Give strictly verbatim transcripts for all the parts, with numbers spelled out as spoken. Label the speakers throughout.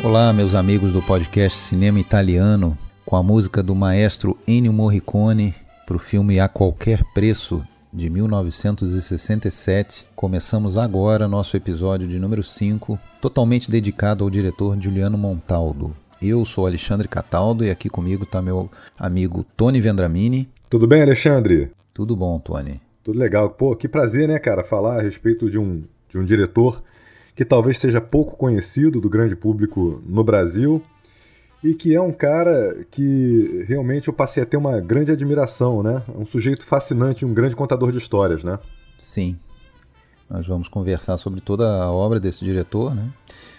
Speaker 1: Olá, meus amigos do podcast Cinema Italiano, com a música do maestro Ennio Morricone para o filme A Qualquer Preço, de mil novecentos e sessenta e sete. Começamos agora nosso episódio de número cinco, totalmente dedicado ao diretor Giuliano Montaldo. Eu sou Alexandre Cataldo e aqui comigo está meu amigo Tony Vendramini.
Speaker 2: Tudo bem, Alexandre?
Speaker 1: Tudo bom, Tony.
Speaker 2: Tudo legal. Pô, que prazer, né, cara, falar a respeito de um, de um diretor que talvez seja pouco conhecido do grande público no Brasil e que é um cara que realmente eu passei a ter uma grande admiração, né? É um sujeito fascinante, um grande contador de histórias, né?
Speaker 1: Sim. Nós vamos conversar sobre toda a obra desse diretor, né?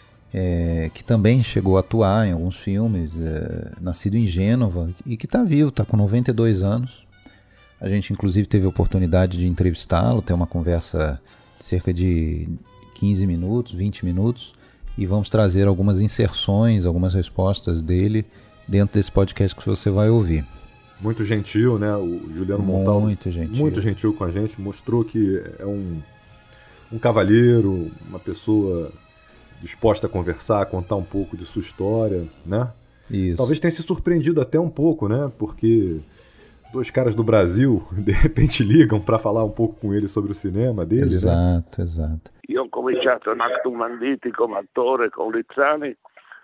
Speaker 1: É, que também chegou a atuar em alguns filmes, é, nascido em Gênova e que está vivo, está com noventa e dois anos. A gente inclusive teve a oportunidade de entrevistá-lo, ter uma conversa de cerca de quinze minutos, vinte minutos, e vamos trazer algumas inserções, algumas respostas dele dentro desse podcast que você vai ouvir.
Speaker 2: Muito gentil, né? O Giuliano Montaldo.
Speaker 1: Muito gentil.
Speaker 2: Muito gentil com a gente, mostrou que é um, um cavalheiro, uma pessoa disposta a conversar, a contar um pouco de sua história, né?
Speaker 1: Isso.
Speaker 2: Talvez tenha se surpreendido até um pouco, né? Porque dois caras do Brasil, de repente, ligam para falar um pouco com ele sobre o cinema dele,
Speaker 1: exato,
Speaker 2: né?
Speaker 1: Exato,
Speaker 3: Io ho cominciato in Actum Banditi come attore con Lizzani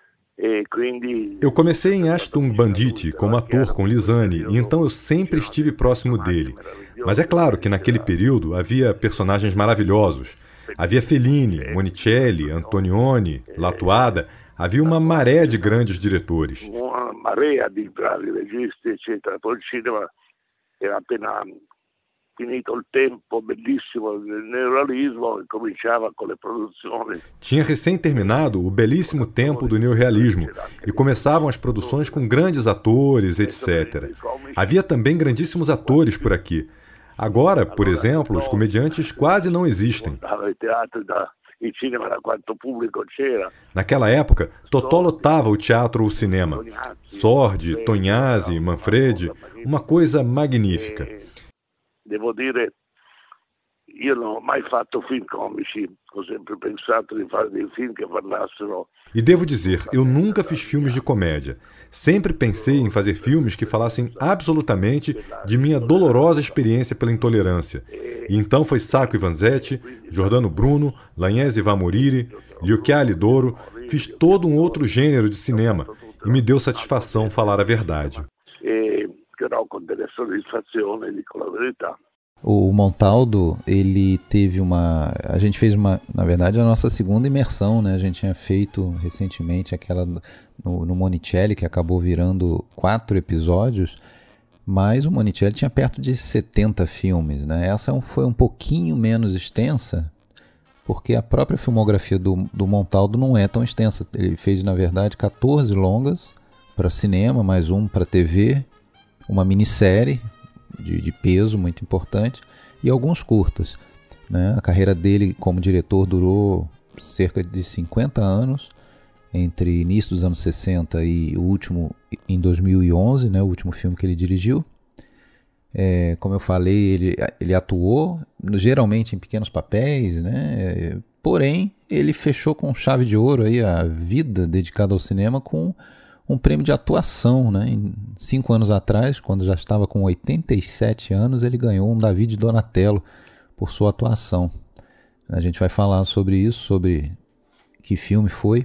Speaker 3: e quindi...
Speaker 2: Eu comecei em Ashton Banditi como ator com Lizzani, e então eu sempre estive próximo dele. Mas é claro que naquele período havia personagens maravilhosos. Havia Fellini, Monicelli, Antonioni, Latuada, havia uma maré de grandes diretores.
Speaker 3: Uma marea di bravi registi, eccetera. Poi il cinema era appena finito il tempo bellissimo del neorealismo e cominciava con le produzioni.
Speaker 2: Tinha recém terminado o belíssimo tempo do neorrealismo e começavam as produções com grandes atores, etcétera. Havia também grandíssimos atores por aqui. Agora, por exemplo, os comediantes quase não existem. Naquela época, Totò lotava o teatro ou o cinema. Sordi, Tognazzi, Manfredi, uma coisa magnífica.
Speaker 3: Devo dire, io non ho mai fatto film comici, ho sempre pensato di fare dei film che parlassero.
Speaker 2: E devo dizer, eu nunca fiz filmes de comédia. Sempre pensei em fazer filmes que falassem absolutamente de minha dolorosa experiência pela intolerância. E então foi Sacco e Vanzetti, Giordano Bruno, L'Agnese Va Morire, Gli Occhiali d'Oro. Fiz todo um outro gênero de cinema e me deu satisfação falar a verdade.
Speaker 3: E però con delle soddisfazioni, dico la verità.
Speaker 1: O Montaldo, ele teve uma... A gente fez, uma, na verdade, a nossa segunda imersão, né? A gente tinha feito recentemente aquela no, no Monicelli, que acabou virando quatro episódios, mas o Monicelli tinha perto de setenta filmes, né? Essa foi um pouquinho menos extensa, porque a própria filmografia do, do Montaldo não é tão extensa. Ele fez, na verdade, quatorze longas para cinema, mais um para T V, uma minissérie de, de peso muito importante e alguns curtas, né? A carreira dele como diretor durou cerca de cinquenta anos, entre início dos anos sessenta e o último em dois mil e onze, né? O último filme que ele dirigiu. É, como eu falei, ele, ele atuou geralmente em pequenos papéis, né? Porém, ele fechou com chave de ouro aí a vida dedicada ao cinema com um prêmio de atuação, né? Em cinco anos atrás, quando já estava com oitenta e sete anos, ele ganhou um David Donatello por sua atuação. A gente vai falar sobre isso, sobre que filme foi.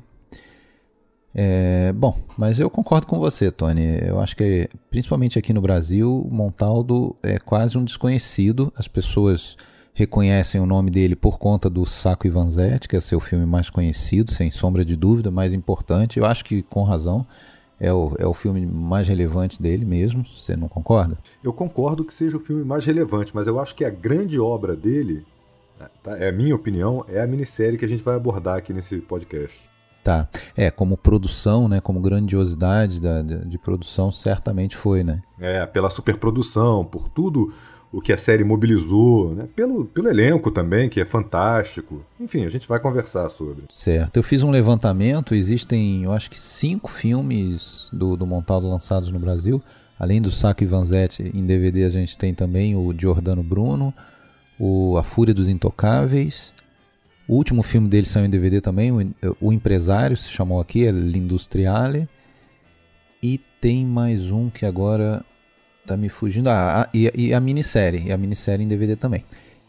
Speaker 1: É, bom, mas eu concordo com você, Tony. Eu acho que, principalmente aqui no Brasil, o Montaldo é quase um desconhecido. As pessoas reconhecem o nome dele por conta do Sacco e Vanzetti, que é seu filme mais conhecido, sem sombra de dúvida, mais importante. Eu acho que com razão. É o, é o filme mais relevante dele mesmo, você não concorda?
Speaker 2: Eu concordo que seja o filme mais relevante, mas eu acho que a grande obra dele, tá, é a minha opinião, é a minissérie que a gente vai abordar aqui nesse podcast.
Speaker 1: Tá, é, como produção, né, como grandiosidade da, de, de produção, certamente foi, né?
Speaker 2: É, pela superprodução, por tudo o que a série mobilizou, né? Pelo, pelo elenco também, que é fantástico. Enfim, a gente vai conversar sobre.
Speaker 1: Certo. Eu fiz um levantamento, existem, eu acho que cinco filmes do, do Montaldo lançados no Brasil. Além do Sacco e Vanzetti, em D V D a gente tem também o Giordano Bruno, o A Fúria dos Intocáveis, O último filme dele saiu em D V D também, o, o Empresário, se chamou aqui, é L'Industriale. E tem mais um que agora tá me fugindo. Ah, a, e, e a minissérie, e a minissérie em D V D também.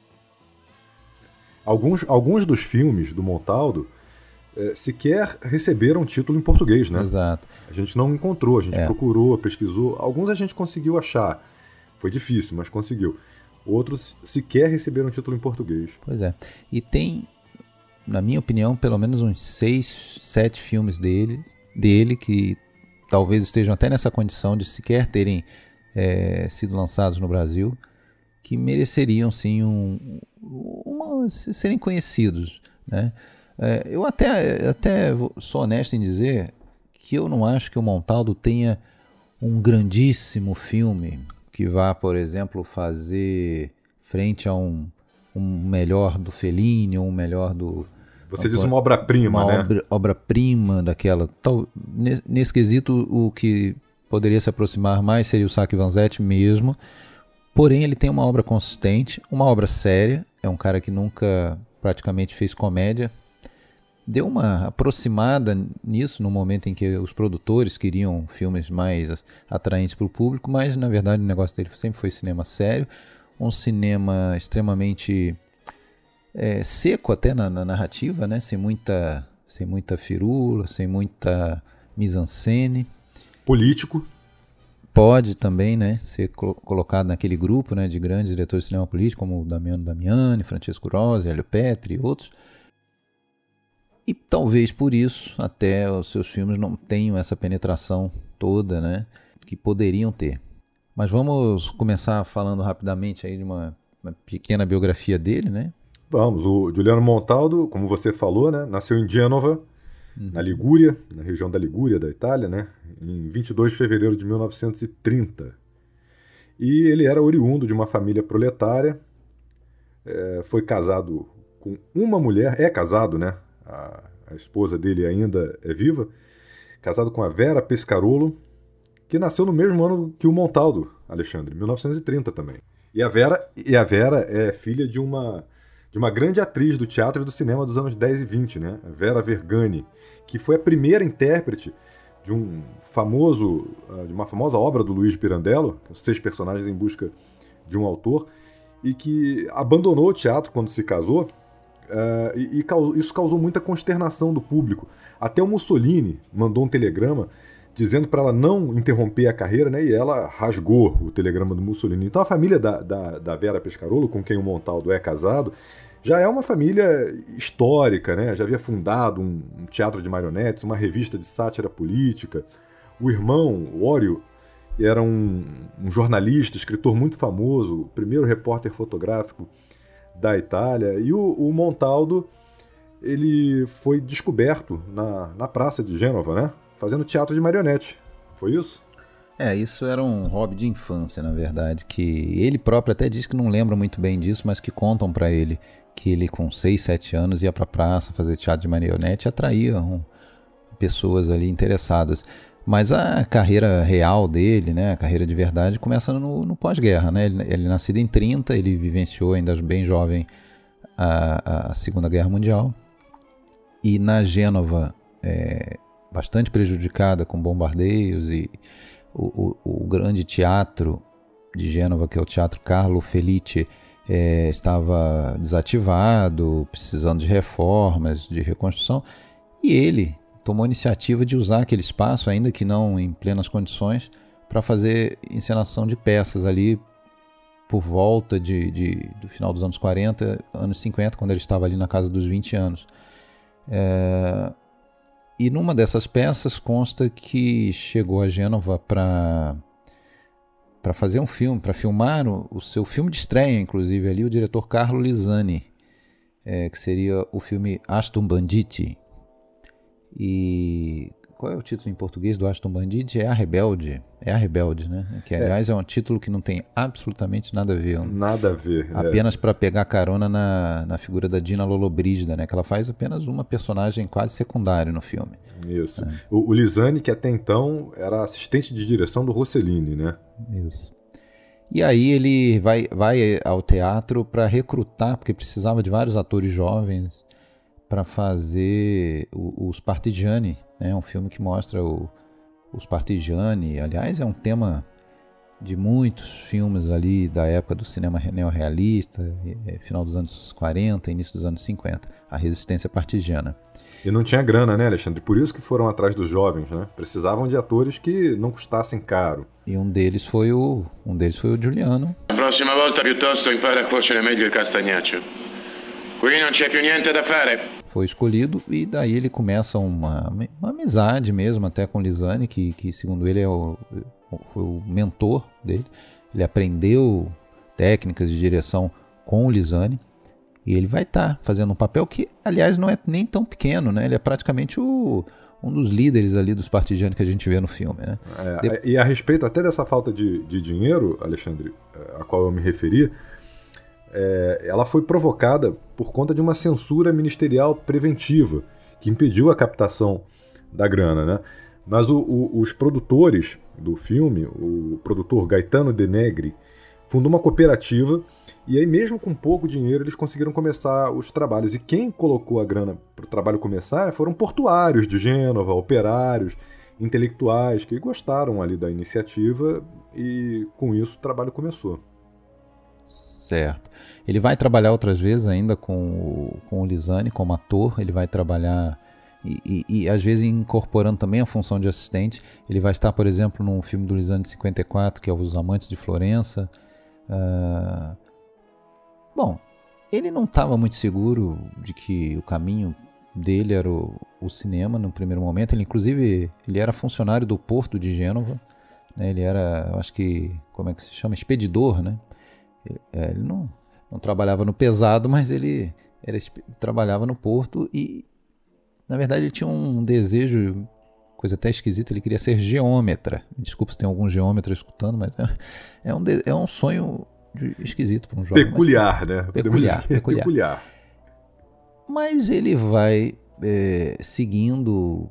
Speaker 2: Alguns, alguns dos filmes do Montaldo é, sequer receberam título em português, né?
Speaker 1: Exato.
Speaker 2: A gente não encontrou, a gente
Speaker 1: é.
Speaker 2: procurou, pesquisou. Alguns a gente conseguiu achar. Foi difícil, mas conseguiu. Outros sequer receberam título em português.
Speaker 1: Pois é. E tem, na minha opinião, pelo menos uns seis, sete filmes dele, dele que talvez estejam até nessa condição de sequer terem é, sido lançados no Brasil, que mereceriam sim um, uma, serem conhecidos, né? É, eu até, até sou honesto em dizer que eu não acho que o Montaldo tenha um grandíssimo filme que vá, por exemplo, fazer frente a um, um melhor do Fellini ou um melhor do...
Speaker 2: Você diz uma obra-prima,
Speaker 1: uma
Speaker 2: né?
Speaker 1: Obra, obra-prima daquela... Tal, nesse quesito, o que poderia se aproximar mais seria o Sacco Vanzetti mesmo, porém ele tem uma obra consistente, uma obra séria, é um cara que nunca praticamente fez comédia, deu uma aproximada nisso no momento em que os produtores queriam filmes mais atraentes para o público, mas na verdade o negócio dele sempre foi cinema sério, um cinema extremamente é, seco até na, na narrativa, né? sem, muita, sem muita firula, sem muita mise-en-scène.
Speaker 2: Político.
Speaker 1: Pode também, né, ser colo- colocado naquele grupo, né, de grandes diretores de cinema político, como o Damiano Damiani, Francesco Rosi, Hélio Petri e outros. E talvez por isso até os seus filmes não tenham essa penetração toda, né, que poderiam ter. Mas vamos começar falando rapidamente aí de uma, uma pequena biografia dele, né?
Speaker 2: Vamos, o Giuliano Montaldo, como você falou, né, nasceu em Gênova, uhum. na Ligúria, na região da Ligúria, da Itália, né, em vinte e dois de fevereiro de mil novecentos e trinta. E ele era oriundo de uma família proletária, é, foi casado com uma mulher, é casado, né? A, a esposa dele ainda é viva, casado com a Vera Pescarolo, que nasceu no mesmo ano que o Montaldo, Alexandre, mil novecentos e trinta também. E a Vera, e a Vera é filha de uma, de uma grande atriz do teatro e do cinema dos anos dez e vinte, né? A Vera Vergani, que foi a primeira intérprete de um famoso, de uma famosa obra do Luiz Pirandello, Os Seis Personagens em Busca de um Autor, e que abandonou o teatro quando se casou. Uh, e, e causou, isso causou muita consternação do público. Até o Mussolini mandou um telegrama dizendo para ela não interromper a carreira, né? E ela rasgou o telegrama do Mussolini. Então a família da, da, da Vera Pescarolo, com quem o Montaldo é casado, já é uma família histórica, né? Já havia fundado um, um teatro de marionetes, uma revista de sátira política. O irmão, o Ório, era um, um jornalista, escritor muito famoso, o primeiro repórter fotográfico da Itália, e o, o Montaldo ele foi descoberto na, na praça de Gênova, né? Fazendo teatro de marionete. Foi isso?
Speaker 1: É, isso era um hobby de infância, na verdade, que ele próprio até diz que não lembra muito bem disso, mas que contam para ele que ele com seis, sete anos ia para a praça fazer teatro de marionete e atraía um, pessoas ali interessadas. Mas a carreira real dele, né, a carreira de verdade, começa no, no pós-guerra, né? Ele, ele é nascido em trinta, ele vivenciou ainda bem jovem a, a Segunda Guerra Mundial. E na Gênova, é, bastante prejudicada com bombardeios, e o, o, o grande teatro de Gênova, que é o Teatro Carlo Felice, é, estava desativado, precisando de reformas, de reconstrução. E ele tomou a iniciativa de usar aquele espaço, ainda que não em plenas condições, para fazer encenação de peças ali por volta de, de, do final dos anos quarenta, anos cinquenta, quando ele estava ali na casa dos vinte anos. É, e numa dessas peças consta que chegou a Gênova para para fazer um filme, para filmar o, o seu filme de estreia, inclusive ali, o diretor Carlo Lisani, é, que seria o filme Aston Banditi. E qual é o título em português do Aston Bandit? É A Rebelde. É A Rebelde, né? Que, aliás, é, é um título que não tem absolutamente nada a ver.
Speaker 2: Nada a ver.
Speaker 1: Apenas
Speaker 2: é.
Speaker 1: para pegar carona na, na figura da Dina Lollobrigida, né? Que ela faz apenas uma personagem quase secundária no filme.
Speaker 2: Isso.
Speaker 1: É.
Speaker 2: O, o Lisani, que até então era assistente de direção do Rossellini, né?
Speaker 1: Isso. E aí ele vai, vai ao teatro para recrutar, porque precisava de vários atores jovens, para fazer o, os Partigiani, né? Um filme que mostra o, os Partigiani. Aliás, é um tema de muitos filmes ali da época do cinema neorrealista, final dos anos quarenta, início dos anos cinquenta, a resistência partigiana.
Speaker 2: E não tinha grana, né, Alexandre? Por isso que foram atrás dos jovens, né? Precisavam de atores que não custassem caro.
Speaker 1: E um deles foi o, um deles foi o Giuliano.
Speaker 4: La prossima volta piuttosto impara a cuocere meglio il castagnaccio. Qui non c'è più niente da fare.
Speaker 1: Foi escolhido e daí ele começa uma, uma amizade mesmo até com o Lisani, que, que segundo ele é o, foi o mentor dele. Ele aprendeu técnicas de direção com o Lisani. E ele vai estar tá fazendo um papel que, aliás, não é nem tão pequeno, né? Ele é praticamente o, um dos líderes ali dos partigianos que a gente vê no filme, né?
Speaker 2: É, de... E a respeito até dessa falta de, de dinheiro, Alexandre, a qual eu me referi, é, ela foi provocada por conta de uma censura ministerial preventiva que impediu a captação da grana, né? Mas o, o, os produtores do filme, o produtor Gaetano De Negri, fundou uma cooperativa. E aí, mesmo com pouco dinheiro, eles conseguiram começar os trabalhos. E quem colocou a grana para o trabalho começar foram portuários de Gênova, operários, intelectuais, que gostaram ali da iniciativa e, com isso, o trabalho começou.
Speaker 1: Certo. Ele vai trabalhar outras vezes ainda com o, com o Lisani como ator. Ele vai trabalhar e, e, e, às vezes, incorporando também a função de assistente. Ele vai estar, por exemplo, num filme do Lisani de cinquenta e quatro, que é Os Amantes de Florença. Uh... Bom, ele não estava muito seguro de que o caminho dele era o, o cinema no primeiro momento. Ele, inclusive, ele era funcionário do Porto de Gênova, né? Ele era, eu acho que, como é que se chama? Expedidor, né? Ele, é, ele não, não trabalhava no pesado, mas ele era, trabalhava no Porto e, na verdade, ele tinha um desejo, coisa até esquisita, ele queria ser geômetra. Desculpa se tem algum geômetra escutando, mas é, é, um, é um sonho... esquisito para um jovem.
Speaker 2: Peculiar,
Speaker 1: mas,
Speaker 2: né?
Speaker 1: Peculiar,
Speaker 2: dizer,
Speaker 1: peculiar.
Speaker 2: peculiar.
Speaker 1: Mas ele vai é, seguindo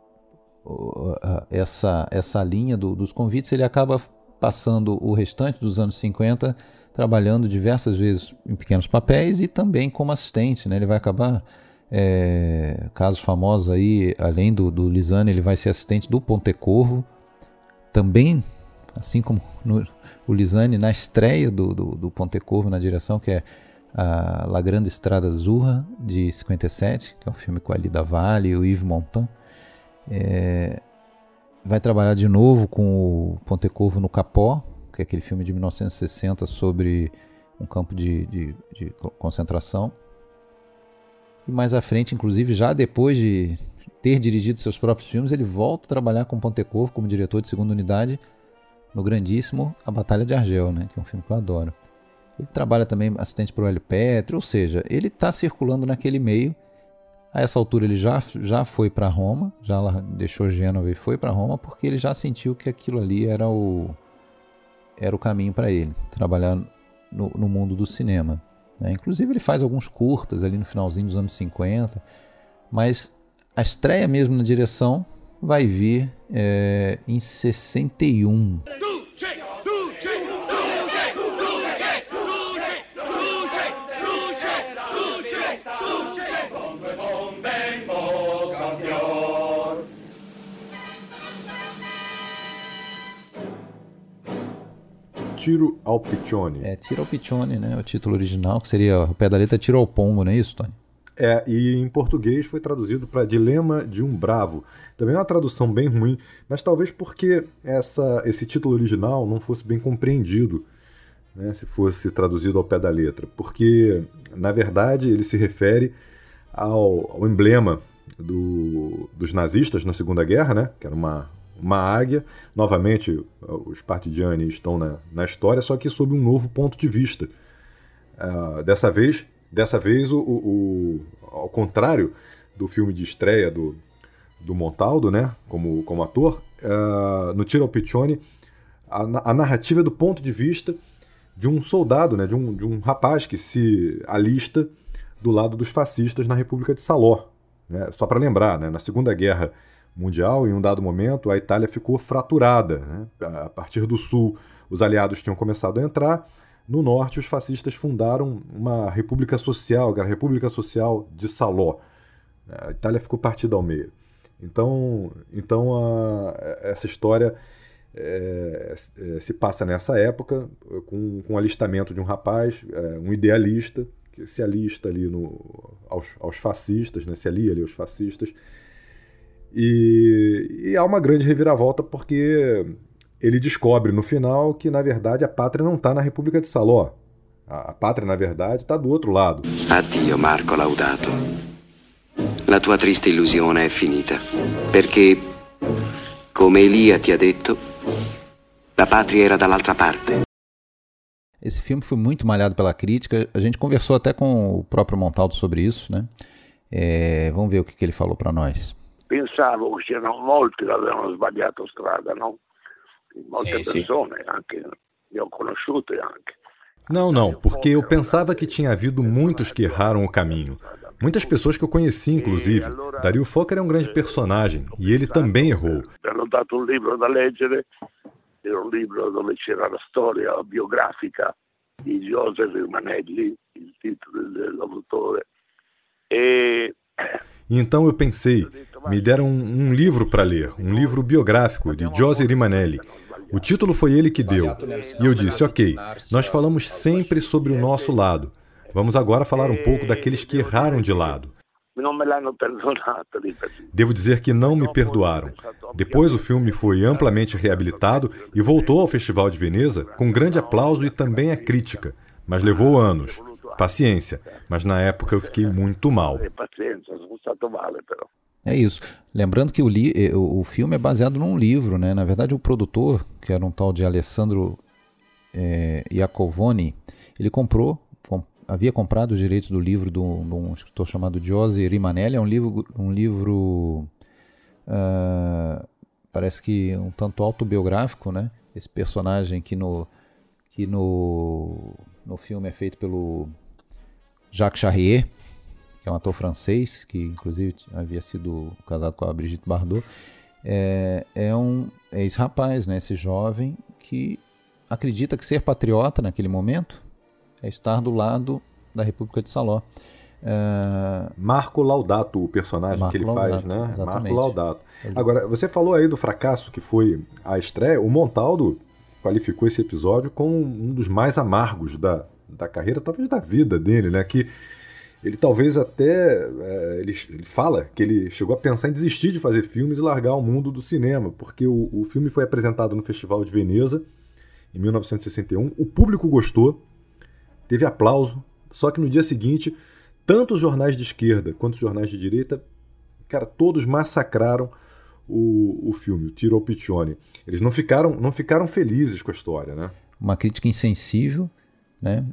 Speaker 1: uh, uh, essa, essa linha do, dos convites. Ele acaba passando o restante dos anos cinquenta trabalhando diversas vezes em pequenos papéis e também como assistente, né? Ele vai acabar, é, casos famosos aí, além do, do Lisani, ele vai ser assistente do Pontecorvo, também, assim como no, o Lisani, na estreia do, do, do Pontecorvo na direção, que é a La Grande Estrada Azzurra, de cinquenta e sete, que é um filme com a Lida Vale e o Yves Montand. É, vai trabalhar de novo com o Pontecorvo no Capó, que é aquele filme de mil novecentos e sessenta sobre um campo de, de, de concentração. E mais à frente, inclusive, já depois de ter dirigido seus próprios filmes, ele volta a trabalhar com o Pontecorvo como diretor de segunda unidade no grandíssimo A Batalha de Argel, né, que é um filme que eu adoro. Ele trabalha também assistente para o Hélio Petri, ou seja, ele está circulando naquele meio. A essa altura ele já, já foi para Roma, já deixou Gênova e foi para Roma, porque ele já sentiu que aquilo ali era o, era o caminho para ele, trabalhar no, no mundo do cinema, né? Inclusive ele faz alguns curtas ali no finalzinho dos anos cinquenta, mas a estreia mesmo na direção vai vir é, em sessenta e um.
Speaker 2: Tiro ao Piccione.
Speaker 1: É, Tiro ao Piccione, né? O título original, que seria o pé da letra Tiro ao Pombo, não é isso, Tony?
Speaker 2: É, e em português foi traduzido para Dilema de um Bravo. Também é uma tradução bem ruim, mas talvez porque essa, esse título original não fosse bem compreendido, né, se fosse traduzido ao pé da letra. Porque, na verdade, ele se refere ao, ao emblema do, dos nazistas na Segunda Guerra, né, que era uma, uma águia. Novamente, os partigiani estão na, na história, só que sob um novo ponto de vista. Uh, dessa vez... Dessa vez, o, o, ao contrário do filme de estreia do, do Montaldo, né, como, como ator, uh, no Tiro ao Piccione, a, a narrativa é do ponto de vista de um soldado, né, de, um, de um rapaz que se alista do lado dos fascistas na República de Salò. Né? Só para lembrar, né, na Segunda Guerra Mundial, em um dado momento, a Itália ficou fraturada. Né? A partir do sul, os aliados tinham começado a entrar. No norte, os fascistas fundaram uma república social, que era a República Social de Salò. A Itália ficou partida ao meio. Então, então a, essa história é, é, se passa nessa época com, com o alistamento de um rapaz, é, um idealista, que se alista ali no, aos, aos fascistas, né? Se alia ali aos fascistas. E, e há uma grande reviravolta porque ele descobre no final que, na verdade, a pátria não está na República de Salò. A, a pátria, na verdade, está do outro lado.
Speaker 5: Addio, Marco Laudato. La tua triste illusione è finita, perché, come Elia ti ha detto, la patria era dall'altra parte.
Speaker 1: Esse filme foi muito malhado pela crítica. A gente conversou até com o próprio Montaldo sobre isso, né? É, vamos ver o que, que ele falou para nós.
Speaker 3: Pensavo che c'erano molti che avevano sbagliato strada, no? Molte
Speaker 5: Sì,
Speaker 3: persone, sì. Anche ne ho conosciute anche.
Speaker 2: Não, não, porque eu pensava que tinha havido muitos que erraram o caminho. Muitas pessoas que eu conheci, inclusive. Dario Fokker é um grande personagem e ele também errou.
Speaker 3: Mi hanno dato un libro da leggere, era un libro dove c'era la storia biografica di Joseph Rimanelli, il titolo dell'autore. E
Speaker 2: Então eu pensei, me deram um, um livro para ler, um livro biográfico de José Rimanelli. O título foi ele que deu. E eu disse, ok, nós falamos sempre sobre o nosso lado. Vamos agora falar um pouco daqueles que erraram de lado.
Speaker 3: non me l'hanno perdonato.
Speaker 2: Devo dizer que não me perdoaram. Depois o filme foi amplamente reabilitado e voltou ao Festival de Veneza com grande aplauso e também a crítica. Mas levou anos. Paciência. Mas na época eu fiquei muito mal.
Speaker 1: É isso. Lembrando que o, li, o filme é baseado num livro, né? Na verdade, o produtor, que era um tal de Alessandro é, Iacovoni, ele comprou, com, havia comprado os direitos do livro de um escritor chamado José Rimanelli. É um livro, um livro uh, parece que um tanto autobiográfico, né? Esse personagem que no, que no, no filme é feito pelo Jacques Charrier, que é um ator francês, que inclusive havia sido casado com a Brigitte Bardot, é, é, um, é esse rapaz, né, esse jovem que acredita que ser patriota naquele momento é estar do lado da República de Salò. É...
Speaker 2: Marco Laudato, o personagem
Speaker 1: Marco
Speaker 2: que ele
Speaker 1: Laudato,
Speaker 2: faz, né?
Speaker 1: exatamente.
Speaker 2: Marco Laudato. Agora, você falou aí do fracasso que foi a estreia. O Montaldo qualificou esse episódio como um dos mais amargos da, da carreira, talvez da vida dele, né? Que ele talvez até, é, ele, ele fala que ele chegou a pensar em desistir de fazer filmes e largar o mundo do cinema, porque o, o filme foi apresentado no Festival de Veneza, em mil novecentos e sessenta e um, o público gostou, teve aplauso, só que no dia seguinte, tanto os jornais de esquerda quanto os jornais de direita, cara, todos massacraram o, o filme, o Tiro ao Piccione. Eles não ficaram, não ficaram felizes com a história, né?
Speaker 1: Uma crítica insensível, né?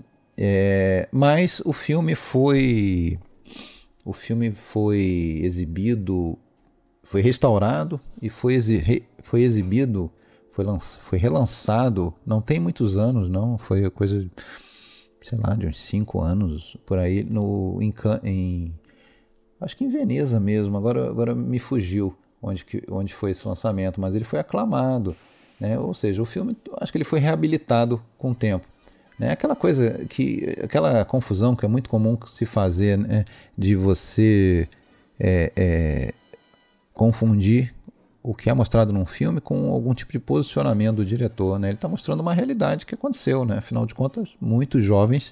Speaker 1: É, mas o filme foi o filme foi exibido, foi restaurado e foi, exi, foi exibido, foi, lanç, foi relançado, não tem muitos anos não, foi coisa, sei lá, de uns cinco anos por aí, no, em, em, acho que em Veneza mesmo, agora, agora me fugiu onde, que, onde foi esse lançamento, mas ele foi aclamado, né? Ou seja, o filme, acho que ele foi reabilitado com o tempo. Né? Aquela coisa, que, aquela confusão que é muito comum se fazer, né? De você é, é, confundir o que é mostrado num filme com algum tipo de posicionamento do diretor. Né? Ele está mostrando uma realidade que aconteceu. Né? Afinal de contas, muitos jovens,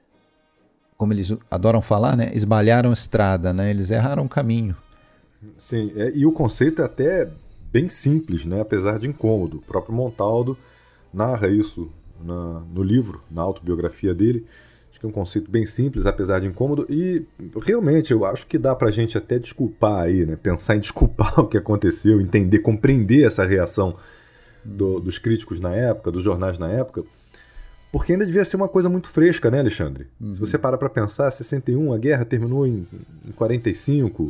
Speaker 1: como eles adoram falar, né? Esbalharam estrada, né? Eles erraram o caminho.
Speaker 2: Sim, é, e o conceito é até bem simples, né? Apesar de incômodo. O próprio Montaldo narra isso Na, no livro, na autobiografia dele. Acho que é um conceito bem simples, apesar de incômodo, e realmente eu acho que dá pra gente até desculpar aí, né? Pensar em desculpar o que aconteceu, entender, compreender essa reação do, dos críticos na época, dos jornais na época, porque ainda devia ser uma coisa muito fresca, né, Alexandre? Uhum. Se você parar pra pensar, sessenta e um, a guerra terminou em, em quarenta e cinco.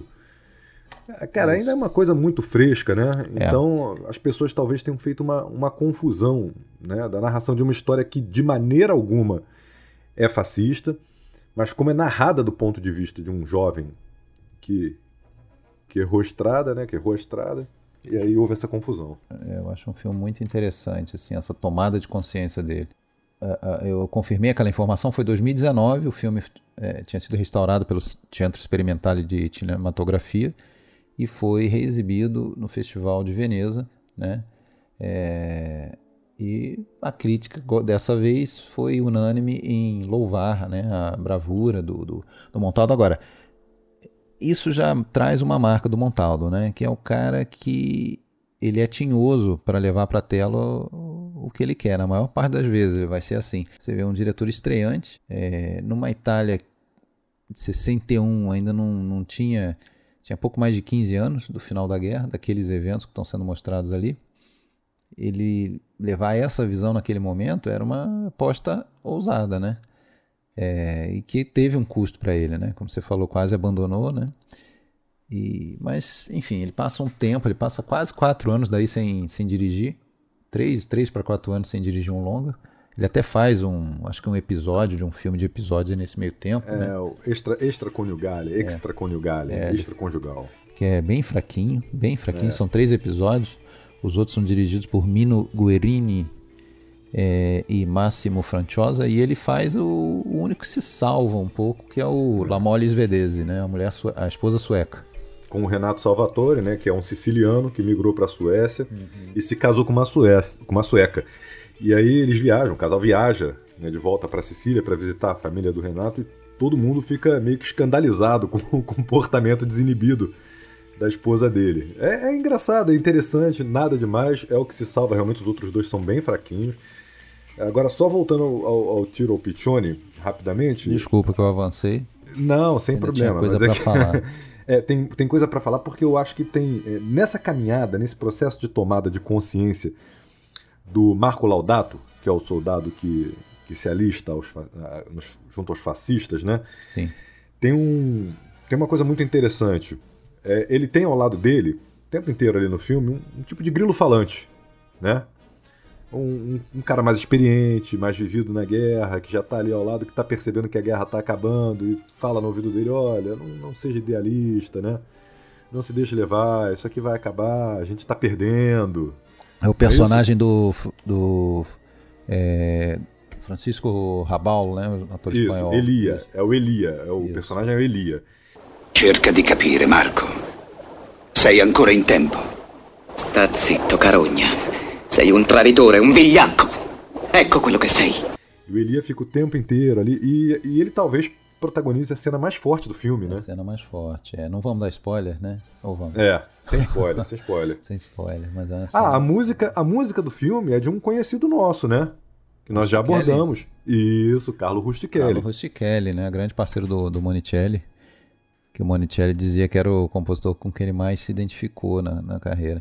Speaker 2: Cara, ainda é uma coisa muito fresca, né? Então, é. As pessoas talvez tenham feito uma, uma confusão, né, da narração de uma história que, de maneira alguma, é fascista, mas como é narrada do ponto de vista de um jovem que, que errou a estrada, né, que errou a estrada, e aí houve essa confusão.
Speaker 1: Eu acho um filme muito interessante, assim, essa tomada de consciência dele. eu confirmei aquela informação, foi dois mil e dezenove, o filme é, tinha sido restaurado pelo Centro Experimental de Cinematografia e foi reexibido no Festival de Veneza, né? É, e a crítica dessa vez foi unânime em louvar, né, a bravura do, do, do Montaldo. Agora, isso já traz uma marca do Montaldo, né, que é o cara que ele é tinhoso para levar para a tela o, o que ele quer. Na maior parte das vezes ele vai ser assim. Você vê um diretor estreante, é, numa Itália de sessenta e um, ainda não, não tinha, tinha pouco mais de quinze anos do final da guerra, daqueles eventos que estão sendo mostrados ali. Ele levar essa visão naquele momento era uma aposta ousada, né? É, e que teve um custo para ele, né? Como você falou, quase abandonou, né? E, mas, enfim, ele passa um tempo, ele passa quase quatro anos daí sem, sem dirigir, três, três para quatro anos sem dirigir um longa. Ele até faz um, acho que um episódio de um filme de episódios nesse meio tempo,
Speaker 2: é,
Speaker 1: né?
Speaker 2: O extra, extra-conjugale,
Speaker 1: É.
Speaker 2: extra-conjugale,
Speaker 1: É.
Speaker 2: extra-conjugal.
Speaker 1: Que é bem fraquinho, bem fraquinho,
Speaker 2: É.
Speaker 1: são três episódios. Os outros são dirigidos por Mino Guerrini é, e Massimo Franciosa, e ele faz o, o único que se salva um pouco, que é o La Mole Svedese, né? A mulher, sue- a esposa sueca.
Speaker 2: Com o Renato Salvatore, né, que é um siciliano que migrou para a Suécia e se casou com uma, suécia, com uma sueca. E aí eles viajam, o casal viaja, né, de volta para Sicília para visitar a família do Renato e todo mundo fica meio que escandalizado com o comportamento desinibido da esposa dele. É, é engraçado, é interessante, nada demais, é o que se salva, realmente os outros dois são bem fraquinhos. Agora, só voltando ao, ao, ao Tiro ao Piccioni, rapidamente...
Speaker 1: Desculpa que eu avancei.
Speaker 2: Não, sem
Speaker 1: Ainda
Speaker 2: problema.
Speaker 1: tinha coisa
Speaker 2: mas é
Speaker 1: para
Speaker 2: que-
Speaker 1: falar.
Speaker 2: É, tem, tem coisa para falar porque eu acho que tem, é, nessa caminhada, nesse processo de tomada de consciência do Marco Laudato, que é o soldado que, que se alista aos, fa- a- nos- junto aos fascistas, né?
Speaker 1: Sim.
Speaker 2: Tem, um, tem uma coisa muito interessante. É, ele tem ao lado dele, o tempo inteiro ali no filme, um, um tipo de grilo falante, né? Um, um- um cara mais experiente, mais vivido na guerra, que já tá ali ao lado, que tá percebendo que a guerra tá acabando e fala no ouvido dele, olha, não, não seja idealista, né? Não se deixe levar, isso aqui vai acabar, a gente tá perdendo.
Speaker 1: É o personagem do, do é, Francisco Rabal, né? O ator
Speaker 2: Isso,
Speaker 1: espanhol.
Speaker 2: Elia,
Speaker 1: Isso.
Speaker 2: é o Elia, é o
Speaker 1: Isso.
Speaker 2: personagem é o Elia.
Speaker 5: Cerca di capire, Marco. Sei ancora in tempo. Sta zitto, carogna. Sei un traditore, un vigliacco. Ecco quello che sei.
Speaker 2: E o Elia fica o tempo inteiro ali, e, e ele talvez protagonize a cena mais forte do filme,
Speaker 1: A
Speaker 2: né?
Speaker 1: cena mais forte. É, não vamos dar spoiler, né? Ou vamos?
Speaker 2: É, sem spoiler, sem spoiler.
Speaker 1: Sem spoiler, mas é uma cena...
Speaker 2: Ah, a música, a música do filme é de um conhecido nosso, né? Que nós já
Speaker 1: Rustichelli?
Speaker 2: abordamos. Isso, Carlo Rustichelli.
Speaker 1: Carlo Rustichelli, né? Grande parceiro do, do Monicelli. Que o Monicelli dizia que era o compositor com quem ele mais se identificou na, na carreira.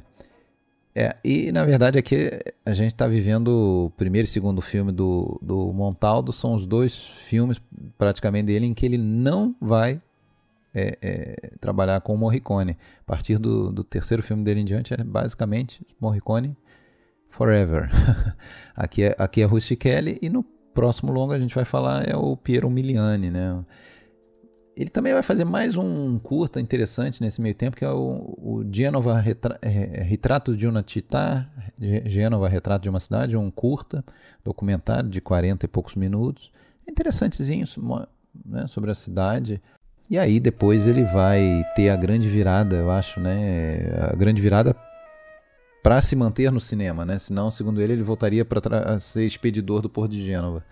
Speaker 1: É, e na verdade aqui a gente está vivendo o primeiro e segundo filme do, do Montaldo, são os dois filmes praticamente dele em que ele não vai é, é, trabalhar com o Morricone. A partir do, do terceiro filme dele em diante é basicamente Morricone Forever. aqui, é, aqui é Rustichelli e no próximo longa a gente vai falar é o Piero Umiliani, né? Ele também vai fazer mais um curta interessante nesse meio tempo, que é o, o Genova Retra, é, Retrato de uma Città, Genova Retrato de uma Cidade, um curta documentário de quarenta e poucos minutos. É interessantezinho, né, sobre a cidade. E aí depois ele vai ter a grande virada, eu acho, né? A grande virada para se manter no cinema, né? Senão, segundo ele, ele voltaria para ser expedidor do Porto de Gênova.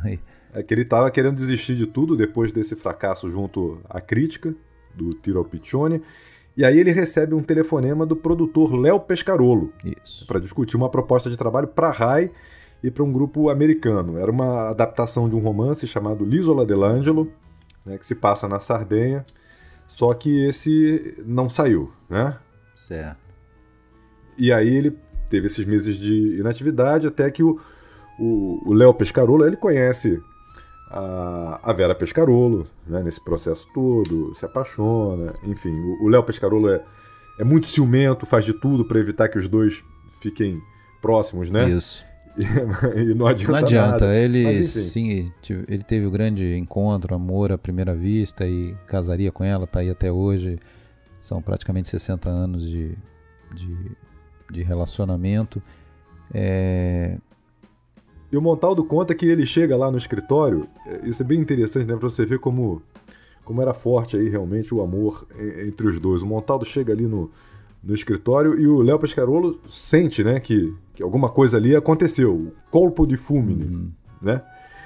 Speaker 2: É que ele estava querendo desistir de tudo depois desse fracasso junto à crítica do Tiro ao Piccioni. E aí ele recebe um telefonema do produtor Léo Pescarolo
Speaker 1: Isso.
Speaker 2: para discutir uma proposta de trabalho para a Rai e para um grupo americano. Era uma adaptação de um romance chamado L'Isola dell'Angelo, né, que se passa na Sardenha, só que esse não saiu, né?
Speaker 1: Certo.
Speaker 2: E aí ele teve esses meses de inatividade até que o o Léo Pescarolo, ele conhece a, a Vera Pescarolo, né, nesse processo todo, se apaixona, enfim. O Léo Pescarolo é, é muito ciumento, faz de tudo para evitar que os dois fiquem próximos, né?
Speaker 1: Isso.
Speaker 2: E, e não adianta
Speaker 1: Não adianta,
Speaker 2: nada.
Speaker 1: ele
Speaker 2: Mas, enfim.
Speaker 1: sim, ele teve o grande encontro, amor à primeira vista e casaria com ela, tá aí até hoje. São praticamente sessenta anos de, de, de relacionamento. É...
Speaker 2: E o Montaldo conta que ele chega lá no escritório, isso é bem interessante, né, para você ver como, como era forte aí realmente o amor entre os dois. O Montaldo chega ali no, no escritório e o Léo Pescarolo sente, né, que, que alguma coisa ali aconteceu, o colpo de fulmine, uhum. né?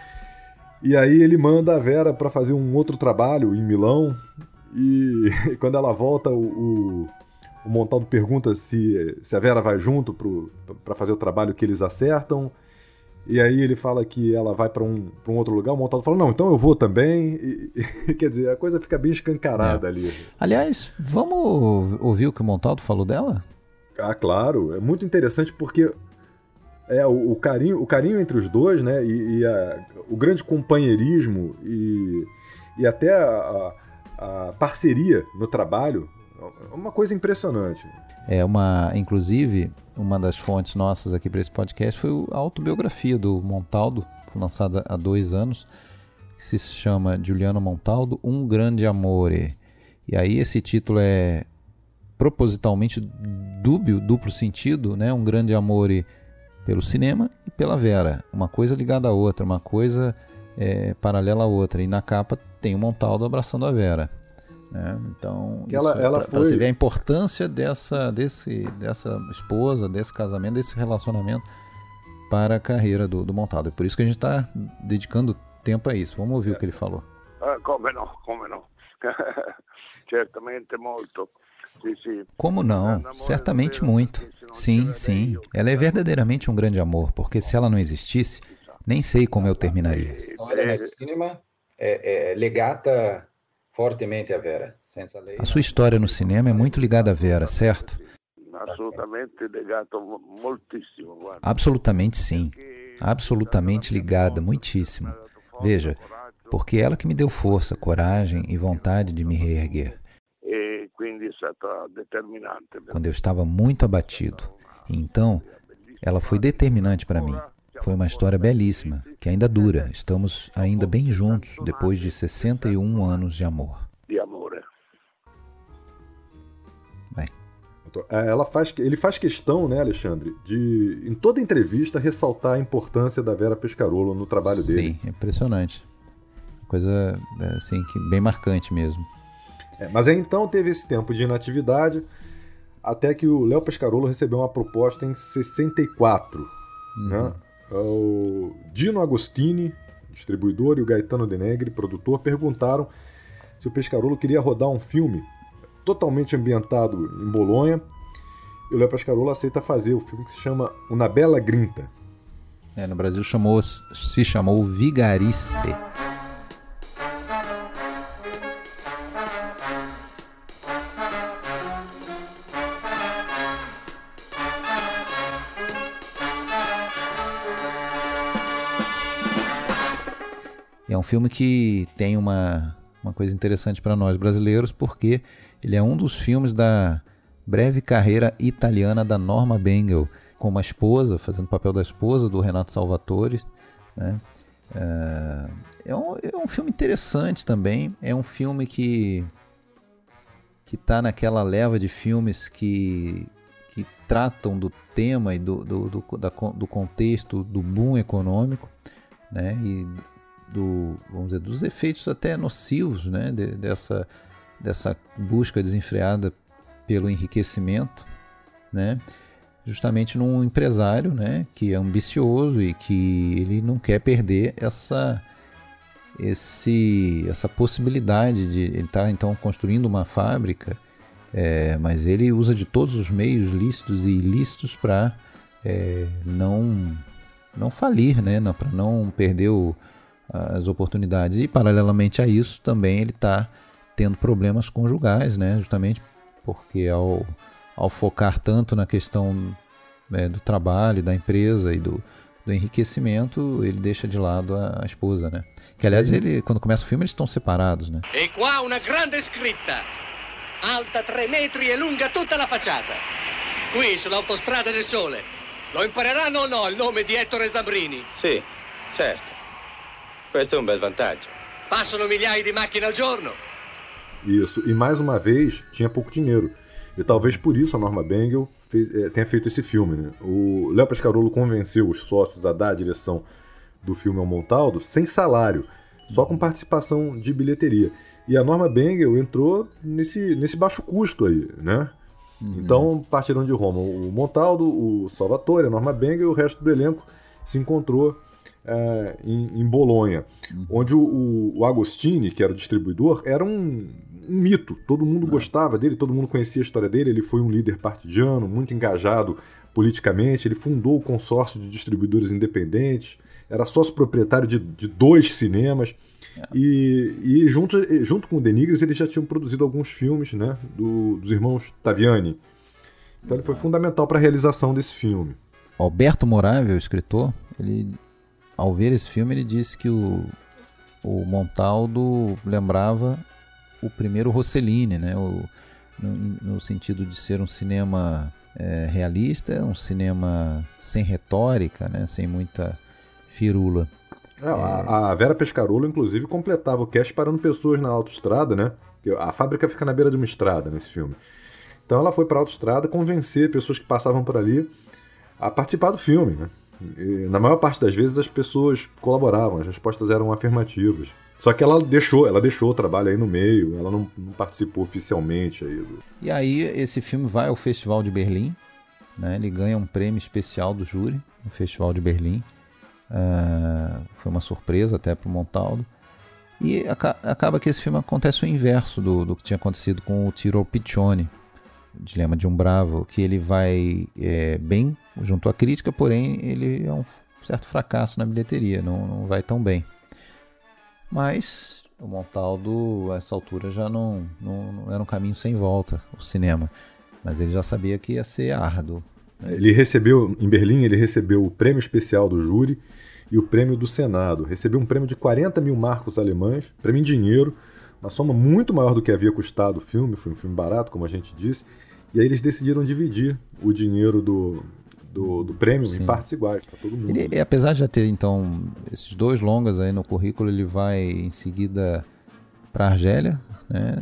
Speaker 2: E aí ele manda a Vera para fazer um outro trabalho em Milão e, e quando ela volta, o, o, o Montaldo pergunta se, se a Vera vai junto para fazer o trabalho que eles acertam. E aí ele fala que ela vai para um, um outro lugar, o Montaldo fala, não, então eu vou também. E, e, quer dizer, a coisa fica bem escancarada é. ali.
Speaker 1: Aliás, vamos ouvir o que o Montaldo falou dela?
Speaker 2: Ah, claro. É muito interessante porque é, o, o, carinho, o carinho entre os dois, né, e, e a, o grande companheirismo e, e até a, a parceria no trabalho, é uma coisa impressionante.
Speaker 1: É uma, inclusive, uma das fontes nossas aqui para esse podcast foi a autobiografia do Montaldo, lançada há dois anos, que se chama Giuliano Montaldo, Um Grande Amore. E aí esse título é propositalmente dúbio, duplo sentido, né? Um grande amore pelo cinema e pela Vera. Uma coisa ligada à outra, uma coisa é, paralela à outra. E na capa tem o Montaldo abraçando a Vera. É, então,
Speaker 2: ela, ela
Speaker 1: para
Speaker 2: foi...
Speaker 1: você ver a importância dessa, desse, dessa esposa, desse casamento, desse relacionamento para a carreira do, do Montaldo. É por isso que a gente está dedicando tempo a isso. Vamos ouvir é. o que ele falou.
Speaker 3: Ah, come não, come não. Certamente muito. Sim, sim.
Speaker 1: Como não? Certamente muito. Sim, sim. Ela é verdadeiramente um grande amor, porque se ela não existisse, nem sei como eu terminaria.
Speaker 6: A história nel cinema é, é legata fortemente a Vera. Senza lei...
Speaker 1: A sua história no cinema é muito ligada à Vera, certo?
Speaker 3: Absolutamente ligado, moltissimo. Guarda.
Speaker 1: Absolutamente sim. Absolutamente ligada, muitíssimo. Veja, porque ela que me deu força, coragem e vontade de me reerguer.
Speaker 3: E quindi è stata determinante.
Speaker 1: Quando eu estava muito abatido. E então, ela foi determinante para mim. Foi uma história belíssima, que ainda dura. Estamos ainda bem juntos, depois de sessenta e um anos de amor.
Speaker 3: De amor.
Speaker 1: Bem.
Speaker 2: Ela faz, ele faz questão, né, Alexandre, de, em toda entrevista, ressaltar a importância da Vera Pescarolo no trabalho
Speaker 1: Sim,
Speaker 2: dele.
Speaker 1: Sim, impressionante. Coisa, assim, que bem marcante mesmo.
Speaker 2: É, mas aí então teve esse tempo de inatividade, até que o Léo Pescarolo recebeu uma proposta em sessenta e quatro, uhum. né? O Dino Agostini, distribuidor, e o Gaetano De Negri, produtor, perguntaram se o Pescarolo queria rodar um filme totalmente ambientado em Bolonha, e o Léo Pescarolo aceita fazer o filme que se chama Una Bella Grinta.
Speaker 1: É, no Brasil chamou, se chamou Vigarice. É um filme que tem uma, uma coisa interessante para nós brasileiros, porque ele é um dos filmes da breve carreira italiana da Norma Bengel, com uma esposa, fazendo o papel da esposa do Renato Salvatore. Né? É, um, é um filme interessante também, é um filme que que está naquela leva de filmes que, que tratam do tema e do, do, do, da, do contexto do boom econômico, né? E do, vamos dizer, dos efeitos até nocivos, né, de, dessa, dessa busca desenfreada pelo enriquecimento, né, justamente num empresário, né, que é ambicioso e que ele não quer perder essa, esse, essa possibilidade de ele estar então construindo uma fábrica, é, mas ele usa de todos os meios lícitos e ilícitos para é, não, não falir, né, para não perder o as oportunidades, e paralelamente a isso também ele está tendo problemas conjugais, né? Justamente porque ao, ao focar tanto na questão é, do trabalho, da empresa e do, do enriquecimento, ele deixa de lado a, a esposa, né? Que aliás, ele, quando começa o filme, eles estão separados, né?
Speaker 7: E qua una grande scritta, alta tre metri e lunga tutta la facciata. Qui sull'autostrada del Sole. Lo impareranno o no il nome di Ettore Zambrini?
Speaker 8: Sì, certo. Questo è un bel vantaggio.
Speaker 7: Passano migliaia di macchine al giorno.
Speaker 2: Isso, e mais uma vez tinha pouco dinheiro. E talvez por isso a Norma Bengel fez, é, tenha feito esse filme, né? O Léo Pescarolo convenceu os sócios a dar a direção do filme ao Montaldo sem salário, só com participação de bilheteria. E a Norma Bengel entrou nesse, nesse baixo custo aí, né? Uhum. Então partiram de Roma o Montaldo, o Salvatore, a Norma Bengel e o resto do elenco se encontrou é, em, em Bolonha, uhum. onde o, o Agostini, que era o distribuidor, era um, um mito. Todo mundo uhum. gostava dele, todo mundo conhecia a história dele. Ele foi um líder partidiano, muito engajado politicamente. Ele fundou o consórcio de distribuidores independentes, era sócio proprietário de, de dois cinemas. É. E, e junto, junto com o Denigres eles já tinham produzido alguns filmes, né, do, dos irmãos Taviani. Então ele foi fundamental para a realização desse filme.
Speaker 1: Alberto Moravia, o escritor, ele, ao ver esse filme, ele disse que o, o Montaldo lembrava o primeiro Rossellini, né, o, no, no sentido de ser um cinema é, realista, um cinema sem retórica, né, sem muita firula.
Speaker 2: É, a, a Vera Pescarolo, inclusive, completava o cast parando pessoas na autoestrada, né? A fábrica fica na beira de uma estrada nesse filme. Então ela foi para a autoestrada convencer pessoas que passavam por ali a participar do filme, né? E, na maior parte das vezes as pessoas colaboravam, as respostas eram afirmativas. Só que ela deixou, ela deixou o trabalho aí no meio, ela não, não participou oficialmente aí do...
Speaker 1: E aí esse filme vai ao Festival de Berlim, né? Ele ganha um prêmio especial do júri no Festival de Berlim. Uh, foi uma surpresa até para o Montaldo. E aca- acaba que esse filme acontece o inverso do, do que tinha acontecido com o Tiro ao Piccione, o Dilema de um Bravo, que ele vai é, bem junto à crítica, porém ele é um certo fracasso na bilheteria, não, não vai tão bem. Mas o Montaldo, a essa altura, já não, não, não era um caminho sem volta, o cinema. Mas ele já sabia que ia ser árduo.
Speaker 2: Ele recebeu, em Berlim, ele recebeu o prêmio especial do júri e o prêmio do Senado. Recebeu um prêmio de quarenta mil marcos alemães, prêmio em dinheiro, uma soma muito maior do que havia custado o filme, foi um filme barato, como a gente disse, e aí eles decidiram dividir o dinheiro do, do, do prêmio Sim. em partes iguais para todo mundo.
Speaker 1: Ele, apesar de já ter, então, esses dois longas aí no currículo, ele vai em seguida para a Argélia, né?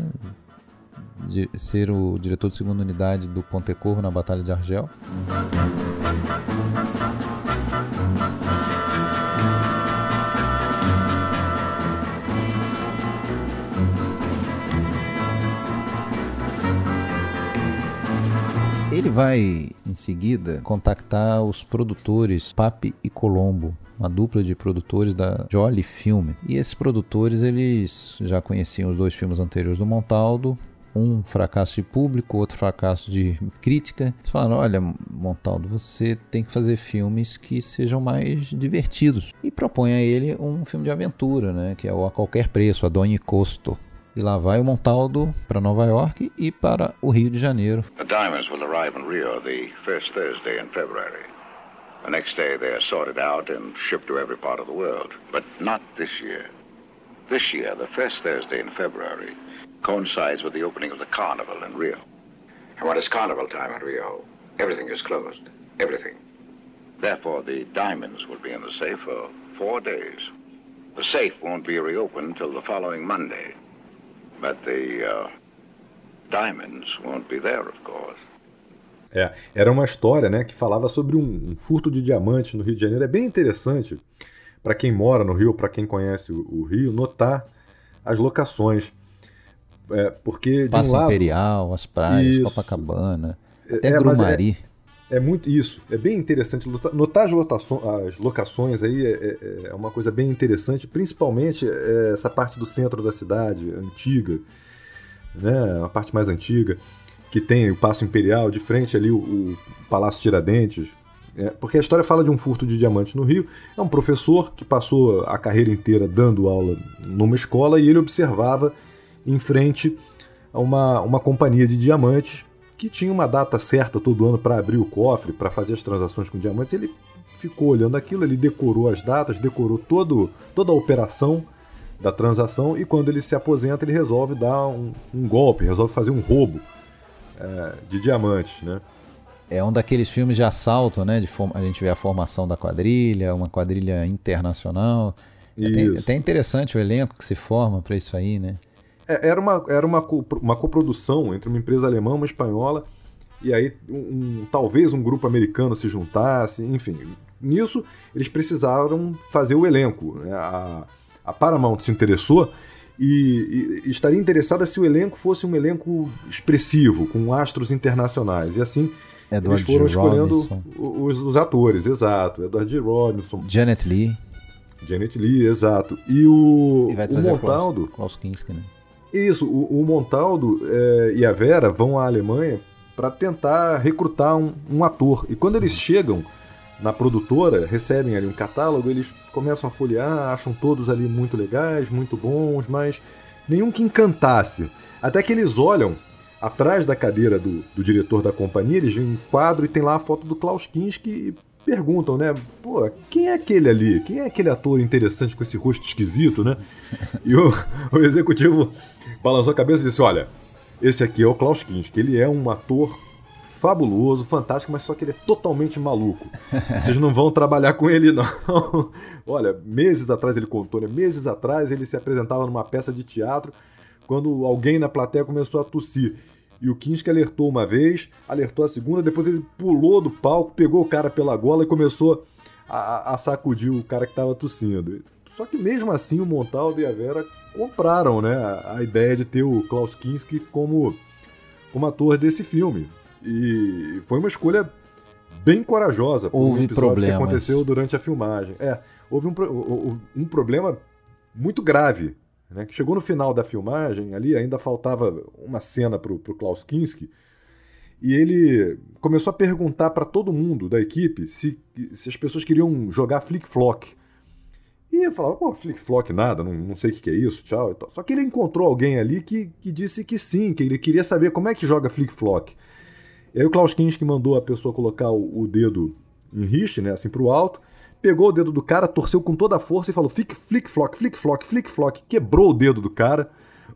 Speaker 1: De ser o diretor de segunda unidade do Pontecorvo na Batalha de Argel. Ele vai, em seguida, contactar os produtores Pape e Colombo, uma dupla de produtores da Jolie Film. E esses produtores, eles já conheciam os dois filmes anteriores do Montaldo, um fracasso de público, outro fracasso de crítica. Eles falaram, olha, Montaldo, você tem que fazer filmes que sejam mais divertidos. E propõe a ele um filme de aventura, né, que é o A Qualquer Preço, Ad Ogni Costo. E lá vai o Montaldo para Nova York e para o Rio de Janeiro.
Speaker 4: The diamonds will arrive in Rio the first Thursday in February. The next day they are sorted out and shipped to every part of the world. But not this year. This year, the first Thursday in February coincides with the opening of the carnival in Rio.
Speaker 9: And what is carnival time in Rio? Everything is closed. Everything.
Speaker 4: Therefore, the diamonds will be in the safe for four days. The safe won't be reopened till the following Monday. But the uh, diamonds won't be there, of course.
Speaker 2: É, era uma história, né, que falava sobre um, um furto de diamantes no Rio de Janeiro. É bem interessante, para quem mora no Rio, para quem conhece o, o Rio, notar as locações. É, porque de
Speaker 1: Paço
Speaker 2: um lado,
Speaker 1: Imperial, as praias,
Speaker 2: isso,
Speaker 1: Copacabana, até
Speaker 2: é,
Speaker 1: Grumari.
Speaker 2: É, é muito isso, é bem interessante. Notar as, lotações, as locações aí é, é, é uma coisa bem interessante, principalmente é, essa parte do centro da cidade, antiga, né, a parte mais antiga, que tem o Paço Imperial, de frente ali o, o Palácio Tiradentes. É, porque a história fala de um furto de diamantes no Rio. É um professor que passou a carreira inteira dando aula numa escola e ele observava em frente a uma, uma companhia de diamantes que tinha uma data certa todo ano para abrir o cofre, para fazer as transações com diamantes. Ele ficou olhando aquilo, ele decorou as datas, decorou todo, toda a operação da transação e quando ele se aposenta ele resolve dar um, um golpe, resolve fazer um roubo é, de diamantes, né?
Speaker 1: É um daqueles filmes de assalto, né? De forma, a gente vê a formação da quadrilha, uma quadrilha internacional. É até, até interessante o elenco que se forma para isso aí, né?
Speaker 2: Era uma, era uma, uma coprodução entre uma empresa alemã e uma espanhola e aí um, um, talvez um grupo americano se juntasse, enfim. Nisso, eles precisaram fazer o elenco. Né? A, a Paramount se interessou e, e estaria interessada se o elenco fosse um elenco expressivo, com astros internacionais. E assim, Edward eles foram G. escolhendo os, os atores, exato. Edward G. Robinson.
Speaker 1: Janet Leigh.
Speaker 2: Janet Leigh, exato. E o,
Speaker 1: e vai
Speaker 2: o Montaldo...
Speaker 1: Klaus, Klaus Kinski, né?
Speaker 2: Isso, o, o Montaldo é, e a Vera vão à Alemanha para tentar recrutar um, um ator. E quando eles chegam na produtora, recebem ali um catálogo, eles começam a folhear, acham todos ali muito legais, muito bons, mas nenhum que encantasse. Até que eles olham atrás da cadeira do, do diretor da companhia, eles veem um quadro e tem lá a foto do Klaus Kinski e perguntam, né? Pô, quem é aquele ali? Quem é aquele ator interessante com esse rosto esquisito, né? E o, o executivo balançou a cabeça e disse, olha, esse aqui é o Klaus Kinski, ele é um ator fabuloso, fantástico, mas só que ele é totalmente maluco. Vocês não vão trabalhar com ele, não. Olha, meses atrás ele contou, né? Meses atrás ele se apresentava numa peça de teatro quando alguém na plateia começou a tossir. E o Kinski alertou uma vez, alertou a segunda, depois ele pulou do palco, pegou o cara pela gola e começou a, a sacudir o cara que estava tossindo. Só que mesmo assim o Montaldo e a Vera compraram, né, a, a ideia de ter o Klaus Kinski como, como ator desse filme. E foi uma escolha bem corajosa. Por
Speaker 1: houve
Speaker 2: um episódio
Speaker 1: problemas.
Speaker 2: Que aconteceu durante a filmagem. É, houve um, um problema muito grave, né, que chegou no final da filmagem, ali ainda faltava uma cena para o Klaus Kinski, e ele começou a perguntar para todo mundo da equipe se, se as pessoas queriam jogar flick-flock. E eu falava, pô, flick-flock nada, não, não sei o que, que é isso, tchau. E tal. Só que ele encontrou alguém ali que, que disse que sim, que ele queria saber como é que joga flick-flock. E aí o Klaus Kinski mandou a pessoa colocar o, o dedo em riste, né, assim pro alto, pegou o dedo do cara, torceu com toda a força e falou flick-flock, flick-flock, flick-flock, quebrou o dedo do cara.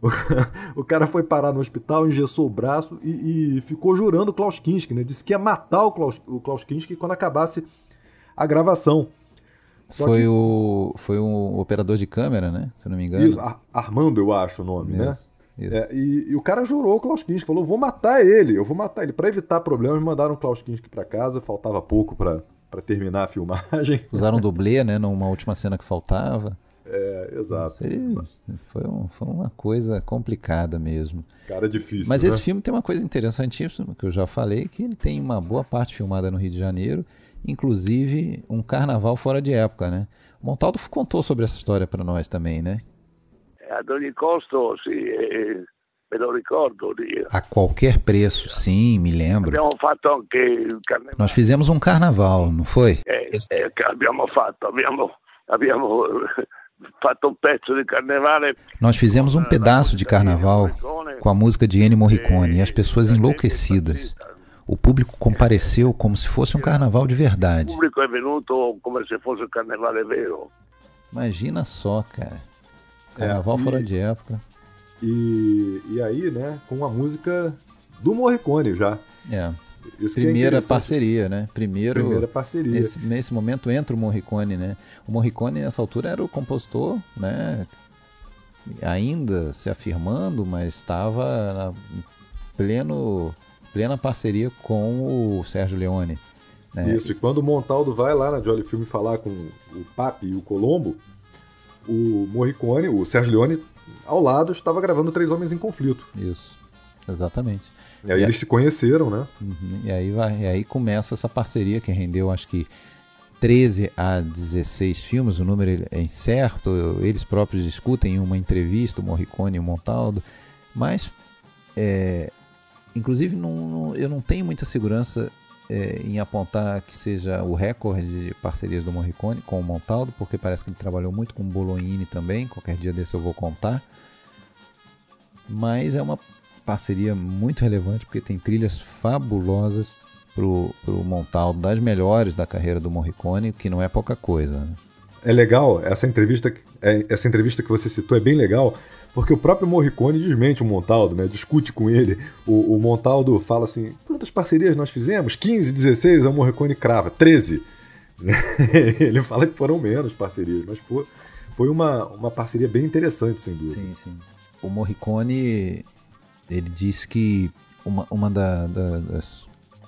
Speaker 2: O, o cara foi parar no hospital, engessou o braço e, e ficou jurando o Klaus Kinski, né, disse que ia matar o Klaus, o Klaus Kinski quando acabasse a gravação. Só
Speaker 1: foi,
Speaker 2: que...
Speaker 1: o, foi um operador de câmera, né, se não me engano.
Speaker 2: Isso, Ar- Armando eu acho o nome,
Speaker 1: isso,
Speaker 2: né?
Speaker 1: Isso.
Speaker 2: É, e, e o cara jurou o Klaus Kinski, falou, vou matar ele, eu vou matar ele. Para evitar problemas, mandaram o Klaus Kinski para casa, faltava pouco para terminar a filmagem.
Speaker 1: Usaram um dublê, né, numa última cena que faltava.
Speaker 2: É, exato.
Speaker 1: Foi, um, foi uma coisa complicada mesmo.
Speaker 2: Cara, difícil,
Speaker 1: Mas
Speaker 2: né?
Speaker 1: esse filme tem uma coisa interessantíssima, que eu já falei, que ele tem uma boa parte filmada no Rio de Janeiro, inclusive um carnaval fora de época, né? O Montaldo contou sobre essa história para nós também, né?
Speaker 3: Ad ogni costo, sì, eh, me lo ricordo.
Speaker 1: A qualquer preço, sim, me lembro.
Speaker 3: Abbiamo fatto anche il carnevale.
Speaker 1: Nós fizemos um carnaval, não foi?
Speaker 3: Eh, eh, abbiamo fatto, abbiamo, abbiamo fatto um pezzo di carnevale.
Speaker 1: Nós fizemos um pedaço de carnaval com a música de Ennio Morricone e as pessoas enlouquecidas. O público compareceu como se fosse um carnaval de verdade.
Speaker 3: O público é venuto come se fosse um carnevale vero.
Speaker 1: Imagina só, cara. Carnaval é, e, fora de época.
Speaker 2: E, e aí, né, com a música do Morricone já.
Speaker 1: É.
Speaker 2: Isso
Speaker 1: Primeira
Speaker 2: é
Speaker 1: parceria, né? Primeiro,
Speaker 2: Primeira parceria.
Speaker 1: Nesse, nesse momento entra o Morricone, né? O Morricone, nessa altura, era o compositor, né? Ainda se afirmando, mas estava em pleno, plena parceria com o Sérgio Leone. Né?
Speaker 2: Isso, e quando o Montaldo vai lá na Jolly Film falar com o Papi e o Colombo, o Morricone, o Sérgio Leone, ao lado, estava gravando Três Homens em Conflito.
Speaker 1: Isso, exatamente.
Speaker 2: E aí e eles a... se conheceram, né?
Speaker 1: Uhum. E, aí vai, e aí começa essa parceria que rendeu, acho que, treze a dezesseis filmes, o número é incerto, eles próprios discutem em uma entrevista, o Morricone e o Montaldo, mas, é, inclusive, não, não, eu não tenho muita segurança É, em apontar que seja o recorde de parcerias do Morricone com o Montaldo, porque parece que ele trabalhou muito com o Bolognini também, qualquer dia desse eu vou contar, mas é uma parceria muito relevante, porque tem trilhas fabulosas pro, pro Montaldo, das melhores da carreira do Morricone, que não é pouca coisa, né?
Speaker 2: É legal, essa entrevista, essa entrevista que você citou é bem legal, porque o próprio Morricone desmente o Montaldo, né? Discute com ele. O, o Montaldo fala assim, quantas parcerias nós fizemos? quinze, dezesseis, o Morricone crava, treze. Ele fala que foram menos parcerias, mas foi, foi uma, uma parceria bem interessante, sem dúvida.
Speaker 1: Sim, sim. O Morricone, ele disse que uma, uma da, da, das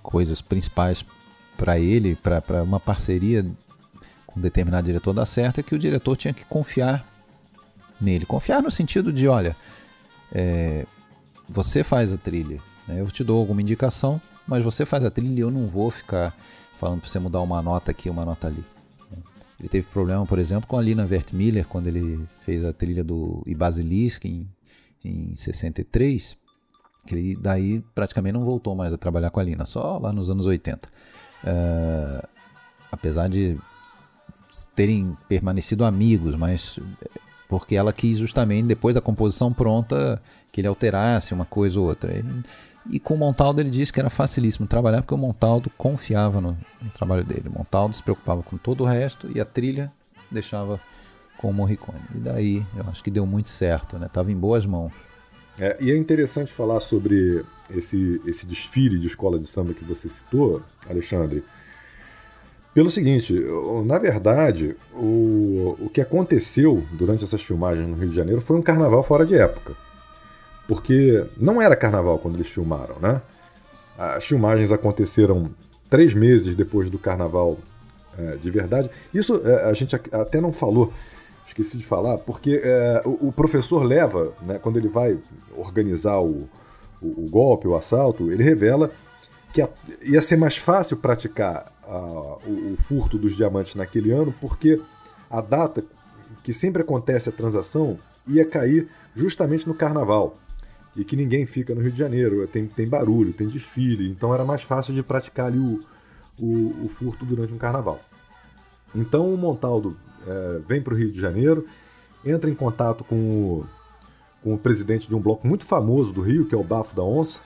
Speaker 1: coisas principais para ele, para uma parceria com um determinado diretor dar certo, é que o diretor tinha que confiar nele. Confiar no sentido de, olha, é, você faz a trilha, né? Eu te dou alguma indicação, mas você faz a trilha e eu não vou ficar falando para você mudar uma nota aqui, uma nota ali. Ele teve problema, por exemplo, com a Lina Wertmüller, quando ele fez a trilha do I Basilisk em, em sessenta e três, que ele daí praticamente não voltou mais a trabalhar com a Lina, só lá nos anos oitenta. Uh, apesar de terem permanecido amigos, mas porque ela quis justamente, depois da composição pronta, que ele alterasse uma coisa ou outra. E, e com o Montaldo ele disse que era facilíssimo trabalhar, porque o Montaldo confiava no, no trabalho dele. O Montaldo se preocupava com todo o resto e a trilha deixava com o Morricone. E daí eu acho que deu muito certo, né? Estava em boas mãos.
Speaker 2: É, e é interessante falar sobre esse, esse desfile de escola de samba que você citou, Alexandre, pelo seguinte, na verdade, o, o que aconteceu durante essas filmagens no Rio de Janeiro foi um carnaval fora de época. Porque não era carnaval quando eles filmaram, né? As filmagens aconteceram três meses depois do carnaval é, de verdade. Isso é, a gente até não falou, esqueci de falar, porque é, o, o professor leva, né, quando ele vai organizar o, o, o golpe, o assalto, ele revela que a, ia ser mais fácil praticar a, o, o furto dos diamantes naquele ano, porque a data que sempre acontece a transação ia cair justamente no carnaval, e que ninguém fica no Rio de Janeiro, tem, tem barulho, tem desfile, então era mais fácil de praticar ali o, o, o furto durante um carnaval. Então o Montaldo é, vem para o Rio de Janeiro, entra em contato com o, com o presidente de um bloco muito famoso do Rio, que é o Bafo da Onça,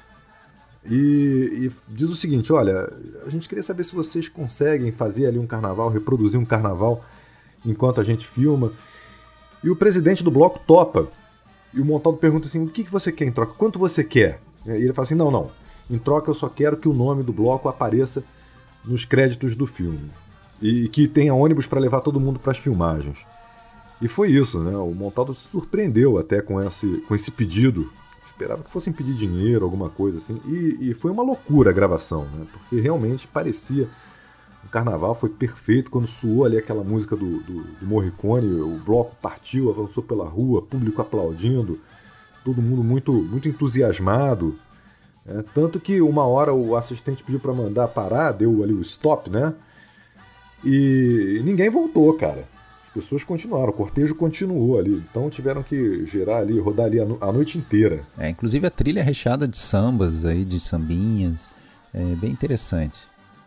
Speaker 2: e, e diz o seguinte: olha, a gente queria saber se vocês conseguem fazer ali um carnaval, reproduzir um carnaval enquanto a gente filma. E o presidente do bloco topa. E o Montaldo pergunta assim: o que você quer em troca? Quanto você quer? E ele fala assim: não, não. Em troca eu só quero que o nome do bloco apareça nos créditos do filme. E que tenha ônibus para levar todo mundo para as filmagens. E foi isso, né? O Montaldo se surpreendeu até com esse, com esse pedido. Esperava que fossem pedir dinheiro, alguma coisa assim. E, e foi uma loucura a gravação, né? Porque realmente parecia... O carnaval foi perfeito quando soou ali aquela música do, do, do Morricone, o bloco partiu, avançou pela rua, público aplaudindo, todo mundo muito, muito entusiasmado. É, tanto que uma hora o assistente pediu para mandar parar, deu ali o stop, né? E ninguém voltou, cara. As pessoas continuaram, o cortejo continuou ali. Então tiveram que girar ali, rodar ali a, no, a noite inteira.
Speaker 1: É, inclusive a trilha é recheada de sambas, aí, de sambinhas. É bem interessante.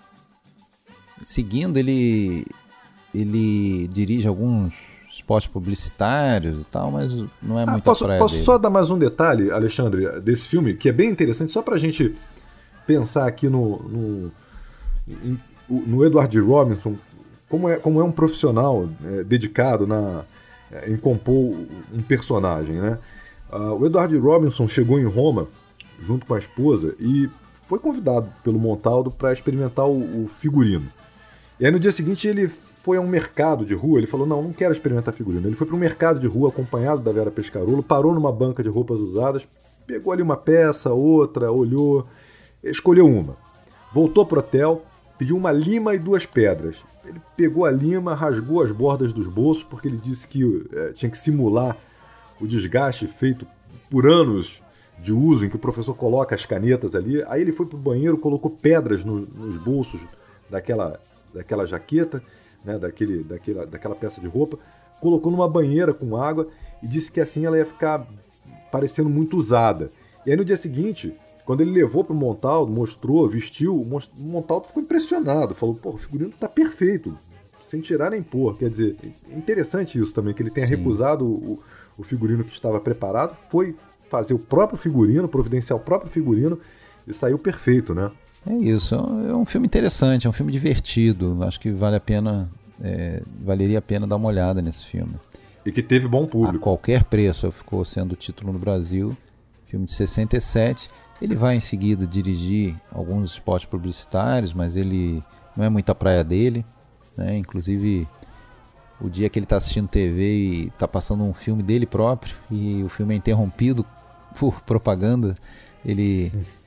Speaker 1: Seguindo, ele, ele dirige alguns spots publicitários e tal, mas não é
Speaker 2: ah,
Speaker 1: muito
Speaker 2: posso,
Speaker 1: a praia
Speaker 2: Posso
Speaker 1: dele.
Speaker 2: só dar mais um detalhe, Alexandre, desse filme, que é bem interessante, só pra gente pensar aqui no, no, em, no Edward Robinson, como é, como é um profissional é, dedicado na, é, em compor um personagem, né? Uh, o Edward Robinson chegou em Roma, junto com a esposa, e foi convidado pelo Montaldo para experimentar o, o figurino. E aí no dia seguinte ele foi a um mercado de rua, ele falou, não, não quero experimentar figurino. Ele foi para um mercado de rua acompanhado da Vera Pescarolo, parou numa banca de roupas usadas, pegou ali uma peça, outra, olhou, escolheu uma. Voltou pro hotel, pediu uma lima e duas pedras. Ele pegou a lima, rasgou as bordas dos bolsos, porque ele disse que é, tinha que simular o desgaste feito por anos de uso, em que o professor coloca as canetas ali. Aí ele foi pro banheiro, colocou pedras no, nos bolsos daquela... daquela jaqueta, né, daquele, daquela, daquela peça de roupa, colocou numa banheira com água e disse que assim ela ia ficar parecendo muito usada. E aí no dia seguinte, quando ele levou para o Montaldo, mostrou, vestiu, o Montaldo ficou impressionado, falou, pô, o figurino está perfeito, sem tirar nem pôr. Quer dizer, é interessante isso também, que ele tenha Sim. recusado o, o figurino que estava preparado, foi fazer o próprio figurino, providenciar o próprio figurino e saiu perfeito, né?
Speaker 1: É isso, é um filme interessante, é um filme divertido, acho que vale a pena, é, valeria a pena dar uma olhada nesse filme.
Speaker 2: E que teve bom público.
Speaker 1: A qualquer preço, ficou sendo o título no Brasil, filme de sessenta e sete, ele vai em seguida dirigir alguns spots publicitários, mas ele não é muito a praia dele, né? Inclusive o dia que ele está assistindo T V e está passando um filme dele próprio, e o filme é interrompido por propaganda, ele...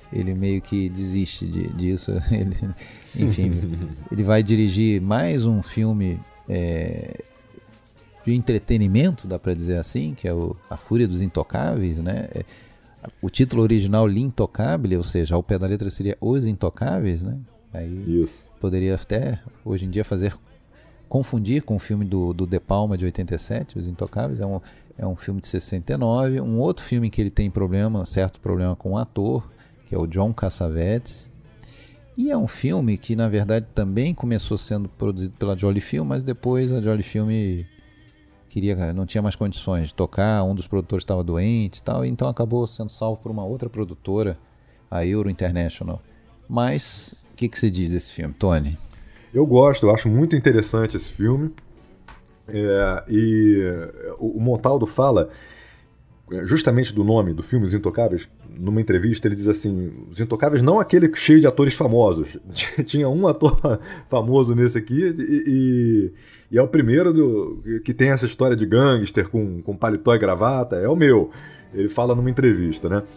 Speaker 1: ele meio que desiste de, disso. Ele, enfim, ele vai dirigir mais um filme é, de entretenimento, dá para dizer assim, que é o A Fúria dos Intocáveis, né? É, o título original L'Intocable, ou seja, ao pé da letra seria Os Intocáveis, né? Aí
Speaker 2: Isso.
Speaker 1: Poderia até, hoje em dia, fazer confundir com o filme do, do De Palma de oitenta e sete, Os Intocáveis. É um, é um filme de sessenta e nove. Um outro filme que ele tem problema, certo problema com o ator, que é o John Cassavetes. E é um filme que, na verdade, também começou sendo produzido pela Jolly Film, mas depois a Jolly Film queria, não tinha mais condições de tocar, um dos produtores estava doente e tal, então acabou sendo salvo por uma outra produtora, a Euro International. Mas o que, que você diz desse filme, Tony?
Speaker 2: Eu gosto, eu acho muito interessante esse filme. É, e o, o Montaldo fala justamente do nome do filme Os Intocáveis. Numa entrevista ele diz assim: Os Intocáveis não aquele cheio de atores famosos. Tinha um ator famoso nesse aqui e, e, e é o primeiro do, que tem essa história de gangster com, com paletó e gravata, é o meu. Ele fala numa entrevista, né?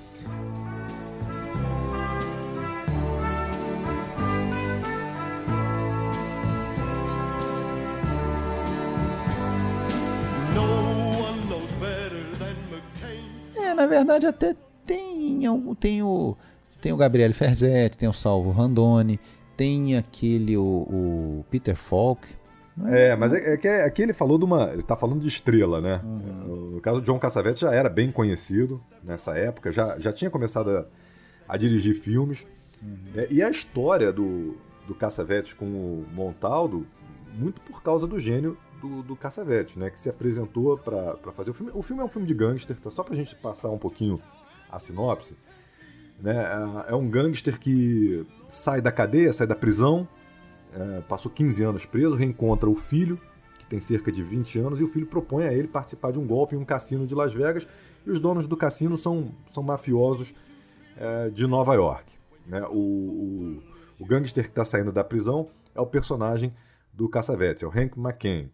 Speaker 1: Na verdade até tem, tem, o, tem o Gabriele Ferzetti, tem o Salvo Randoni, tem aquele, o, o Peter Falk.
Speaker 2: É, mas é, é que aqui ele falou de uma. Ele tá falando de estrela, né? Uhum. No caso, o John Cassavetes já era bem conhecido nessa época, já, já tinha começado a, a dirigir filmes. Uhum. É, e a história do, do Cassavetes com o Montaldo, muito por causa do gênio do, do Cassavetes, né? Que se apresentou para fazer o filme. O filme é um filme de gangster, tá? Só pra gente passar um pouquinho a sinopse. Né? É um gangster que sai da cadeia, sai da prisão, é, passou quinze anos preso, reencontra o filho, que tem cerca de vinte anos, e o filho propõe a ele participar de um golpe em um cassino de Las Vegas, e os donos do cassino são, são mafiosos é, de Nova York. Né? O, o, o gangster que está saindo da prisão é o personagem do Cassavetes, é o Hank McCain.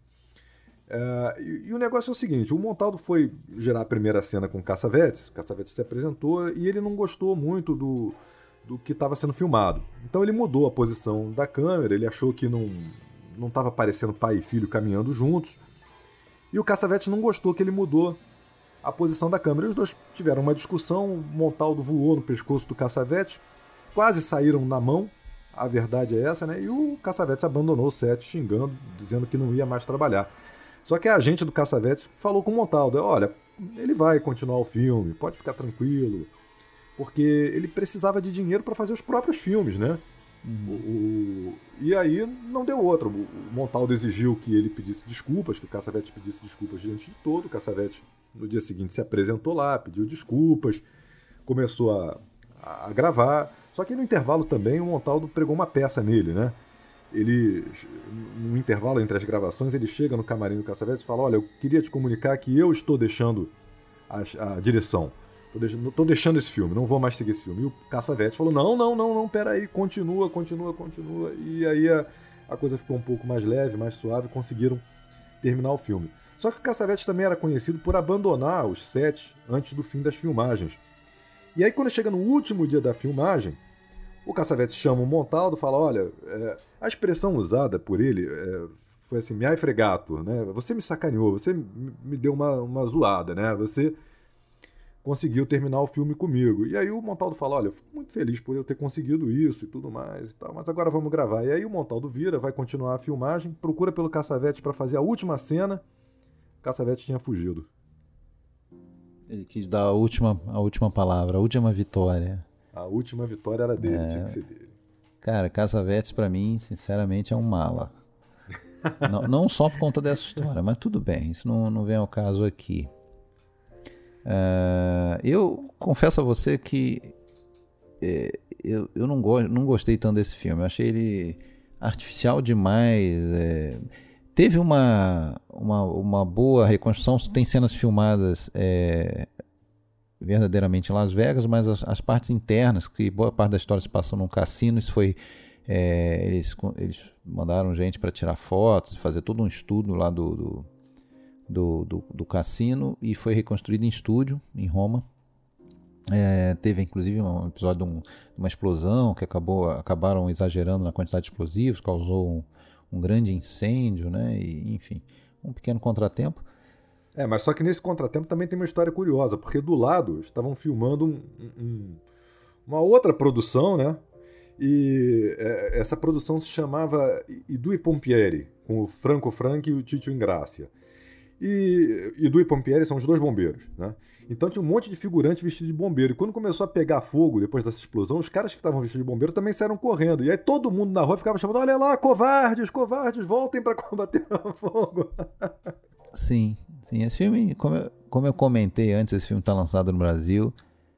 Speaker 2: É, e, e o negócio é o seguinte: o Montaldo foi gerar a primeira cena com o Cassavetes, o Cassavetes se apresentou e ele não gostou muito do, do que estava sendo filmado. Então ele mudou a posição da câmera, ele achou que não não estava parecendo pai e filho caminhando juntos, e o Cassavetes não gostou que ele mudou a posição da câmera. E os dois tiveram uma discussão, o Montaldo voou no pescoço do Cassavetes, quase saíram na mão, a verdade é essa, né? E o Cassavetes abandonou o set xingando, dizendo que não ia mais trabalhar. Só que a agente do Cassavetes falou com o Montaldo: olha, ele vai continuar o filme, pode ficar tranquilo, porque ele precisava de dinheiro para fazer os próprios filmes, né? Uhum. O, o, e aí não deu outra. O Montaldo exigiu que ele pedisse desculpas, que o Cassavetes pedisse desculpas diante de todo. O Cassavetes, no dia seguinte, se apresentou lá, pediu desculpas, começou a, a gravar. Só que no intervalo também o Montaldo pregou uma peça nele, né? Ele, no intervalo entre as gravações, ele chega no camarim do Cassavetes e fala: olha, eu queria te comunicar que eu estou deixando a, a direção, estou deixando, estou deixando esse filme, não vou mais seguir esse filme. E o Cassavetes falou: não, não, não, não, peraí, continua, continua, continua. E aí a, a coisa ficou um pouco mais leve, mais suave, conseguiram terminar o filme. Só que o Cassavetes também era conhecido por abandonar os sets antes do fim das filmagens. E aí, quando chega no último dia da filmagem, o Cassavetes chama o Montaldo e fala: olha, é, a expressão usada por ele é, foi assim, mi hai fregato, né? Você me sacaneou, você me deu uma, uma zoada, né? Você conseguiu terminar o filme comigo. E aí o Montaldo fala: olha, eu fico muito feliz por eu ter conseguido isso e tudo mais e tal, mas agora vamos gravar. E aí o Montaldo vira, vai continuar a filmagem, procura pelo Cassavetes para fazer a última cena. O Cassavetes tinha fugido.
Speaker 1: Ele quis dar a última, a última palavra, a última vitória.
Speaker 2: A última vitória era dele, é... tinha que ser dele.
Speaker 1: Cara, Cassavetes pra mim, sinceramente, é um mala. não, não só por conta dessa história, mas tudo bem, isso não, não vem ao caso aqui. Uh, eu confesso a você que é, eu, eu não, go- não gostei tanto desse filme. Eu achei ele artificial demais. É, teve uma, uma, uma boa reconstrução, tem cenas filmadas é, verdadeiramente em Las Vegas, mas as, as partes internas, que boa parte da história se passa num cassino, isso foi é, eles, eles mandaram gente para tirar fotos, fazer todo um estudo lá do, do, do, do, do cassino, e foi reconstruído em estúdio em Roma. É, teve inclusive um episódio de, um, de uma explosão que acabou, acabaram exagerando na quantidade de explosivos, causou um, um grande incêndio, né? E, enfim, um pequeno contratempo.
Speaker 2: É, mas só que nesse contratempo também tem uma história curiosa, porque do lado estavam filmando um, um, uma outra produção, né? E é, essa produção se chamava I Due Pompieri, com o Franco Franchi e o Tito Ingrassia. E I Due Pompieri são os dois bombeiros, né? Então tinha um monte de figurante vestido de bombeiro. E quando começou a pegar fogo depois dessa explosão, os caras que estavam vestidos de bombeiro também saíram correndo. E aí todo mundo na rua ficava chamando: olha lá, covardes, covardes, voltem para combater o fogo.
Speaker 1: Sim, sim. Esse filme, como eu, como eu comentei antes, esse filme está lançado no Brasil,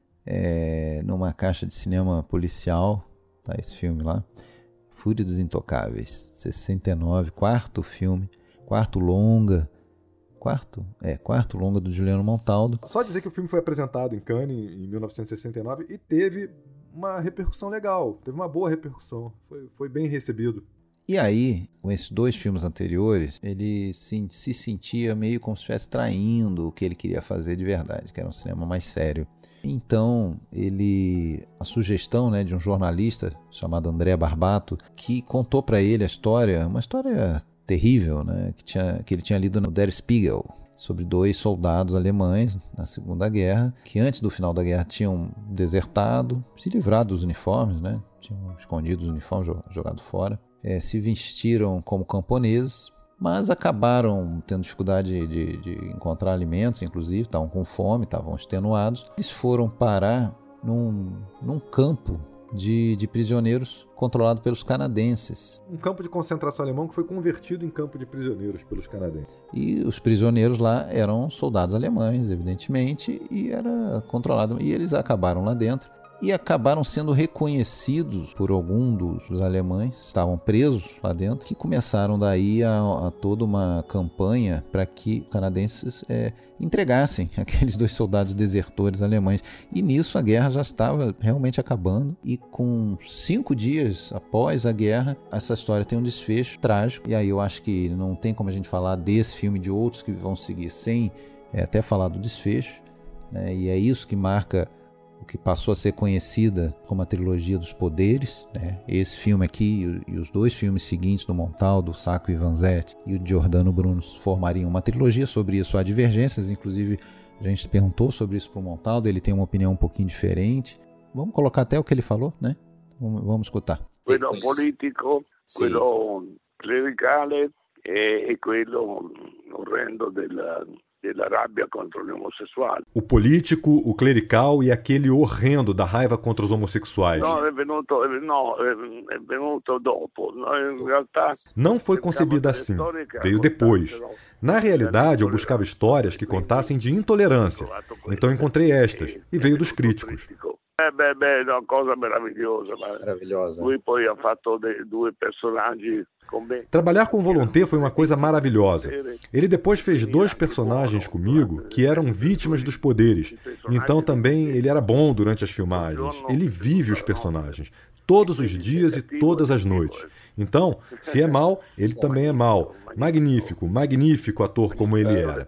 Speaker 1: é, numa caixa de cinema policial, tá esse filme lá, Fúria dos Intocáveis, sessenta e nove, quarto filme, quarto longa, quarto, é, quarto longa do Juliano Montaldo.
Speaker 2: Só dizer que o filme foi apresentado em Cannes em mil novecentos e sessenta e nove e teve uma repercussão legal, teve uma boa repercussão, foi, foi bem recebido.
Speaker 1: E aí, com esses dois filmes anteriores, ele se, se sentia meio como se estivesse traindo o que ele queria fazer de verdade, que era um cinema mais sério. Então, ele, a sugestão, né, de um jornalista chamado André Barbato, que contou para ele a história, uma história terrível, né, que, tinha, que ele tinha lido no Der Spiegel, sobre dois soldados alemães na Segunda Guerra, que antes do final da guerra tinham desertado, se livrado dos uniformes, né, tinham escondido os uniformes, jogado fora. É, se vestiram como camponeses, mas acabaram tendo dificuldade de, de encontrar alimentos, inclusive, estavam com fome, estavam extenuados. Eles foram parar num, num campo de, de prisioneiros controlado pelos canadenses.
Speaker 2: Um campo de concentração alemão que foi convertido em campo de prisioneiros pelos canadenses.
Speaker 1: E os prisioneiros lá eram soldados alemães, evidentemente, e era controlado. E eles acabaram lá dentro. E acabaram sendo reconhecidos por algum dos alemães que estavam presos lá dentro, que começaram daí a, a toda uma campanha para que os canadenses é, entregassem aqueles dois soldados desertores alemães. E nisso a guerra já estava realmente acabando, e com cinco dias após a guerra, essa história tem um desfecho trágico. E aí eu acho que não tem como a gente falar desse filme, de outros que vão seguir, sem é, até falar do desfecho, né? E é isso que marca o que passou a ser conhecida como a trilogia dos poderes, né? Esse filme aqui e os dois filmes seguintes do Montaldo, Sacco e Vanzetti, e o Giordano Bruno formariam uma trilogia. Sobre isso há divergências, inclusive a gente perguntou sobre isso para o Montaldo, ele tem uma opinião um pouquinho diferente. Vamos colocar até o que ele falou, né? Vamos, vamos escutar.
Speaker 3: Quello politico, sì. Quello clericale e, e quello orrendo della... della rabbia contra gli omosessuali.
Speaker 2: O político, o clerical e aquele horrendo da raiva contra os homossexuais.
Speaker 3: Não, é venuto, não, é venuto dopo. In realtà,
Speaker 2: não foi concebida assim, veio depois. Na realidade, eu buscava histórias que contassem de intolerância. Então encontrei estas, e veio dos críticos.
Speaker 3: É, beh, beh, uma coisa maravilhosa.
Speaker 6: Maravilhosa.
Speaker 3: Lui poi ha fatto due personaggi.
Speaker 2: Trabalhar com Volonté foi uma coisa maravilhosa. Ele depois fez dois personagens comigo que eram vítimas dos poderes. Então também ele era bom durante as filmagens. Ele vive os personagens, todos os dias e todas as noites. Então, se é mau, ele também é mau. Magnífico, magnífico ator como ele era.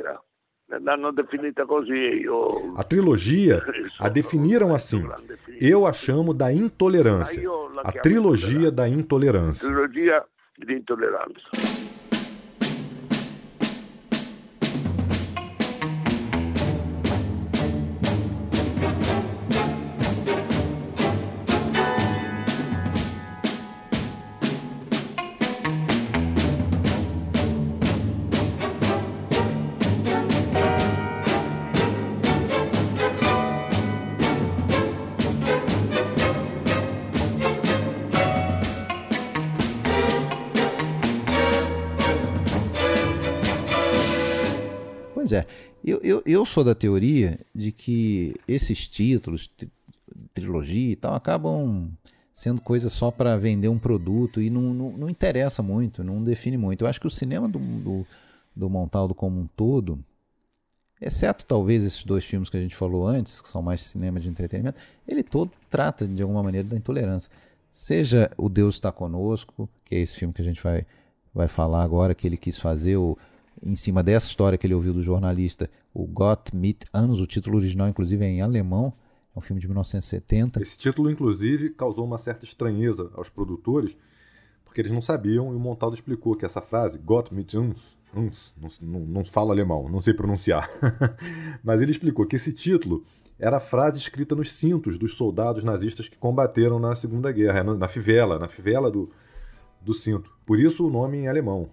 Speaker 2: A trilogia a definiram assim. Eu a chamo da intolerância. A trilogia da intolerância.
Speaker 3: Trilogia de intolerância.
Speaker 1: Pois é, eu, eu, eu sou da teoria de que esses títulos, tri- trilogia e tal, acabam sendo coisa só para vender um produto e não, não, não interessa muito, não define muito. Eu acho que o cinema do, do, do Montaldo como um todo, exceto talvez esses dois filmes que a gente falou antes, que são mais cinema de entretenimento, ele todo trata de alguma maneira da intolerância. Seja O Deus Está Conosco, que é esse filme que a gente vai, vai falar agora, que ele quis fazer, o em cima dessa história que ele ouviu do jornalista, o Gott mit uns, o título original inclusive é em alemão, É um filme de mil novecentos e setenta.
Speaker 2: Esse título, inclusive, causou uma certa estranheza aos produtores, porque eles não sabiam, e o Montaldo explicou que essa frase, Gott mit uns, uns não, não, não falo alemão, não sei pronunciar, mas ele explicou que esse título era a frase escrita nos cintos dos soldados nazistas que combateram na Segunda Guerra, na fivela, na fivela do, do cinto. Por isso o nome em alemão.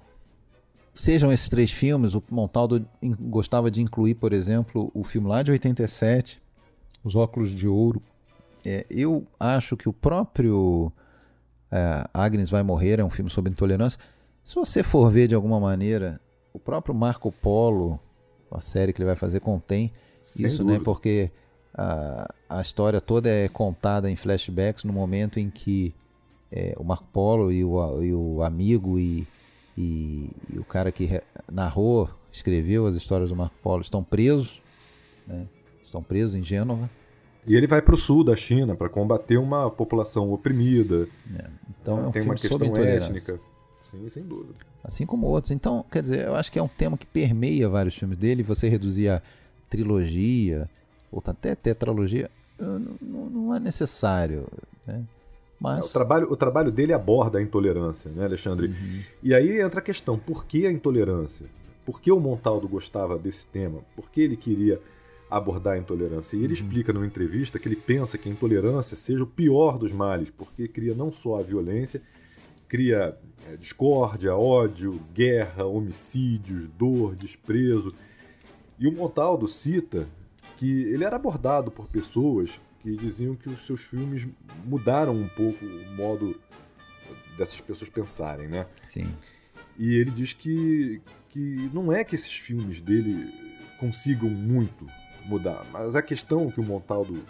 Speaker 1: Sejam esses três filmes, o Montaldo gostava de incluir, por exemplo, o filme lá de oitenta e sete, Os Óculos de Ouro. É, eu acho que o próprio é, Agnes Vai Morrer é um filme sobre intolerância. Se você for ver de alguma maneira, o próprio Marco Polo, a série que ele vai fazer, contém Sem isso, dúvida. né? Porque a, a história toda é contada em flashbacks no momento em que é, o Marco Polo e o, e o amigo e E, e o cara que narrou, escreveu as histórias do Marco Polo estão presos, né? Estão presos em Gênova.
Speaker 2: E ele vai para o sul da China para combater uma população oprimida.
Speaker 1: É. Então é um
Speaker 2: tem
Speaker 1: filme
Speaker 2: uma questão
Speaker 1: sobre intolerância.
Speaker 2: étnica. Sim, sem dúvida.
Speaker 1: Assim como outros. Então, quer dizer, eu acho que é um tema que permeia vários filmes dele. Você reduzir a trilogia, ou até tetralogia, não, não, não é necessário, né? Mas...
Speaker 2: É, o, trabalho, o trabalho dele aborda a intolerância, né, Alexandre? Uhum. E aí entra a questão, por que a intolerância? Por que o Montaldo gostava desse tema? Por que ele queria abordar a intolerância? E ele uhum. explica numa entrevista que ele pensa que a intolerância seja o pior dos males, porque cria não só a violência, cria é, discórdia, ódio, guerra, homicídios, dor, desprezo. E o Montaldo cita que ele era abordado por pessoas que diziam que os seus filmes mudaram um pouco o modo dessas pessoas pensarem, né?
Speaker 1: Sim.
Speaker 2: E ele diz que, que não é que esses filmes dele consigam muito mudar, mas a questão que o Montaldo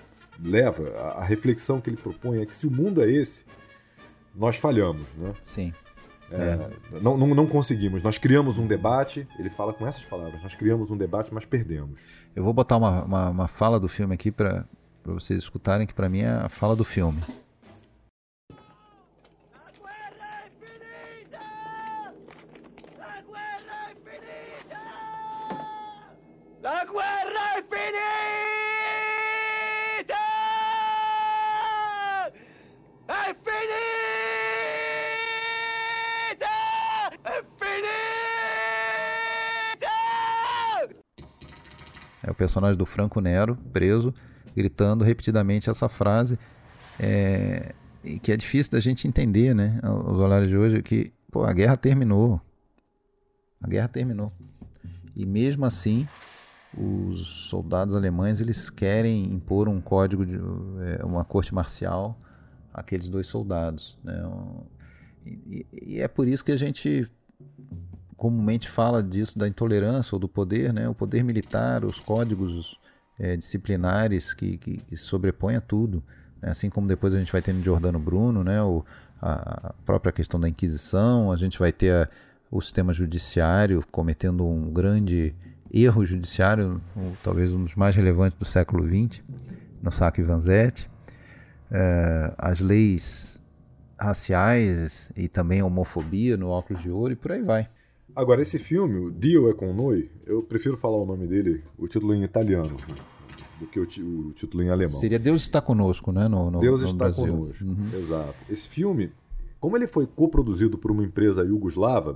Speaker 2: leva, a, a reflexão que ele propõe é que se o mundo é esse, nós falhamos, né?
Speaker 1: Sim.
Speaker 2: É, é. Não, não, não conseguimos. Nós criamos um debate, ele fala com essas palavras, nós criamos um debate, mas perdemos.
Speaker 1: Eu vou botar uma, uma, uma fala do filme aqui para para vocês escutarem, que para mim é a fala do filme.
Speaker 10: A guerra é infinita! A guerra é infinita! A guerra é infinita! É infinita! É infinita!
Speaker 1: É o personagem do Franco Nero, preso, gritando repetidamente essa frase, é, e que é difícil da gente entender, né, aos olhares de hoje, que pô, a guerra terminou, a guerra terminou, e mesmo assim os soldados alemães eles querem impor um código, de é, uma corte marcial àqueles dois soldados, né, e, e é por isso que a gente comumente fala disso, da intolerância ou do poder, né, o poder militar, os códigos É, disciplinares que, que, que se sobrepõem a tudo, né? Assim como depois a gente vai ter no Giordano Bruno, né? o, a própria questão da Inquisição, a gente vai ter a, o sistema judiciário cometendo um grande erro judiciário, um, talvez um dos mais relevantes do século vinte, no Sacco e Vanzetti, é, as leis raciais e também a homofobia no Óculos de Ouro e por aí vai.
Speaker 2: Agora, esse filme, o Dio è con noi, eu prefiro falar o nome dele, o título em italiano, do que o, o título em alemão.
Speaker 1: Seria Deus está conosco, né? No, no,
Speaker 2: Deus
Speaker 1: no
Speaker 2: está
Speaker 1: Brasil.
Speaker 2: conosco,
Speaker 1: uhum.
Speaker 2: Exato. Esse filme, como ele foi coproduzido por uma empresa iugoslava,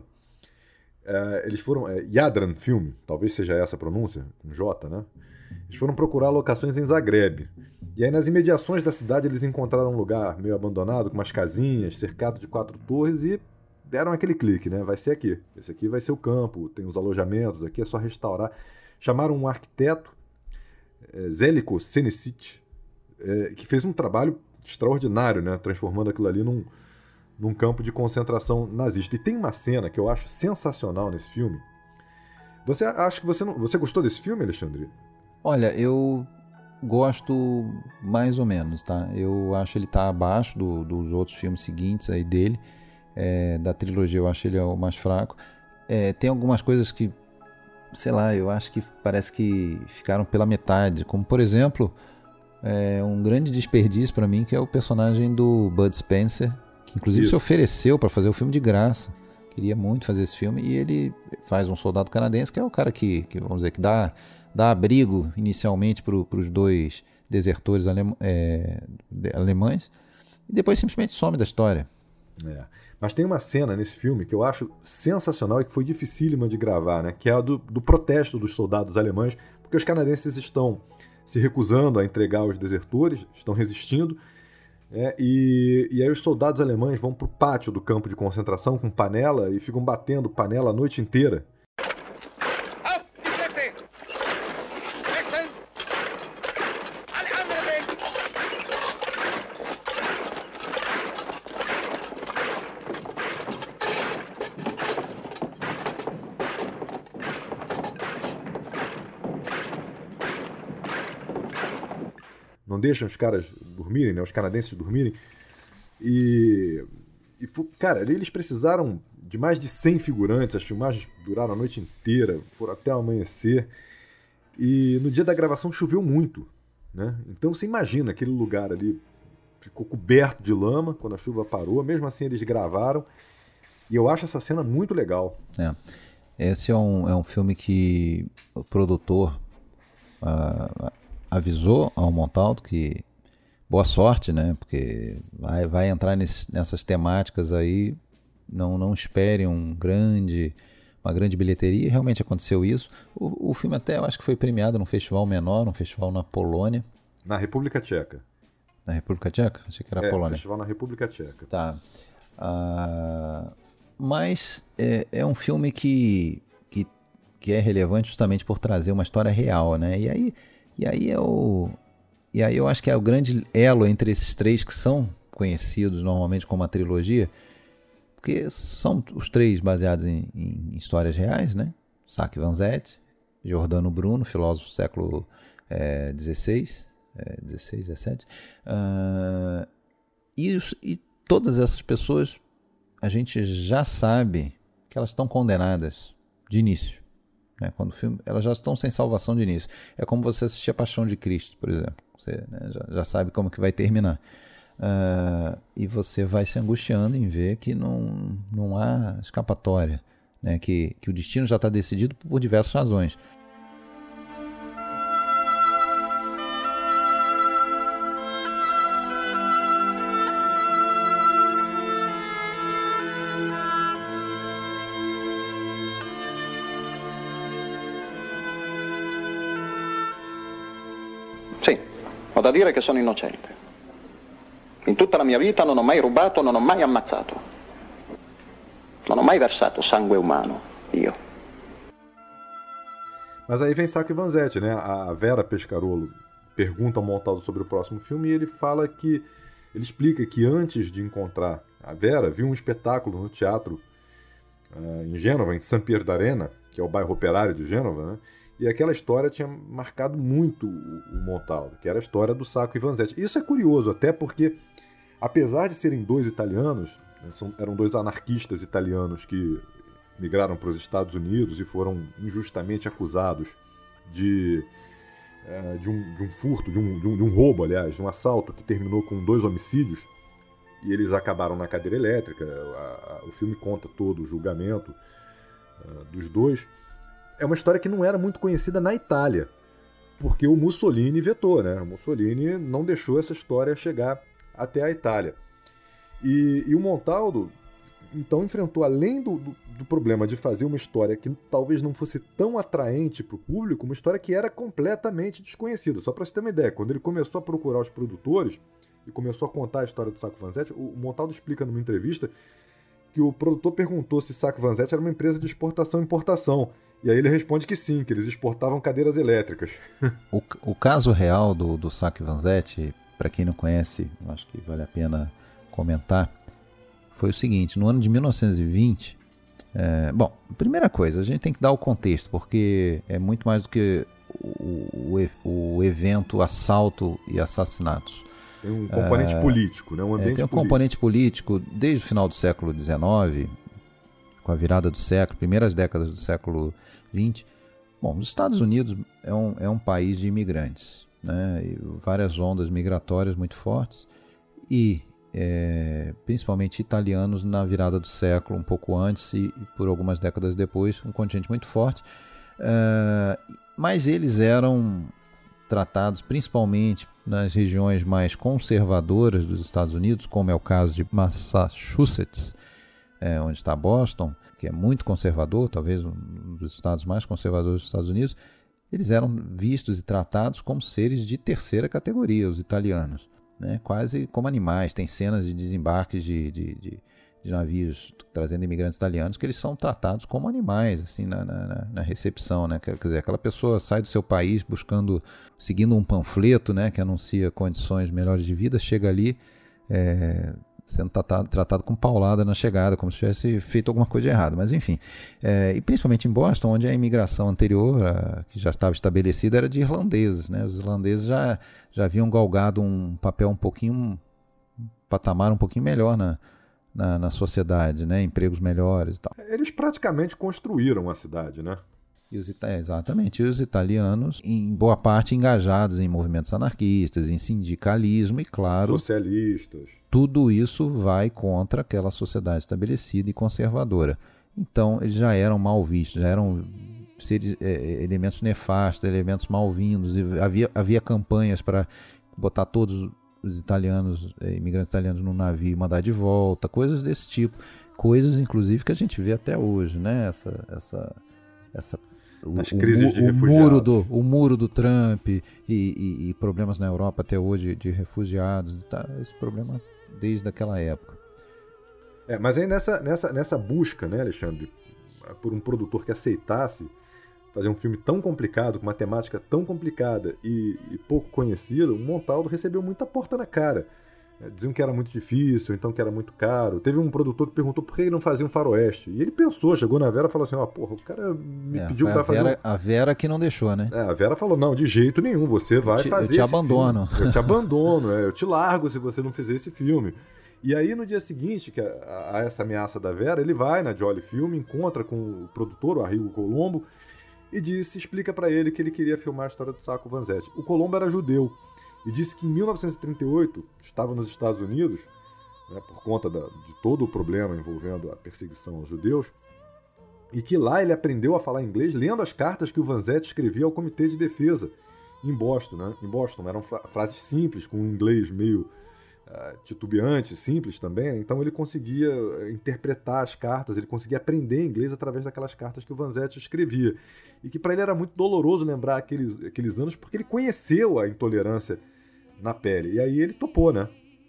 Speaker 2: é, eles foram... É, Jadran Film, talvez seja essa a pronúncia, com J, né? Eles foram procurar locações em Zagreb. E aí, nas imediações da cidade, eles encontraram um lugar meio abandonado, com umas casinhas, cercado de quatro torres e deram aquele clique, né? Vai ser aqui. Esse aqui vai ser o campo, tem os alojamentos, aqui é só restaurar. Chamaram um arquiteto, é, Zeljko Senesic, é, que fez um trabalho extraordinário, né? Transformando aquilo ali num, num campo de concentração nazista. E tem uma cena que eu acho sensacional nesse filme. Você acha que você não, você gostou desse filme, Alexandre?
Speaker 1: Olha, eu gosto mais ou menos, tá? Eu acho ele tá abaixo do, dos outros filmes seguintes aí dele. É, da trilogia eu acho ele é o mais fraco. É, tem algumas coisas que, sei lá, eu acho que parece que ficaram pela metade, como por exemplo é, um grande desperdício para mim, que é o personagem do Bud Spencer, que inclusive Isso. se ofereceu para fazer o filme de graça, queria muito fazer esse filme, e ele faz um soldado canadense, que é o cara que, que vamos dizer, que dá, dá abrigo inicialmente para os dois desertores alem, é, alemães e depois simplesmente some da história.
Speaker 2: É. Mas tem uma cena nesse filme que eu acho sensacional e que foi dificílima de gravar, né? Que é a do, do protesto dos soldados alemães, porque os canadenses estão se recusando a entregar os desertores, estão resistindo, é, e, e aí os soldados alemães vão para o pátio do campo de concentração com panela e ficam batendo panela a noite inteira. Não deixam os caras dormirem, né? Os canadenses dormirem. E, e, cara, eles precisaram de mais de cem figurantes. As filmagens duraram a noite inteira, foram até o amanhecer. E no dia da gravação choveu muito, né? Então você imagina aquele lugar ali ficou coberto de lama quando a chuva parou. Mesmo assim eles gravaram. E eu acho essa cena muito legal.
Speaker 1: É. Esse é um, é um filme que o produtor uh, avisou ao Montaldo que boa sorte, né? Porque vai, vai entrar nesse, nessas temáticas aí, não, não espere um grande, uma grande bilheteria. E realmente aconteceu isso. O, o filme até eu acho que foi premiado num festival menor, num festival na Polônia.
Speaker 2: Na República Tcheca.
Speaker 1: Na República Tcheca? Achei que era
Speaker 2: é,
Speaker 1: Polônia.
Speaker 2: Festival na República Tcheca.
Speaker 1: Tá. Ah, mas é, é um filme que, que, que é relevante justamente por trazer uma história real, né? E aí E aí, é o, e aí eu acho que é o grande elo entre esses três que são conhecidos normalmente como a trilogia, porque são os três baseados em, em histórias reais, né? Sacchi Vanzetti, Giordano Bruno, filósofo do século é, dezesseis, é, dezesseis, dezessete. Uh, e, e todas essas pessoas, a gente já sabe que elas estão condenadas de início. Né? Quando o filme, elas já estão sem salvação de início. É como você assistir a Paixão de Cristo, por exemplo. Você, né, já, já sabe como que vai terminar. Uh, e você vai se angustiando em ver que não, não há escapatória, né? que, que o destino já está decidido por diversas razões.
Speaker 9: Sì, ho da dire che sono innocente. In tutta la mia vita non ho mai rubato, non ho mai ammazzato. Non ho mai versato sangue umano, io.
Speaker 2: Mas aí vem Sacchi Vanzetti, né? A Vera Pescarolo pergunta ao Montaldo sobre o próximo filme e ele fala que... Ele explica que antes de encontrar a Vera, viu um espetáculo no teatro uh, em Gênova, em Sampierdarena, que é o bairro operário de Gênova, né? E aquela história tinha marcado muito o Montaldo, que era a história do Sacchi Vanzetti. Isso é curioso até porque, apesar de serem dois italianos, né, são, eram dois anarquistas italianos que migraram para os Estados Unidos e foram injustamente acusados de, é, de, um, de um furto, de um, de, um, de um roubo, aliás, de um assalto que terminou com dois homicídios, e eles acabaram na cadeira elétrica. A, a, o filme conta todo o julgamento uh, dos dois. É uma história que não era muito conhecida na Itália, porque o Mussolini vetou, né? O Mussolini não deixou essa história chegar até a Itália. E, e o Montaldo, então, enfrentou, além do, do, do problema de fazer uma história que talvez não fosse tão atraente para o público, uma história que era completamente desconhecida. Só para você ter uma ideia, quando ele começou a procurar os produtores e começou a contar a história do Sacchi Vanzetti, o, o Montaldo explica numa entrevista que o produtor perguntou se Sacchi Vanzetti era uma empresa de exportação e importação. E aí ele responde que sim, que eles exportavam cadeiras elétricas.
Speaker 1: O, o caso real do, do Sacchi Vanzetti, para quem não conhece, acho que vale a pena comentar, foi o seguinte: no ano de mil novecentos e vinte, é, bom, primeira coisa, a gente tem que dar o contexto, porque é muito mais do que o, o, o evento assalto e assassinatos.
Speaker 2: Tem um componente é, político, né? Um ambiente
Speaker 1: é, tem um
Speaker 2: político. componente
Speaker 1: político desde o final do século dezenove, com a virada do século, primeiras décadas do século vinte. Bom, os Estados Unidos é um, é um país de imigrantes, né? E várias ondas migratórias muito fortes e é, principalmente italianos na virada do século, um pouco antes e, e por algumas décadas depois, um contingente muito forte. É, mas eles eram tratados principalmente nas regiões mais conservadoras dos Estados Unidos, como é o caso de Massachusetts, é, onde está Boston, que é muito conservador, talvez um dos estados mais conservadores dos Estados Unidos. Eles eram vistos e tratados como seres de terceira categoria, os italianos, né? Quase como animais. Tem cenas de desembarques de, de, de, de navios trazendo imigrantes italianos que eles são tratados como animais, assim, na, na, na recepção, né? Quer dizer, aquela pessoa sai do seu país buscando, seguindo um panfleto, né, que anuncia condições melhores de vida, chega ali é, sendo tratado, tratado com paulada na chegada, como se tivesse feito alguma coisa de errado. Mas enfim, é, e principalmente em Boston, onde a imigração anterior, a, que já estava estabelecida, era de irlandeses, né? Os irlandeses já, já haviam galgado um papel um pouquinho, um patamar um pouquinho melhor na, na, na sociedade, né? Empregos melhores e tal.
Speaker 2: Eles praticamente construíram a cidade, né?
Speaker 1: E os, exatamente, e os italianos, em boa parte, engajados em movimentos anarquistas, em sindicalismo e, claro,
Speaker 2: socialistas.
Speaker 1: Tudo isso vai contra aquela sociedade estabelecida e conservadora. Então, eles já eram mal vistos, já eram seres, é, elementos nefastos, elementos mal-vindos. Havia, havia campanhas para botar todos os italianos, é, imigrantes italianos no navio e mandar de volta, coisas desse tipo. Coisas, inclusive, que a gente vê até hoje, né? Essa... essa, essa
Speaker 2: Nas
Speaker 1: o,
Speaker 2: crises
Speaker 1: o,
Speaker 2: de
Speaker 1: o
Speaker 2: refugiados.
Speaker 1: Muro do, o muro do Trump e, e, e problemas na Europa até hoje de, de refugiados. Tá, esse problema desde aquela época.
Speaker 2: É, mas aí nessa, nessa, nessa busca, né, Alexandre, por um produtor que aceitasse fazer um filme tão complicado, com uma temática tão complicada e, e pouco conhecida, o Montaldo recebeu muita porta na cara. Diziam que era muito difícil, então que era muito caro. Teve um produtor que perguntou por que ele não fazia um faroeste. E ele pensou, chegou na Vera e falou assim, ó, oh, porra, o cara me
Speaker 1: é,
Speaker 2: pediu pra fazer...
Speaker 1: Vera,
Speaker 2: um...
Speaker 1: A Vera que não deixou, né?
Speaker 2: É, a Vera falou, não, de jeito nenhum, você vai
Speaker 1: eu te,
Speaker 2: fazer
Speaker 1: Eu te
Speaker 2: esse
Speaker 1: abandono.
Speaker 2: filme. Eu te abandono, é, eu te largo se você não fizer esse filme. E aí, no dia seguinte, que a, a essa ameaça da Vera, ele vai na Jolly Film, encontra com o produtor, o Arrigo Colombo, e disse, explica pra ele que ele queria filmar a história do Sacco Vanzetti. O Colombo era judeu. E disse que em mil novecentos e trinta e oito estava nos Estados Unidos, né, por conta da, de todo o problema envolvendo a perseguição aos judeus, e que lá ele aprendeu a falar inglês lendo as cartas que o Vanzetti escrevia ao Comitê de Defesa em Boston. Né? Em Boston eram frases simples, com um inglês meio uh, titubeante, simples também, então ele conseguia interpretar as cartas, ele conseguia aprender inglês através daquelas cartas que o Vanzetti escrevia. E que para ele era muito doloroso lembrar aqueles, aqueles anos, porque ele conheceu a intolerância na pele. E aí ele topou, né?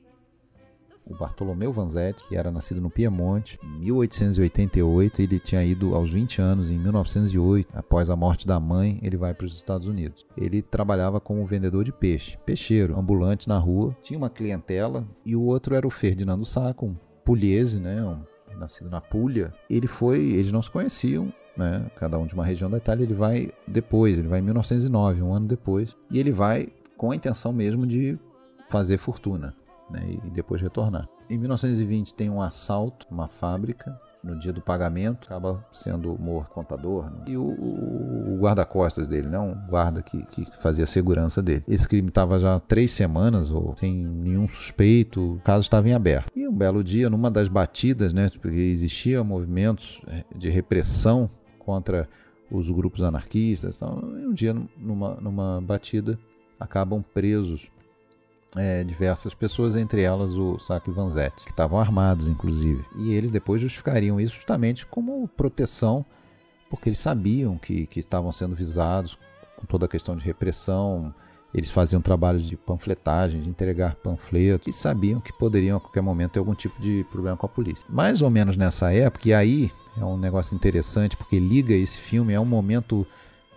Speaker 1: O Bartolomeu Vanzetti, que era nascido no Piemonte, em mil oitocentos e oitenta e oito, ele tinha ido aos vinte anos, em mil novecentos e oito, após a morte da mãe, ele vai para os Estados Unidos. Ele trabalhava como vendedor de peixe, peixeiro, ambulante na rua, tinha uma clientela, e o outro era o Ferdinando Sacco, um pugliese, né, um, nascido na Puglia. Ele foi, eles não se conheciam, né, cada um de uma região da Itália. Ele vai depois, ele vai em mil novecentos e nove, um ano depois, e ele vai com a intenção mesmo de fazer fortuna, né, e depois retornar. Em mil novecentos e vinte tem um assalto, uma fábrica, no dia do pagamento, acaba sendo morto o contador, né? E o, o, o guarda-costas dele, né? Um guarda que, que fazia a segurança dele. Esse crime estava já há três semanas, ou sem nenhum suspeito, o caso estava em aberto. E um belo dia, numa das batidas, né? Porque existiam movimentos de repressão contra os grupos anarquistas, então, um dia, numa, numa batida, acabam presos É, diversas pessoas, entre elas o Sacco e Vanzetti, que estavam armados, inclusive. E eles depois justificariam isso justamente como proteção, porque eles sabiam que, que estavam sendo visados com toda a questão de repressão. Eles faziam trabalhos de panfletagem, de entregar panfletos, e sabiam que poderiam a qualquer momento ter algum tipo de problema com a polícia. Mais ou menos nessa época, e aí é um negócio interessante, porque liga esse filme, é um momento...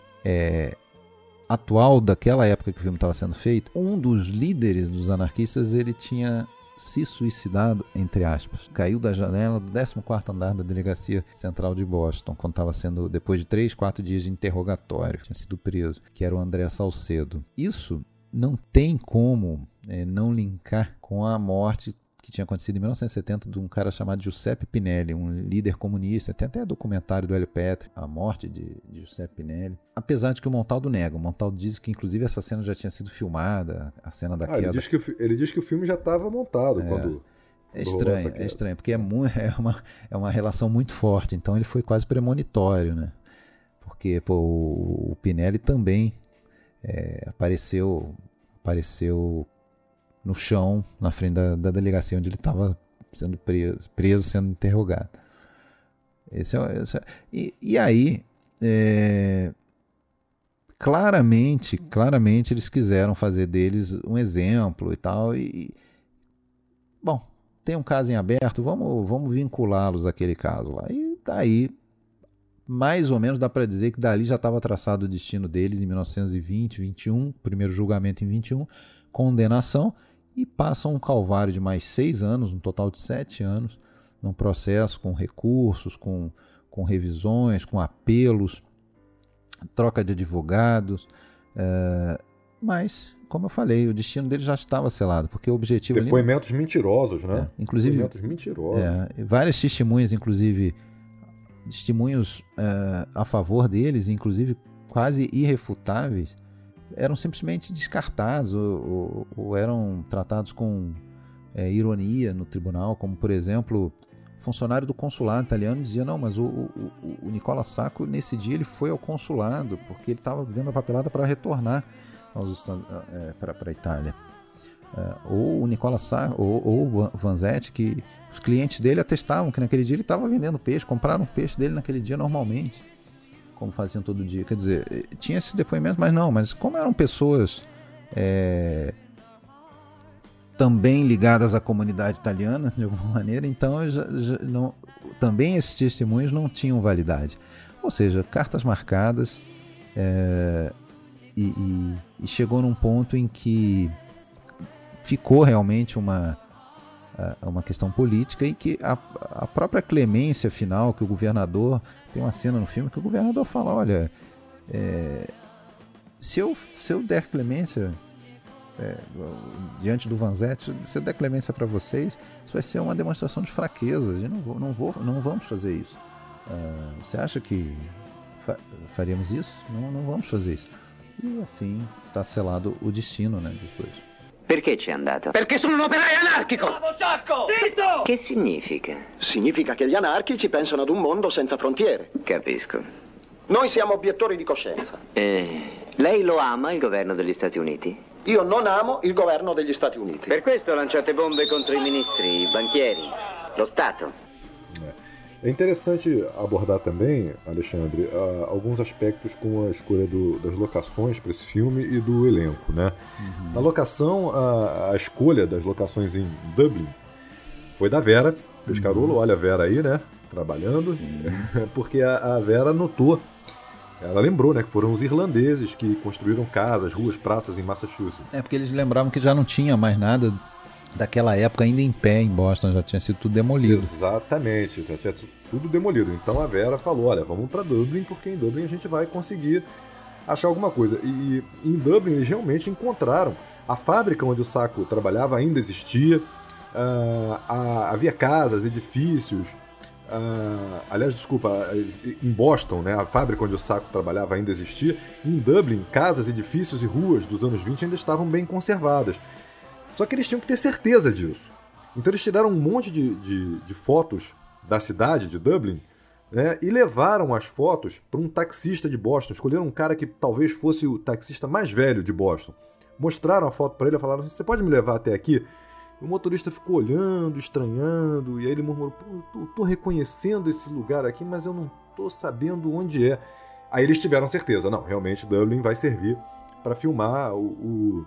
Speaker 1: É, atual daquela época que o filme estava sendo feito. Um dos líderes dos anarquistas, ele tinha se suicidado, entre aspas, caiu da janela do décimo quarto andar da delegacia central de Boston, quando estava sendo, depois de três, quatro dias de interrogatório, tinha sido preso, que era o André Salcedo. Isso não tem como é, não linkar com a morte que tinha acontecido em mil novecentos e setenta de um cara chamado Giuseppe Pinelli, um líder comunista. Tem até documentário do Hélio Petri, a morte de, de Giuseppe Pinelli. Apesar de que o Montaldo nega. O Montaldo diz que inclusive essa cena já tinha sido filmada, a cena da
Speaker 2: ah,
Speaker 1: queda.
Speaker 2: Ele diz, que o, ele diz que o filme já estava montado
Speaker 1: é,
Speaker 2: quando...
Speaker 1: É estranho, é estranho, porque é, muito, é, uma, é uma relação muito forte, então ele foi quase premonitório, né? Porque pô, o, o Pinelli também é, apareceu, apareceu no chão, na frente da, da delegacia onde ele estava sendo preso, preso, sendo interrogado. Esse é, esse é, e, e aí, é, claramente, claramente eles quiseram fazer deles um exemplo e tal. E, bom, tem um caso em aberto, vamos, vamos vinculá-los àquele caso lá. E daí, mais ou menos, dá para dizer que dali já estava traçado o destino deles em mil novecentos e vinte, vinte e um, primeiro julgamento em vinte e um, condenação, e passam um calvário de mais seis anos, um total de sete anos, num processo com recursos, com, com revisões, com apelos, troca de advogados, é, mas, como eu falei, o destino dele já estava selado, porque o objetivo...
Speaker 2: Depoimentos ali, mentirosos, né?
Speaker 1: É, inclusive,
Speaker 2: Depoimentos mentirosos.
Speaker 1: É, várias testemunhas, inclusive, testemunhos é, a favor deles, inclusive quase irrefutáveis, eram simplesmente descartados ou, ou, ou eram tratados com é, ironia no tribunal, como, por exemplo... funcionário do consulado italiano dizia, não, mas o, o, o Nicola Sacco, nesse dia, ele foi ao consulado, porque ele estava vendo a papelada para retornar é, para a Itália. É, ou o Nicola Sacco, ou, ou o Vanzetti, que os clientes dele atestavam que naquele dia ele estava vendendo peixe, compraram o peixe dele naquele dia normalmente, como faziam todo dia. Quer dizer, tinha esse depoimento, mas não, mas como eram pessoas... É, também ligadas à comunidade italiana, de alguma maneira, então já, já não, também esses testemunhos não tinham validade. Ou seja, cartas marcadas, é, e, e, e chegou num ponto em que ficou realmente uma, uma questão política e que a, a própria clemência final que o governador... Tem uma cena no filme que o governador fala, olha, é, se, eu, se eu der clemência... É, diante do Vanzetti, se eu der clemência para vocês, isso vai ser uma demonstração de fraqueza. Eu não, vou, não, vou, não vamos fazer isso. Uh, você acha que fa faríamos isso? Não, não vamos fazer isso. E assim está selado o destino, né, depois.
Speaker 5: Perché ci è andato?
Speaker 10: Perché sono un operaio anarchico! Bravo, Sacco! Zitto!
Speaker 5: Che significa?
Speaker 9: Significa che gli anarchici pensano ad un mondo senza frontiere.
Speaker 5: Capisco.
Speaker 9: Noi siamo obiettori di coscienza.
Speaker 5: Eh, lei lo ama il governo degli Stati Uniti?
Speaker 9: Io non amo il governo degli Stati Uniti.
Speaker 5: Per questo lanciate bombe contro i ministri, i banchieri, lo Stato.
Speaker 2: É interessante abordar também, Alexandre, uh, alguns aspectos com a escolha do, das locações para esse filme e do elenco, né? Uhum. Na locação, a, a escolha das locações em Dublin foi da Vera Pescarolo. Uhum. Olha a Vera aí, né? Trabalhando. Porque a, a Vera notou, ela lembrou, né, que foram os irlandeses que construíram casas, ruas, praças em Massachusetts.
Speaker 1: É porque eles lembravam que já não tinha mais nada daquela época ainda em pé em Boston, já tinha sido tudo demolido.
Speaker 2: Exatamente, já tinha tudo demolido. Então a Vera falou, olha, vamos para Dublin, porque em Dublin a gente vai conseguir achar alguma coisa. E em Dublin eles realmente encontraram. A fábrica onde o Sacco trabalhava ainda existia, uh, a, havia casas, edifícios... Uh, aliás, desculpa, em Boston, né, a fábrica onde o Sacco trabalhava ainda existia. Em Dublin, casas, edifícios e ruas dos anos vinte ainda estavam bem conservadas. Só que eles tinham que ter certeza disso. Então eles tiraram um monte de, de, de fotos da cidade de Dublin, né, e levaram as fotos para um taxista de Boston. Escolheram um cara que talvez fosse o taxista mais velho de Boston. Mostraram a foto para ele e falaram assim, você pode me levar até aqui? O motorista ficou olhando, estranhando, e aí ele murmurou, pô, eu tô reconhecendo esse lugar aqui, mas eu não tô sabendo onde é. Aí eles tiveram certeza, não, realmente Dublin vai servir para filmar o, o,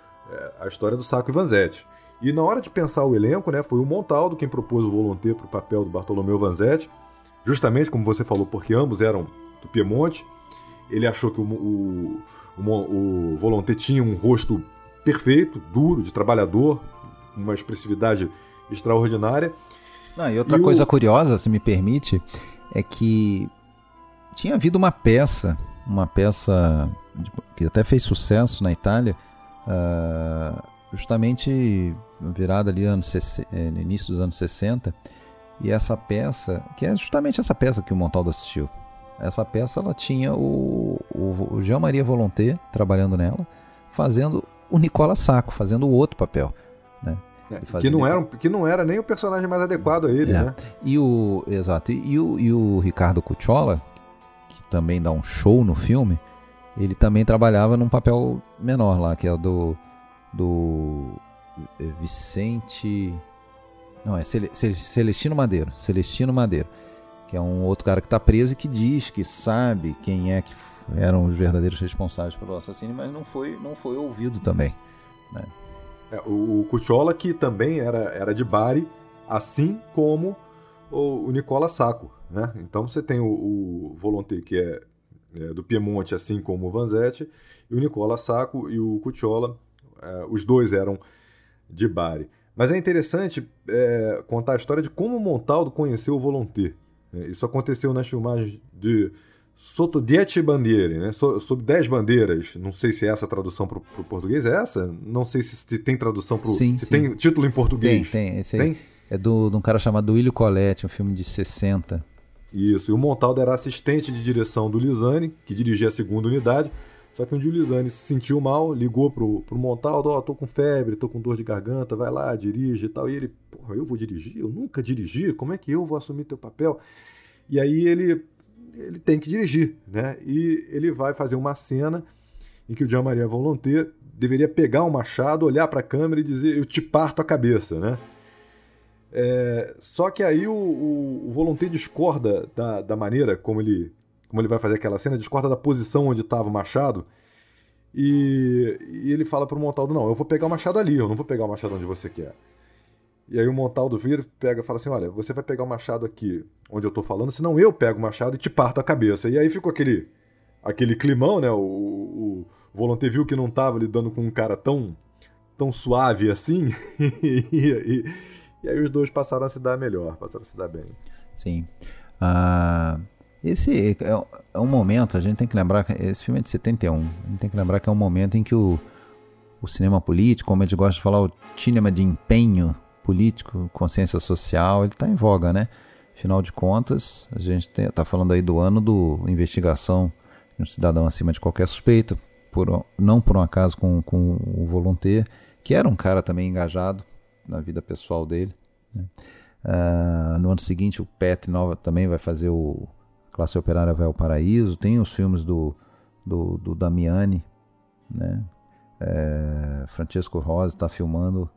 Speaker 2: a história do Sacco e Vanzetti. E na hora de pensar o elenco, né, foi o Montaldo quem propôs o Volonté para o papel do Bartolomeu Vanzetti, justamente como você falou, porque ambos eram do Piemonte. Ele achou que o, o, o, o Volonté tinha um rosto perfeito, duro, de trabalhador, uma expressividade extraordinária.
Speaker 1: Não, e outra
Speaker 2: e
Speaker 1: coisa
Speaker 2: o...
Speaker 1: curiosa, se me permite, é que tinha havido uma peça, uma peça que até fez sucesso na Itália, uh, justamente virada ali anos, no início dos anos sessenta, e essa peça, que é justamente essa peça que o Montaldo assistiu. Essa peça, ela tinha o, o, o Jean-Marie Volonté trabalhando nela, fazendo o Nicola Sacco, fazendo o outro papel. Né?
Speaker 2: É, que, não era, que não era nem o personagem mais adequado a ele,
Speaker 1: é.
Speaker 2: né?
Speaker 1: E o, exato. E, e, o, e o Ricardo Cucciola, que também dá um show no filme, ele também trabalhava num papel menor lá, que é o do, do Vicente... Não, é Celestino Madeiro, Celestino Madeiro, que é um outro cara que está preso e que diz que sabe quem é que eram os verdadeiros responsáveis pelo assassínio, mas não foi, não foi ouvido também, né?
Speaker 2: É, o, o Cucciola, que também era, era de Bari, assim como o, o Nicola Sacco, né? Então você tem o, o Volonté, que é, é do Piemonte, assim como o Vanzetti, e o Nicola Sacco e o Cucciola, é, os dois eram de Bari. Mas é interessante é, contar a história de como o Montaldo conheceu o Volonté. É, isso aconteceu nas filmagens de Sotto dieci bandiere, né? So, sob dez bandeiras. Não sei se é essa a tradução para o português. É essa? Não sei se, se tem tradução para
Speaker 1: sim,
Speaker 2: se
Speaker 1: sim.
Speaker 2: tem título em português.
Speaker 1: Tem, tem. Esse aí tem? É do, de um cara chamado Willy Colette, um filme de sessenta.
Speaker 2: Isso. E o Montaldo era assistente de direção do Lisani, que dirigia a segunda unidade. Só que um dia o Lisani se sentiu mal, ligou pro, pro Montaldo, ó, oh, tô com febre, tô com dor de garganta, vai lá, dirige e tal. E ele, porra, eu vou dirigir? Eu nunca dirigi, como é que eu vou assumir teu papel? E aí ele, ele tem que dirigir, né? E ele vai fazer uma cena em que o Jean-Marie Volonté deveria pegar um machado, olhar pra câmera e dizer, eu te parto a cabeça, né? É, só que aí o, o, o Volonté discorda da, da maneira como ele... como ele vai fazer aquela cena, discorda da posição onde estava o machado, e, e ele fala pro Montaldo, não, eu vou pegar o machado ali, eu não vou pegar o machado onde você quer. E aí o Montaldo vira, pega e fala assim, olha, você vai pegar o machado aqui onde eu tô falando, senão eu pego o machado e te parto a cabeça. E aí ficou aquele, aquele climão, né, o, o, o Volonté viu que não tava lidando com um cara tão, tão suave assim, e, e, e aí os dois passaram a se dar melhor, passaram a se dar bem.
Speaker 1: Sim. Ah... Esse é um momento, a gente tem que lembrar que esse filme é de setenta e um, a gente tem que lembrar que é um momento em que o, o cinema político, como a gente gosta de falar, o cinema de empenho político, consciência social, ele está em voga, né? Afinal de contas, a gente está falando aí do ano do investigação de um cidadão acima de qualquer suspeita, por, não por um acaso com, com o Volonté, que era um cara também engajado na vida pessoal dele, né? Uh, no ano seguinte o Petri Nova também vai fazer o Classe Operária vai ao Paraíso, tem os filmes do, do, do Damiani, né? É, Francesco Rosi está filmando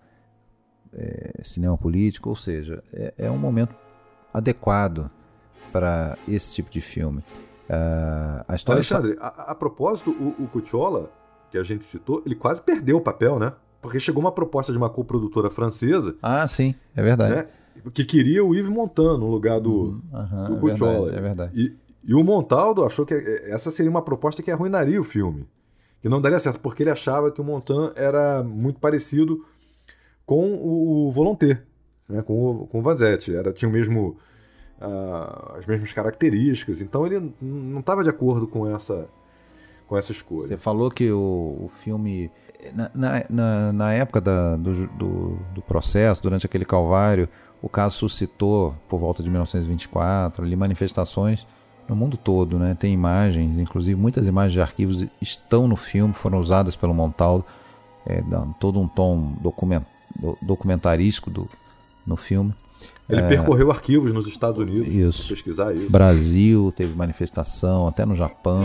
Speaker 1: é, cinema político, ou seja, é, é um momento adequado para esse tipo de filme. É, a história
Speaker 2: Alexandre, só... a, a propósito, o, o Cucciola, que a gente citou, ele quase perdeu o papel, né? Porque chegou uma proposta de uma coprodutora francesa.
Speaker 1: Ah, sim, é verdade.
Speaker 2: Né? Que queria o Yves Montand no lugar do, uhum, do Cucciola.
Speaker 1: É verdade, é verdade.
Speaker 2: E, e o Montaldo achou que essa seria uma proposta que arruinaria o filme. Que não daria certo, porque ele achava que o Montand era muito parecido com o Volonté, né? com, o, com o Vanzetti. Era, tinha o mesmo, uh, as mesmas características. Então ele não estava de acordo com essa, com essa escolha.
Speaker 1: Você falou que o, o filme... Na, na, na, na época da, do, do, do processo, durante aquele calvário... O caso suscitou, por volta de mil novecentos e vinte e quatro, ali, manifestações no mundo todo, né? Tem imagens, inclusive muitas imagens de arquivos estão no filme, foram usadas pelo Montaldo, é, dando todo um tom document, documentarístico do, no filme.
Speaker 2: Ele é, percorreu arquivos nos Estados Unidos,
Speaker 1: isso.
Speaker 2: para pesquisar isso.
Speaker 1: Brasil teve manifestação, até no Japão.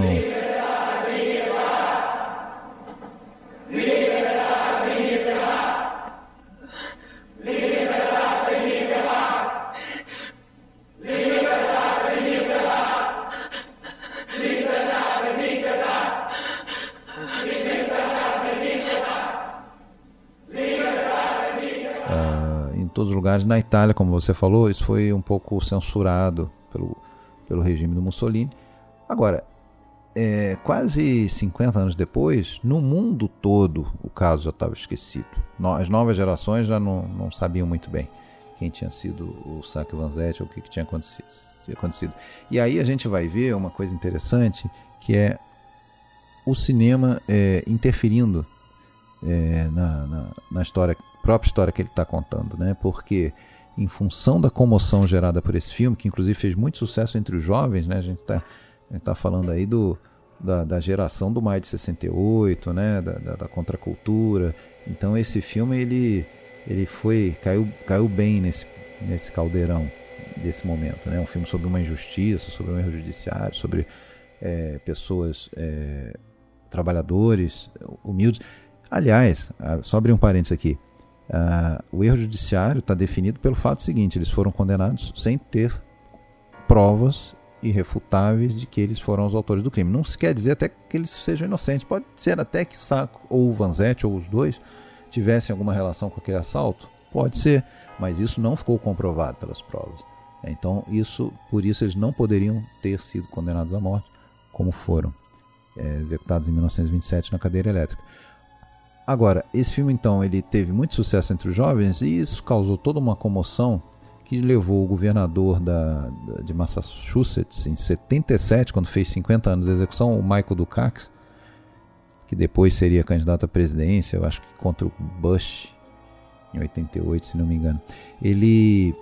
Speaker 1: Todos os lugares. Na Itália, como você falou, isso foi um pouco censurado pelo, pelo regime do Mussolini. Agora, é, quase cinquenta anos depois, no mundo todo o caso já estava esquecido. As novas gerações já não, não sabiam muito bem quem tinha sido o Sacco Vanzetti ou o que, que tinha acontecido, acontecido. E aí a gente vai ver uma coisa interessante, que é o cinema é, interferindo é, na, na, na história própria história que ele está contando, né? Porque em função da comoção gerada por esse filme, que inclusive fez muito sucesso entre os jovens, né? A gente está tá falando aí do, da, da geração do Maio de sessenta e oito, né? Da, da, da contracultura. Então esse filme ele, ele foi caiu, caiu bem nesse, nesse caldeirão desse momento, né? Um filme sobre uma injustiça, sobre um erro judiciário, sobre é, pessoas é, trabalhadores humildes. Aliás, só abrir um parênteses aqui, uh, o erro judiciário está definido pelo fato seguinte: eles foram condenados sem ter provas irrefutáveis de que eles foram os autores do crime. Não se quer dizer até que eles sejam inocentes, pode ser até que Sacco ou o Vanzetti ou os dois tivessem alguma relação com aquele assalto, pode ser, mas isso não ficou comprovado pelas provas. Então, isso, por isso eles não poderiam ter sido condenados à morte, como foram é, executados em mil novecentos e vinte e sete na cadeira elétrica. Agora, esse filme então ele teve muito sucesso entre os jovens e isso causou toda uma comoção que levou o governador da, da, de Massachusetts em setenta e sete, quando fez cinquenta anos de execução, o Michael Dukakis, que depois seria candidato à presidência, eu acho que contra o Bush em oitenta e oito, se não me engano. Ele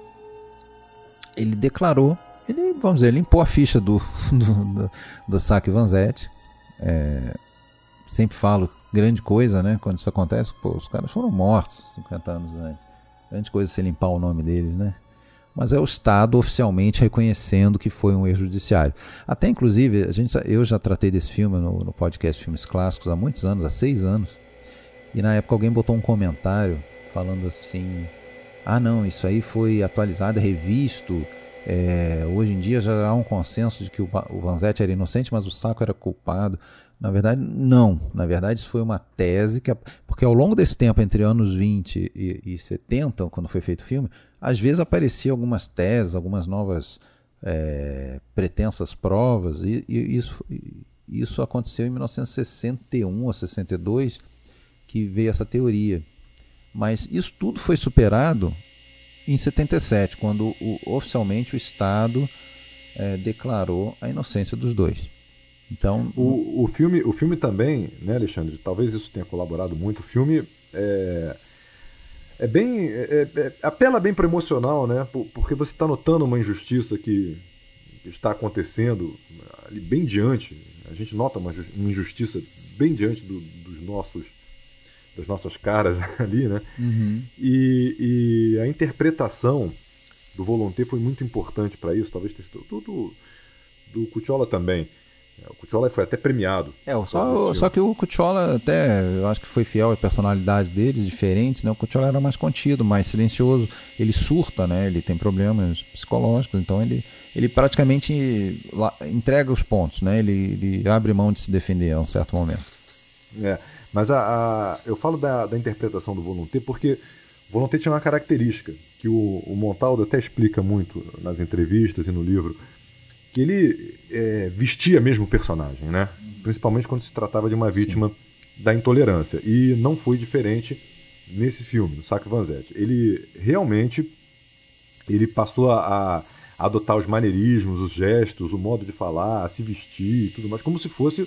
Speaker 1: ele declarou, ele, vamos dizer, limpou a ficha do, do, do, do Sacco e Vanzetti. É, sempre falo, grande coisa, né? Quando isso acontece, pô, os caras foram mortos cinquenta anos antes. Grande coisa você limpar o nome deles, né? Mas é o Estado oficialmente reconhecendo que foi um erro judiciário. Até, inclusive, a gente, eu já tratei desse filme no, no podcast Filmes Clássicos há muitos anos, há seis anos. E na época alguém botou um comentário falando assim: ah não, isso aí foi atualizado, revisto, é, hoje em dia já há um consenso de que o, o Vanzetti era inocente, mas o Sacco era culpado. Na verdade, não. Na verdade, isso foi uma tese, que, porque ao longo desse tempo, entre anos vinte e, e setenta, quando foi feito o filme, às vezes apareciam algumas teses, algumas novas é, pretensas provas, e, e isso, e isso aconteceu em mil novecentos e sessenta e um ou sessenta e dois, que veio essa teoria. Mas isso tudo foi superado em setenta e sete, quando o, oficialmente o Estado é, declarou a inocência dos dois. Então,
Speaker 2: o, o, filme, o filme também, né, Alexandre, talvez isso tenha colaborado muito, o filme é, é bem, é, é, apela bem para o emocional, né, porque você está notando uma injustiça que está acontecendo ali bem diante, a gente nota uma, uma injustiça bem diante do, dos nossos, das nossas caras ali, né,
Speaker 1: uhum.
Speaker 2: e, e a interpretação do Volonté foi muito importante para isso, talvez tenha sido tudo do Cucciola também. O Cucciola foi até premiado.
Speaker 1: É, só, só que o Cucciola até, eu acho que foi fiel à personalidade deles, diferentes, né? O Cucciola era mais contido, mais silencioso. Ele surta, né? Ele tem problemas psicológicos, então ele, ele praticamente entrega os pontos, né? Ele, ele abre mão de se defender a um certo momento.
Speaker 2: É, mas a, a, eu falo da, da interpretação do Volonté porque o Volonté tinha uma característica que o, o Montaldo até explica muito nas entrevistas e no livro, que ele é, vestia mesmo o personagem, né? Principalmente quando se tratava de uma vítima Sim. da intolerância. E não foi diferente nesse filme, no Sacco e Vanzetti. Ele realmente ele passou a, a adotar os maneirismos, os gestos, o modo de falar, a se vestir e tudo mais, como se fosse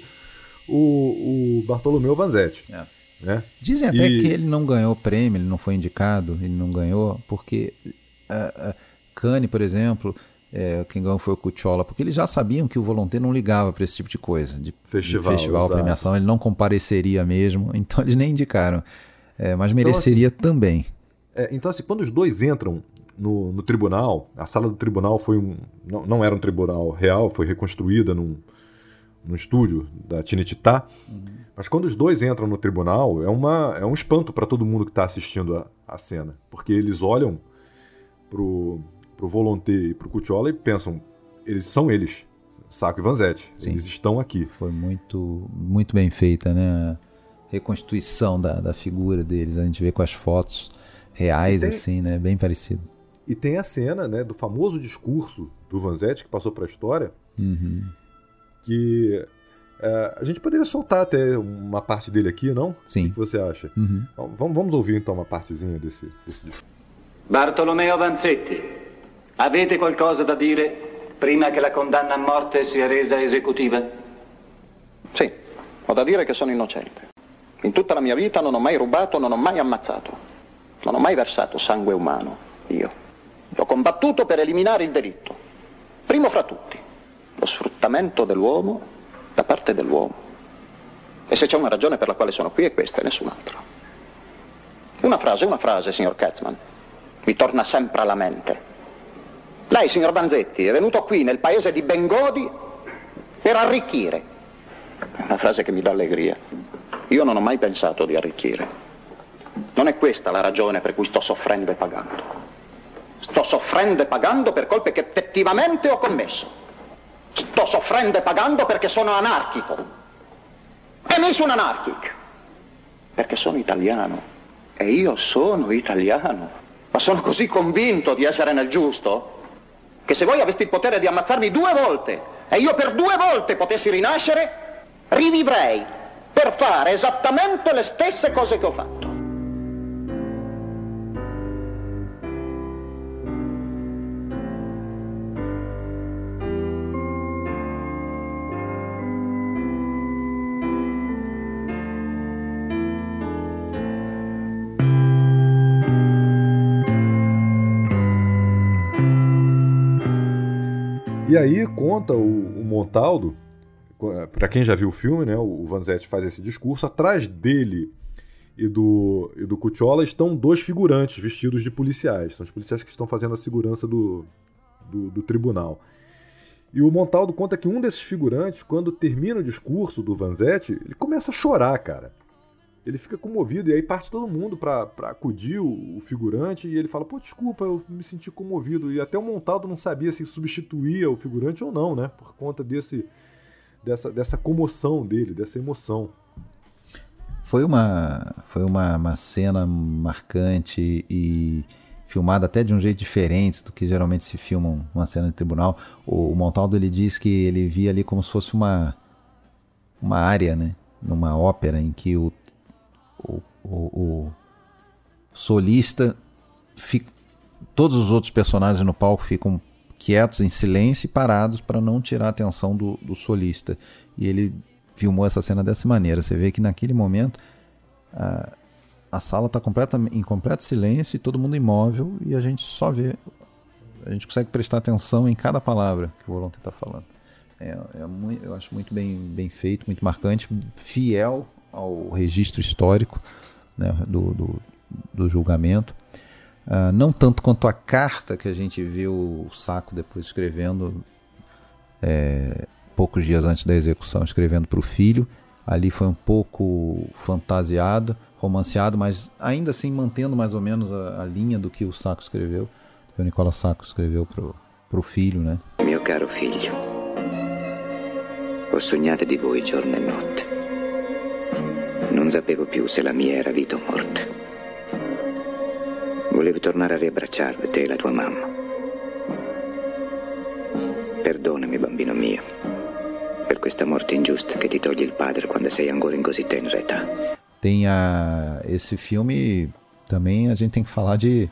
Speaker 2: o, o Bartolomeu Vanzetti. É. Né?
Speaker 1: Dizem até e... que ele não ganhou prêmio, ele não foi indicado, ele não ganhou, porque uh, uh, Cannes, por exemplo... É, quem ganhou foi o Cucciola, porque eles já sabiam que o Volonté não ligava para esse tipo de coisa, de festival, de festival premiação, ele não compareceria mesmo, então eles nem indicaram, é, mas mereceria então, assim, também.
Speaker 2: É, então, assim, quando os dois entram no, no tribunal, a sala do tribunal foi um, não, não era um tribunal real, foi reconstruída num, num estúdio da Tinetitá, uhum. Mas quando os dois entram no tribunal, é, uma, é um espanto para todo mundo que está assistindo a, a cena, porque eles olham pro pro Volonté e pro Cucciola e pensam, eles são eles, Sacco e Vanzetti, Sim. Eles estão aqui.
Speaker 1: Foi muito, muito bem feita, né? A reconstituição da, da figura deles, a gente vê com as fotos reais, tem, assim, né? Bem parecido.
Speaker 2: E tem a cena, né, do famoso discurso do Vanzetti, que passou para a história,
Speaker 1: uhum.
Speaker 2: que é, a gente poderia soltar até uma parte dele aqui, não?
Speaker 1: Sim.
Speaker 2: O que você acha?
Speaker 1: Uhum.
Speaker 2: Vamos, vamos ouvir então uma partezinha desse, desse discurso.
Speaker 11: Bartolomeo Vanzetti, avete qualcosa da dire prima che la condanna a morte sia resa esecutiva?
Speaker 9: Sì, ho da dire che sono innocente. In tutta la mia vita non ho mai rubato, non ho mai ammazzato. Non ho mai versato sangue umano, io. Ho combattuto per eliminare il delitto. Primo fra tutti, lo sfruttamento dell'uomo da parte dell'uomo. E se c'è una ragione per la quale sono qui è questa e nessun'altra. Una frase, una frase, signor Katzman, mi torna sempre alla mente. Lei, signor Vanzetti, è venuto qui nel paese di Bengodi per arricchire. È una frase che mi dà allegria. Io non ho mai pensato di arricchire. Non è questa la ragione per cui sto soffrendo e pagando. Sto soffrendo e pagando per colpe che effettivamente ho commesso. Sto soffrendo e pagando perché sono anarchico. E mi sono anarchico. Perché sono italiano. E io sono italiano. Ma sono così convinto di essere nel giusto che se voi aveste il potere di ammazzarmi due volte e io per due volte potessi rinascere, rivivrei per fare esattamente le stesse cose che ho fatto.
Speaker 2: E aí conta o, o Montaldo, para quem já viu o filme, né, o Vanzetti faz esse discurso, atrás dele e do, e do Cucciola estão dois figurantes vestidos de policiais, são os policiais que estão fazendo a segurança do, do, do tribunal. E o Montaldo conta que um desses figurantes, quando termina o discurso do Vanzetti, ele começa a chorar, cara. Ele fica comovido, e aí parte todo mundo para acudir o, o figurante, e ele fala, pô, desculpa, eu me senti comovido. E até o Montaldo não sabia se substituía o figurante ou não, né? Por conta desse, dessa, dessa comoção dele, dessa emoção.
Speaker 1: Foi uma, foi uma, uma cena marcante e filmada até de um jeito diferente do que geralmente se filma uma cena de tribunal. O, o Montaldo, ele diz que ele via ali como se fosse uma, uma área, né? Numa ópera em que o O, o, o solista, fica, todos os outros personagens no palco ficam quietos, em silêncio e parados para não tirar a atenção do, do solista. E ele filmou essa cena dessa maneira. Você vê que naquele momento a, a sala está em completo silêncio e todo mundo imóvel, e a gente só vê, a gente consegue prestar atenção em cada palavra que o Volonté está falando. É, é muito, eu acho muito bem, bem feito, muito marcante, fiel ao registro histórico, né, do, do, do julgamento. Uh, não tanto quanto a carta que a gente viu o Sacco depois escrevendo, é, poucos dias antes da execução, escrevendo para o filho. Ali foi um pouco fantasiado, romanceado, mas ainda assim mantendo mais ou menos a, a linha do que o Sacco escreveu, que o Nicola Sacco escreveu para o filho, né?
Speaker 5: Mio caro figlio, ho sognato di voi giorno e notte. Non sapevo più se la mia era vita o morta. Volevo tornare a riabbracciarvi, te e la tua mamma. Perdonami, bambino mio, per questa morte ingiusta che ti toglie il padre quando sei ancora in così tenera età.
Speaker 1: Tem a, esse filme, também a gente tem que falar de,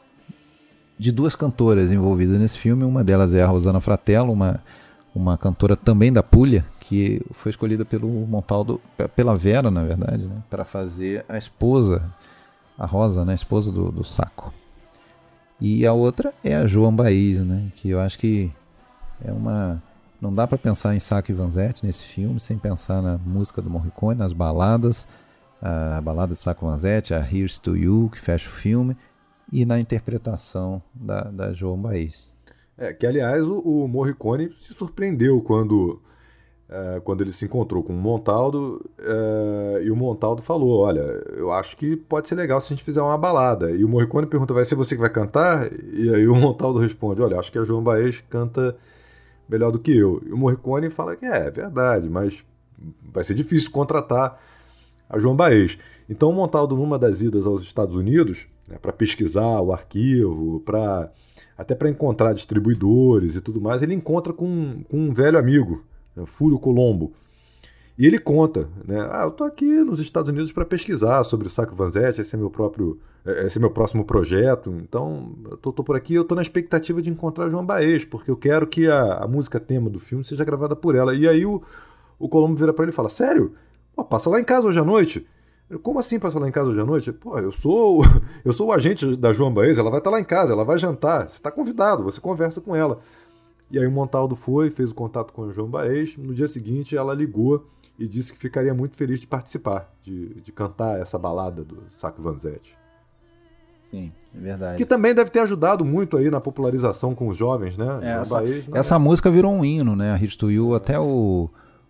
Speaker 1: de duas cantoras envolvidas nesse filme. Uma delas é a Rosana Fratello, uma, uma cantora também da Puglia, que foi escolhida pelo Montaldo, pela Vera, na verdade, né, para fazer a esposa, a Rosa, né, a esposa do, do Sacco. E a outra é a Joan Baez, né, que eu acho que é uma... Não dá para pensar em Sacco e Vanzetti nesse filme sem pensar na música do Morricone, nas baladas, a balada de Sacco Vanzetti, a Here's to You, que fecha o filme, e na interpretação da, da Joan Baez.
Speaker 2: É, que aliás o, o Morricone se surpreendeu quando... Uh, quando ele se encontrou com o Montaldo, uh, e o Montaldo falou, olha, eu acho que pode ser legal se a gente fizer uma balada. E o Morricone pergunta, vai ser você que vai cantar? E aí o Montaldo responde, olha, acho que a Joan Baez canta melhor do que eu. E o Morricone fala que é, é verdade, mas vai ser difícil contratar a Joan Baez. Então o Montaldo, numa das idas aos Estados Unidos, né, para pesquisar o arquivo, pra, até para encontrar distribuidores e tudo mais, ele encontra com, com um velho amigo, Fúrio Colombo. E ele conta, né? Ah, eu tô aqui nos Estados Unidos para pesquisar sobre o Sacco Vanzetti, esse é meu próprio, esse é meu próximo projeto. Então, eu tô, tô por aqui, eu tô na expectativa de encontrar a Joan Baez, porque eu quero que a, a música tema do filme seja gravada por ela. E aí o, o Colombo vira para ele e fala: sério? Pô, passa lá em casa hoje à noite. Eu, como assim passa lá em casa hoje à noite? Pô, eu sou, eu sou o agente da Joan Baez, ela vai estar lá em casa, ela vai jantar, você está convidado, você conversa com ela. E aí o Montaldo foi, fez o contato com a Joan Baez. No dia seguinte ela ligou e disse que ficaria muito feliz de participar, de, de cantar essa balada do Sacco Vanzetti.
Speaker 1: Sim, é verdade.
Speaker 2: Que também deve ter ajudado muito aí na popularização com os jovens, né?
Speaker 1: É, essa,
Speaker 2: Baez,
Speaker 1: essa música virou um hino, né? A Here's to You, até o,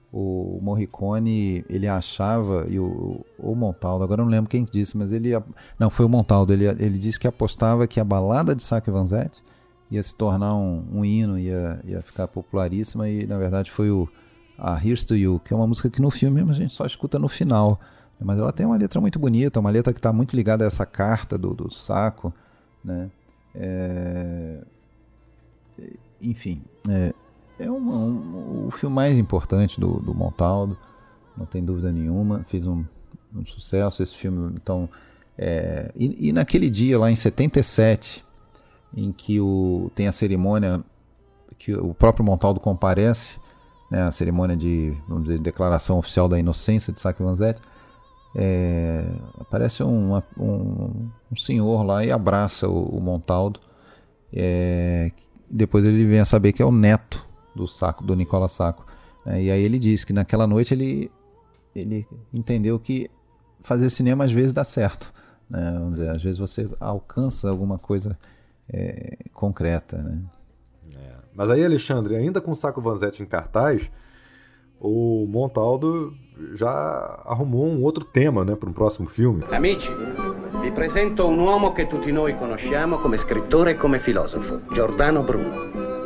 Speaker 1: o Morricone, ele achava, e o, o Montaldo, agora eu não lembro quem disse, mas ele, não, foi o Montaldo, ele, ele disse que apostava que a balada de Sacco e Vanzetti ia se tornar um, um hino, ia, ia ficar popularíssima, e na verdade foi o, a Here's to You, que é uma música que no filme a gente só escuta no final, mas ela tem uma letra muito bonita, uma letra que está muito ligada a essa carta do, do Sacco, né? É... enfim, é, é um, um, o filme mais importante do, do Montaldo, não tem dúvida nenhuma, fez um, um sucesso esse filme. Então, é, e, e naquele dia lá em setenta e sete, em que o, tem a cerimônia que o próprio Montaldo comparece, né, a cerimônia de, vamos dizer, declaração oficial da inocência de Sacco e Vanzetti, é, aparece um, um, um senhor lá e abraça o, o Montaldo. É, depois ele vem a saber que é o neto do Sacco, do Nicola Sacco, é, e aí ele diz que naquela noite ele, ele entendeu que fazer cinema às vezes dá certo, né? Vamos dizer, às vezes você alcança alguma coisa é, concreta, né?
Speaker 2: É. Mas aí, Alexandre, ainda com o Sacco e Vanzetti em cartaz, o Montaldo já arrumou um outro tema, né, para um próximo filme.
Speaker 12: Amici, vi presento un uomo che tutti noi conosciamo come scrittore e come filosofo, Giordano Bruno.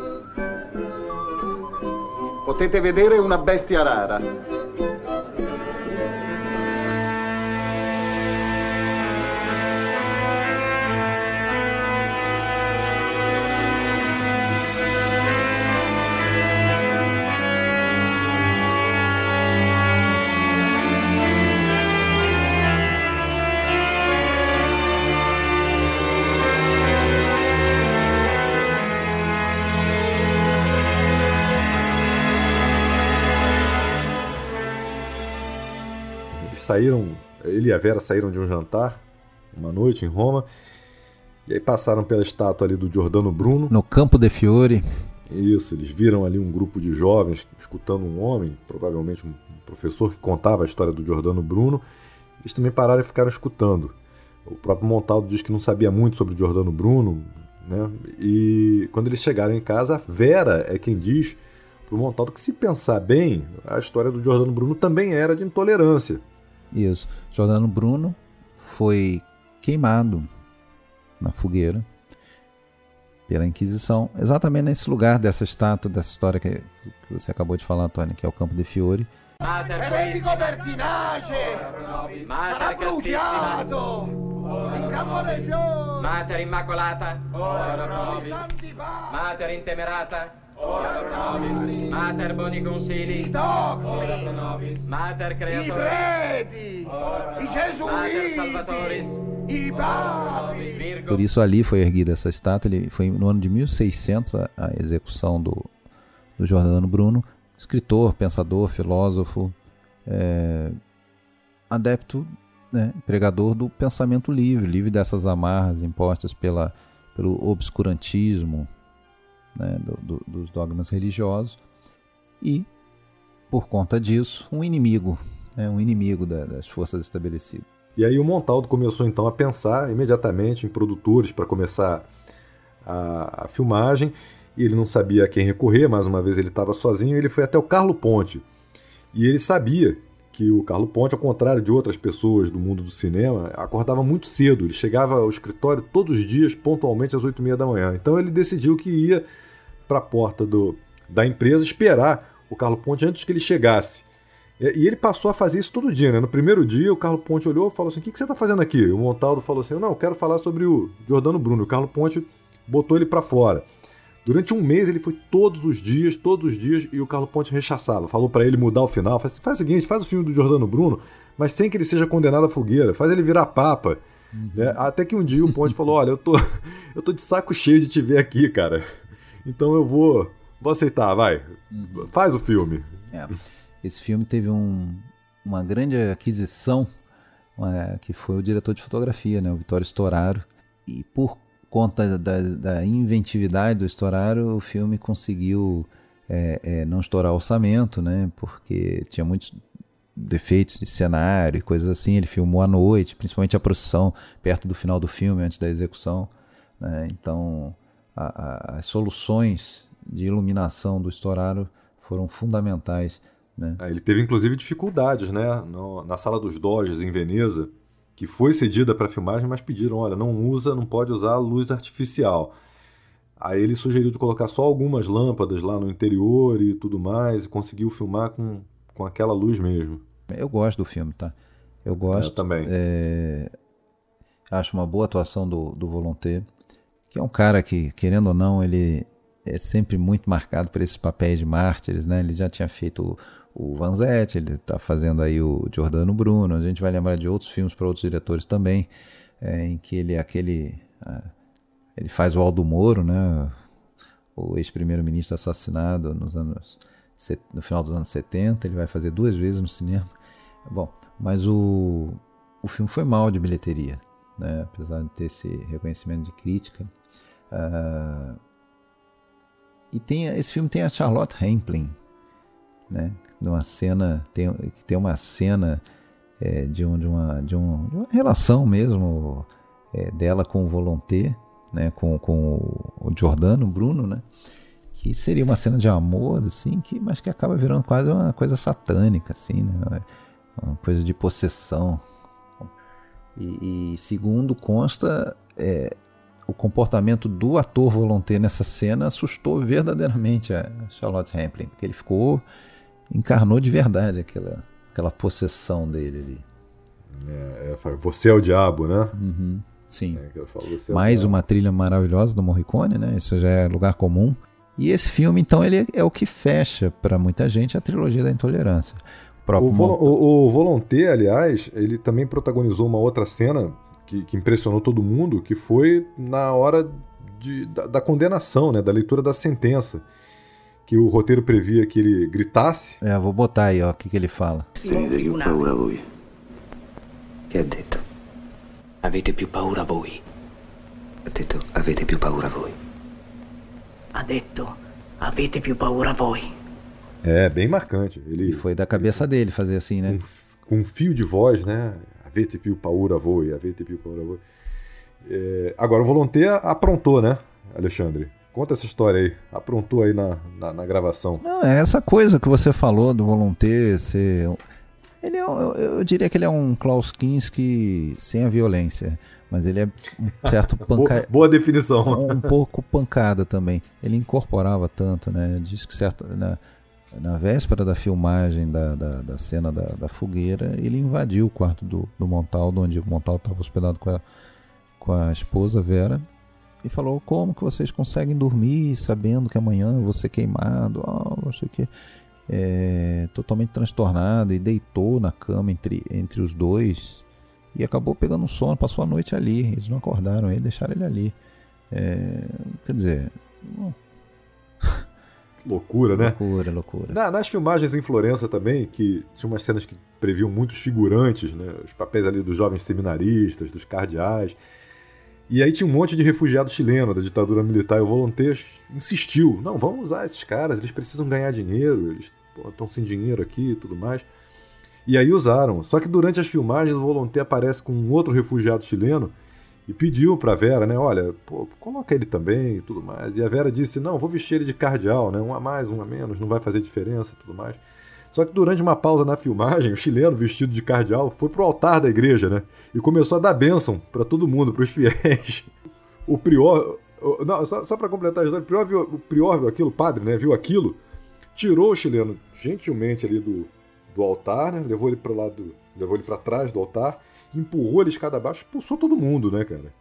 Speaker 9: Potete vedere una bestia rara.
Speaker 2: Saíram, ele e a Vera saíram de um jantar uma noite em Roma, e aí passaram pela estátua ali do Giordano Bruno.
Speaker 1: No Campo de Fiori.
Speaker 2: Isso, eles viram ali um grupo de jovens escutando um homem, provavelmente um professor que contava a história do Giordano Bruno. Eles também pararam e ficaram escutando. O próprio Montaldo diz que não sabia muito sobre o Giordano Bruno, né? E quando eles chegaram em casa, a Vera é quem diz para o Montaldo que, se pensar bem, a história do Giordano Bruno também era de intolerância.
Speaker 1: Isso. Giordano Bruno foi queimado na fogueira pela Inquisição, exatamente nesse lugar dessa estátua, dessa história que, que você acabou de falar, Tony, que é o Campo de Fiori.
Speaker 10: Eretico Bertinage! Sarà bruciato! Il Campo dei Fiori!
Speaker 12: Mater Immacolata! Ora pro nobis! Mater Intemerata! Ora pro nobis! Mater Boni Consili!
Speaker 10: I dogmi!
Speaker 12: Ora pro nobis! Mater
Speaker 10: I
Speaker 12: Creatoris!
Speaker 10: preti! I gesuiti!
Speaker 12: Mater Salvatoris!
Speaker 10: I papi!
Speaker 1: Por isso ali foi erguida essa estátua. Ele foi no ano de mil e seiscentos a, a execução do, do Giordano Bruno, escritor, pensador, filósofo, é, adepto, né, pregador do pensamento livre, livre dessas amarras impostas pela, pelo obscurantismo, né, do, do, dos dogmas religiosos, e, por conta disso, um inimigo, né, um inimigo da, das forças estabelecidas.
Speaker 2: E aí o Montaldo começou então a pensar imediatamente em produtores para começar a, a filmagem, e ele não sabia a quem recorrer, mais uma vez ele estava sozinho, ele foi até o Carlo Ponti. E ele sabia que o Carlo Ponti, ao contrário de outras pessoas do mundo do cinema, acordava muito cedo, ele chegava ao escritório todos os dias, pontualmente às oito e meia da manhã. Então ele decidiu que ia para a porta do, da empresa esperar o Carlo Ponti antes que ele chegasse. E ele passou a fazer isso todo dia, né? No primeiro dia, o Carlo Ponti olhou e falou assim: o que você está fazendo aqui? E o Montaldo falou assim: não, eu quero falar sobre o Giordano Bruno. O Carlo Ponti botou ele para fora. Durante um mês ele foi todos os dias, todos os dias, e o Carlo Ponti rechaçava. Falou para ele mudar o final. Faz, faz o seguinte, faz o filme do Giordano Bruno, mas sem que ele seja condenado à fogueira. Faz ele virar papa. Uhum. Né? Até que um dia o Ponti falou: olha, eu tô, eu tô de saco cheio de te ver aqui, cara. Então eu vou, vou aceitar, vai. Uhum. Faz o filme.
Speaker 1: É. Esse filme teve um, uma grande aquisição, uma, que foi o diretor de fotografia, né, o Vittorio Storaro. E por conta da, da inventividade do Storaro, o filme conseguiu é, é, não estourar orçamento, né, porque tinha muitos defeitos de cenário e coisas assim. Ele filmou à noite, principalmente a procissão perto do final do filme, antes da execução, né. Então a, a, as soluções de iluminação do Storaro foram fundamentais né?
Speaker 2: Ah, ele teve inclusive dificuldades, né? No, na Sala dos Doges, em Veneza, que foi cedida para filmagem, mas pediram, olha, não usa, não pode usar luz artificial. Aí ele sugeriu de colocar só algumas lâmpadas lá no interior e tudo mais, e conseguiu filmar com, com aquela luz mesmo.
Speaker 1: Eu gosto do filme, tá? Eu gosto.
Speaker 2: Eu também.
Speaker 1: É... Acho uma boa atuação do, do Volonté, que é um cara que, querendo ou não, ele é sempre muito marcado por esses papéis de mártires, né? Ele já tinha feito o, o Vanzetti, ele está fazendo aí o Giordano Bruno, a gente vai lembrar de outros filmes para outros diretores também, é, em que ele é aquele... Ah, ele faz o Aldo Moro, né? O ex-primeiro-ministro assassinado nos anos, no final dos anos setenta, ele vai fazer duas vezes no cinema. Bom, mas o, o filme foi mal de bilheteria, né? Apesar de ter esse reconhecimento de crítica. Uh, e tem, esse filme tem a Charlotte Rampling, né? Uma cena, tem, tem uma cena é, de, um, de, uma, de, um, de uma relação mesmo é, dela com o Volonté, né? com, com o Giordano Bruno, né? Que seria uma cena de amor, assim, que, mas que acaba virando quase uma coisa satânica, assim, né? Uma coisa de possessão. E, e segundo consta, é, o comportamento do ator Volonté nessa cena assustou verdadeiramente a Charlotte Rampling, porque ele ficou, encarnou de verdade aquela, aquela possessão dele ali.
Speaker 2: É, é, você é o diabo, né?
Speaker 1: Uhum, sim.
Speaker 2: É, falo, é
Speaker 1: Mais uma trilha maravilhosa do Morricone, né? Isso já é lugar comum. E esse filme, então, ele é o que fecha para muita gente a trilogia da intolerância.
Speaker 2: O, Vol o, o Volonté, aliás, ele também protagonizou uma outra cena que, que impressionou todo mundo, que foi na hora de, da, da condenação, né, da leitura da sentença, que o roteiro previa que ele gritasse.
Speaker 1: É, vou botar aí, ó, o que, que ele fala.
Speaker 5: Tenete più paura voi. Che ha detto? Avete più paura voi. Ha detto, avete più paura voi.
Speaker 13: Ha detto, avete più paura voi.
Speaker 2: É, bem marcante. Ele,
Speaker 1: e foi da cabeça ele, dele fazer assim, né?
Speaker 2: Com um fio de voz, né? Avete più paura voi, avete più paura voi. É, agora, o Volonté aprontou, né, Alexandre? Conta essa história aí. Aprontou aí na, na, na gravação.
Speaker 1: Não, é essa coisa que você falou do Volonté ser... Ele é, eu, eu diria que ele é um Klaus Kinski sem a violência. Mas ele é um certo pancada.
Speaker 2: boa, boa definição.
Speaker 1: Um, um pouco pancada também. Ele incorporava tanto, né? Diz que certo... Na, Na véspera da filmagem da, da, da cena da, da fogueira, ele invadiu o quarto do, do Montaldo, onde o Montaldo estava hospedado com a, com a esposa Vera, e falou: como que vocês conseguem dormir sabendo que amanhã eu vou ser queimado, oh, não sei o que, é, totalmente transtornado, e deitou na cama entre, entre os dois e acabou pegando um sono, passou a noite ali. Eles não acordaram ele, deixaram ele ali. É, quer dizer... Bom,
Speaker 2: loucura, né?
Speaker 1: Loucura, loucura.
Speaker 2: Na, nas filmagens em Florença também, que tinha umas cenas que previam muitos figurantes, né? Os papéis ali dos jovens seminaristas, dos cardeais. E aí tinha um monte de refugiado chileno da ditadura militar, e o Volonté insistiu: não, vamos usar esses caras, eles precisam ganhar dinheiro, eles estão sem dinheiro aqui e tudo mais. E aí usaram. Só que durante as filmagens o Volonté aparece com um outro refugiado chileno e pediu pra Vera, né, olha, pô, coloca ele também e tudo mais. E a Vera disse: não, vou vestir ele de cardeal, né, um a mais, um a menos, não vai fazer diferença e tudo mais. Só que durante uma pausa na filmagem, o chileno vestido de cardeal foi pro altar da igreja, né, e começou a dar bênção pra todo mundo, pros fiéis. O prior, não, só, só pra completar a história, o prior, viu, o prior viu aquilo, o padre, né, viu aquilo, tirou o chileno gentilmente ali do, do altar, né, levou ele pro lado, levou ele pra trás do altar, empurrou ele escada abaixo, expulsou todo mundo, né, cara?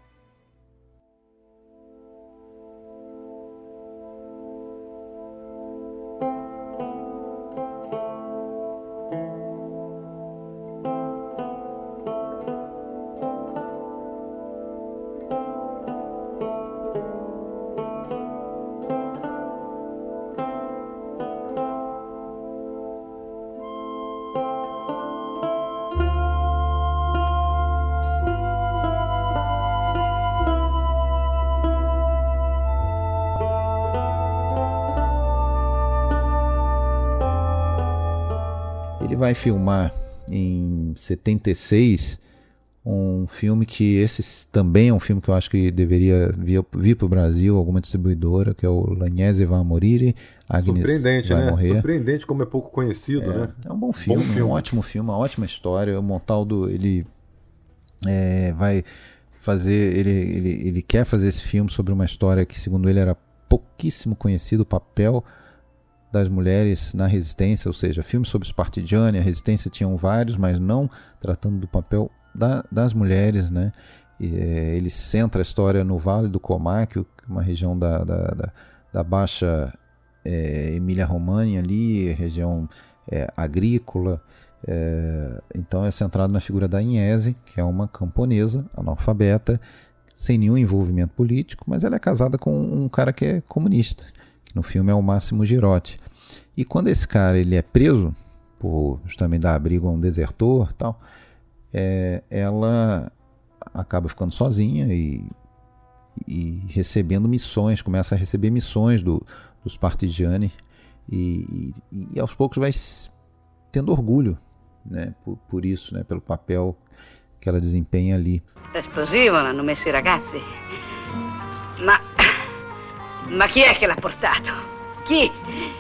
Speaker 1: Ele vai filmar em setenta e seis um filme que esse também é um filme que eu acho que deveria vir, vir para o Brasil, alguma distribuidora, que é o L'Agnese va a morire Agnes
Speaker 2: Surpreendente,
Speaker 1: vai
Speaker 2: né?
Speaker 1: morrer.
Speaker 2: Surpreendente como é pouco conhecido,
Speaker 1: é,
Speaker 2: né?
Speaker 1: É um bom filme, bom filme, um ótimo filme, uma ótima história. O Montaldo, ele é, vai fazer, ele, ele, ele quer fazer esse filme sobre uma história que, segundo ele, era pouquíssimo conhecido, o papel das mulheres na resistência, ou seja, filmes sobre os partigiani, a resistência tinham vários, mas não tratando do papel da, das mulheres, né? E, é, ele centra a história no Vale do Comacchio, uma região da, da, da, da Baixa é, Emília-Romagna ali, região é, agrícola. É, então é centrado na figura da Agnese, que é uma camponesa analfabeta, sem nenhum envolvimento político, mas ela é casada com um cara que é comunista. No filme é o Máximo Girotti. E quando esse cara ele é preso, por justamente dar abrigo a um desertor, tal, é, ela acaba ficando sozinha e, e recebendo missões, começa a receber missões do, dos partigiani e, e, e aos poucos vai tendo orgulho, né, por, por isso, né, pelo papel que ela desempenha ali.
Speaker 14: L'esplosivo l'hanno messo i ragazzi. Ma... Ma chi è che l'ha portato? Chi?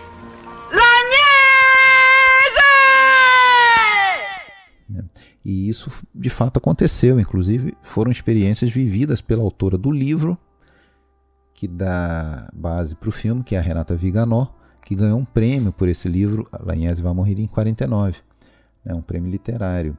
Speaker 14: L'Agnese!
Speaker 1: E isso de fato aconteceu, inclusive foram experiências vividas pela autora do livro que dá base para o filme, que é a Renata Viganò, que ganhou um prêmio por esse livro. A Agnese vai morrer em quarenta e nove, né, um prêmio literário.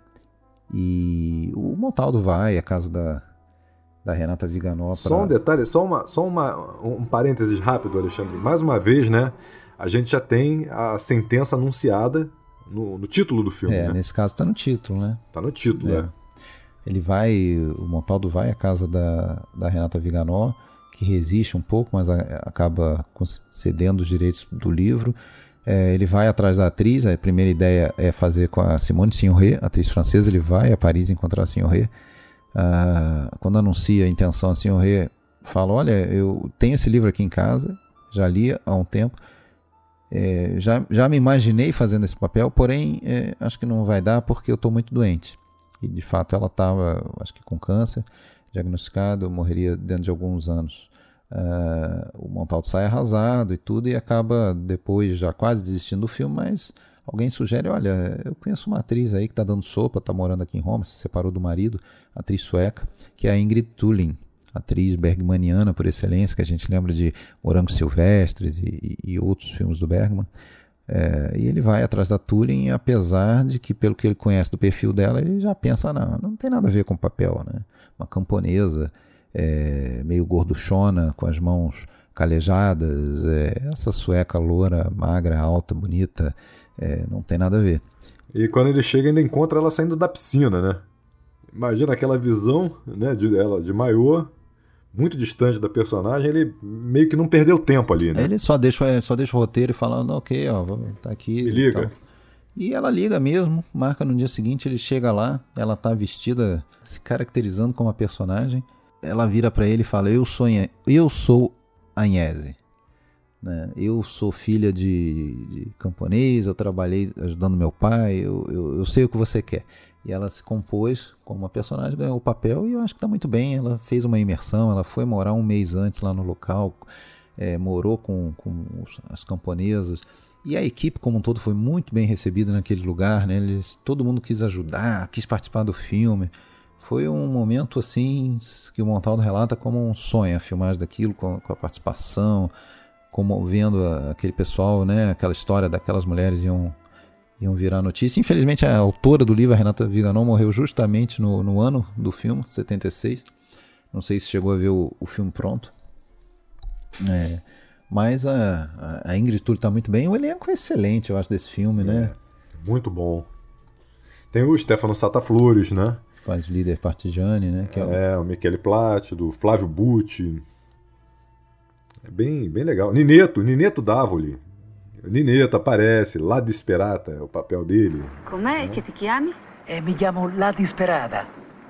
Speaker 1: E o Montaldo vai à casa da, da Renata Viganò. Pra...
Speaker 2: Só um detalhe, só, uma, só uma, um parênteses rápido, Alexandre. Mais uma vez, né, a gente já tem a sentença anunciada no, no título do filme.
Speaker 1: É,
Speaker 2: né?
Speaker 1: Nesse caso está no título, né?
Speaker 2: Está no título, é.
Speaker 1: é. Ele vai, o Montaldo vai à casa da, da Renata Viganò, que resiste um pouco, mas a, acaba cedendo os direitos do livro. É, ele vai atrás da atriz, a primeira ideia é fazer com a Simone Signoret, atriz francesa. Ele vai a Paris encontrar a Signoret. Ah, quando anuncia a intenção, a Signoret fala: olha, eu tenho esse livro aqui em casa, já li há um tempo, é, já, já me imaginei fazendo esse papel, porém é, acho que não vai dar porque eu estou muito doente. E de fato ela estava, acho que com câncer, diagnosticado, morreria dentro de alguns anos. Uh, o Montaldo sai arrasado e tudo, e acaba depois já quase desistindo do filme, mas alguém sugere: olha, eu conheço uma atriz aí que está dando sopa, está morando aqui em Roma, se separou do marido, atriz sueca, que é a Ingrid Thulin, atriz bergmaniana por excelência, que a gente lembra de Morangos Silvestres e, e, e outros filmes do Bergman. É, e ele vai atrás da Thulin, apesar de que, pelo que ele conhece do perfil dela, ele já pensa: não, não tem nada a ver com o papel, né? Uma camponesa, é, meio gorduchona, com as mãos calejadas, é, essa sueca loura, magra, alta, bonita, é, não tem nada a ver.
Speaker 2: E quando ele chega, ainda encontra ela saindo da piscina, né? Imagina aquela visão, né, de ela de maiô, muito distante da personagem. Ele meio que não perdeu tempo ali, né?
Speaker 1: Ele só deixa, só deixa o roteiro e fala: ok, ó, tá aqui.
Speaker 2: Me liga.
Speaker 1: Então. E ela liga mesmo, marca no dia seguinte, ele chega lá, ela tá vestida, se caracterizando como a personagem. Ela vira para ele e fala: eu sou, eu sou Agnese, né? Eu sou filha de, de camponês, eu trabalhei ajudando meu pai, eu, eu, eu sei o que você quer. E ela se compôs como uma personagem, ganhou o papel, e eu acho que está muito bem. Ela fez uma imersão, ela foi morar um mês antes lá no local, é, morou com, com as camponesas, e a equipe como um todo foi muito bem recebida naquele lugar, né? Eles, todo mundo quis ajudar, quis participar do filme. Foi um momento assim que o Montaldo relata como um sonho, a filmagem daquilo, com, com a participação, como vendo aquele pessoal, né? Aquela história daquelas mulheres iam, iam virar notícia. Infelizmente a autora do livro, a Renata Viganò, morreu justamente no, no ano do filme, setenta e seis. Não sei se chegou a ver o, o filme pronto. É, mas a, a Ingrid Thulin está muito bem. O elenco é excelente, eu acho, desse filme, é, né?
Speaker 2: Muito bom. Tem o Stefano Satta-Flores, né?
Speaker 1: Faz líder partigiani, né? Que é, o...
Speaker 2: é, o Michele Plácido, Flávio Bucci. É bem, bem legal. Nineto, Nineto Davoli. O Nineto aparece, La Disperata é o papel dele.
Speaker 14: Com'è che ti chiami?
Speaker 13: Eh, mi chiamo La Disperata.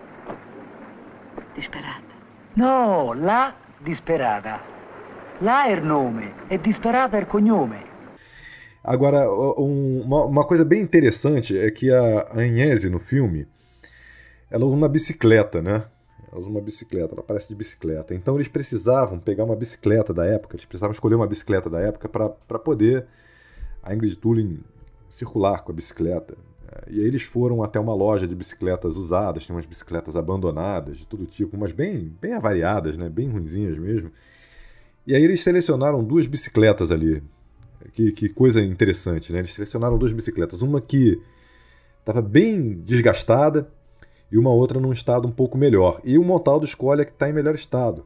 Speaker 14: Disperata?
Speaker 13: No, La Disperata. La è il nome e Disperata è il cognome.
Speaker 2: Agora, um, uma, uma coisa bem interessante é que a Agnese no filme, ela usa uma bicicleta, né? Ela usa uma bicicleta, ela aparece de bicicleta. Então eles precisavam pegar uma bicicleta da época, eles precisavam escolher uma bicicleta da época para poder a Ingrid Thulin circular com a bicicleta. E aí eles foram até uma loja de bicicletas usadas, tinha umas bicicletas abandonadas, de todo tipo, mas bem, bem avariadas, né? Bem ruinzinhas mesmo. E aí eles selecionaram duas bicicletas ali. Que, que coisa interessante, né? Eles selecionaram duas bicicletas. Uma que estava bem desgastada e uma outra num estado um pouco melhor. E o Montaldo escolhe a que está em melhor estado.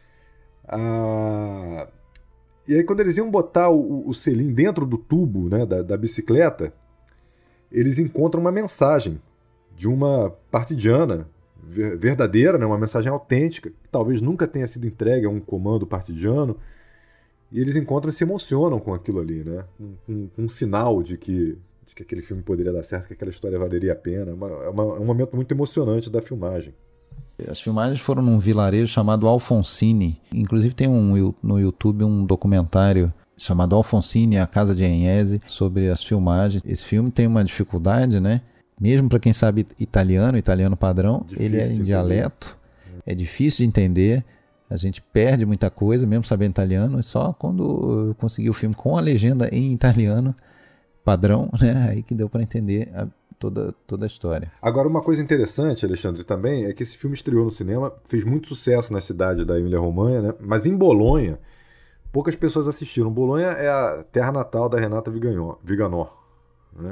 Speaker 2: Ah... E aí quando eles iam botar o, o selim dentro do tubo, né, da, da bicicleta, eles encontram uma mensagem de uma partidiana verdadeira, né, uma mensagem autêntica, que talvez nunca tenha sido entregue a um comando partidiano, e eles encontram e se emocionam com aquilo ali, né, um, um, um sinal de que, de que aquele filme poderia dar certo, que aquela história valeria a pena. É uma, é uma, é um momento muito emocionante da filmagem.
Speaker 1: As filmagens foram num vilarejo chamado Alfonsine. Inclusive tem um, no YouTube um documentário chamado Alfonsine, a Casa de Agnese, sobre as filmagens. Esse filme tem uma dificuldade, né? Mesmo para quem sabe italiano, italiano padrão, difícil ele é em dialeto, é difícil de entender, a gente perde muita coisa, mesmo sabendo italiano, e só quando eu consegui o filme com a legenda em italiano padrão, né? Aí que deu para entender a Toda, toda a história.
Speaker 2: Agora, uma coisa interessante, Alexandre, também, é que esse filme estreou no cinema, fez muito sucesso na cidade da Emília-Romanha, né? Mas em Bolonha, poucas pessoas assistiram. Bolonha é a terra natal da Renata Viganò, né?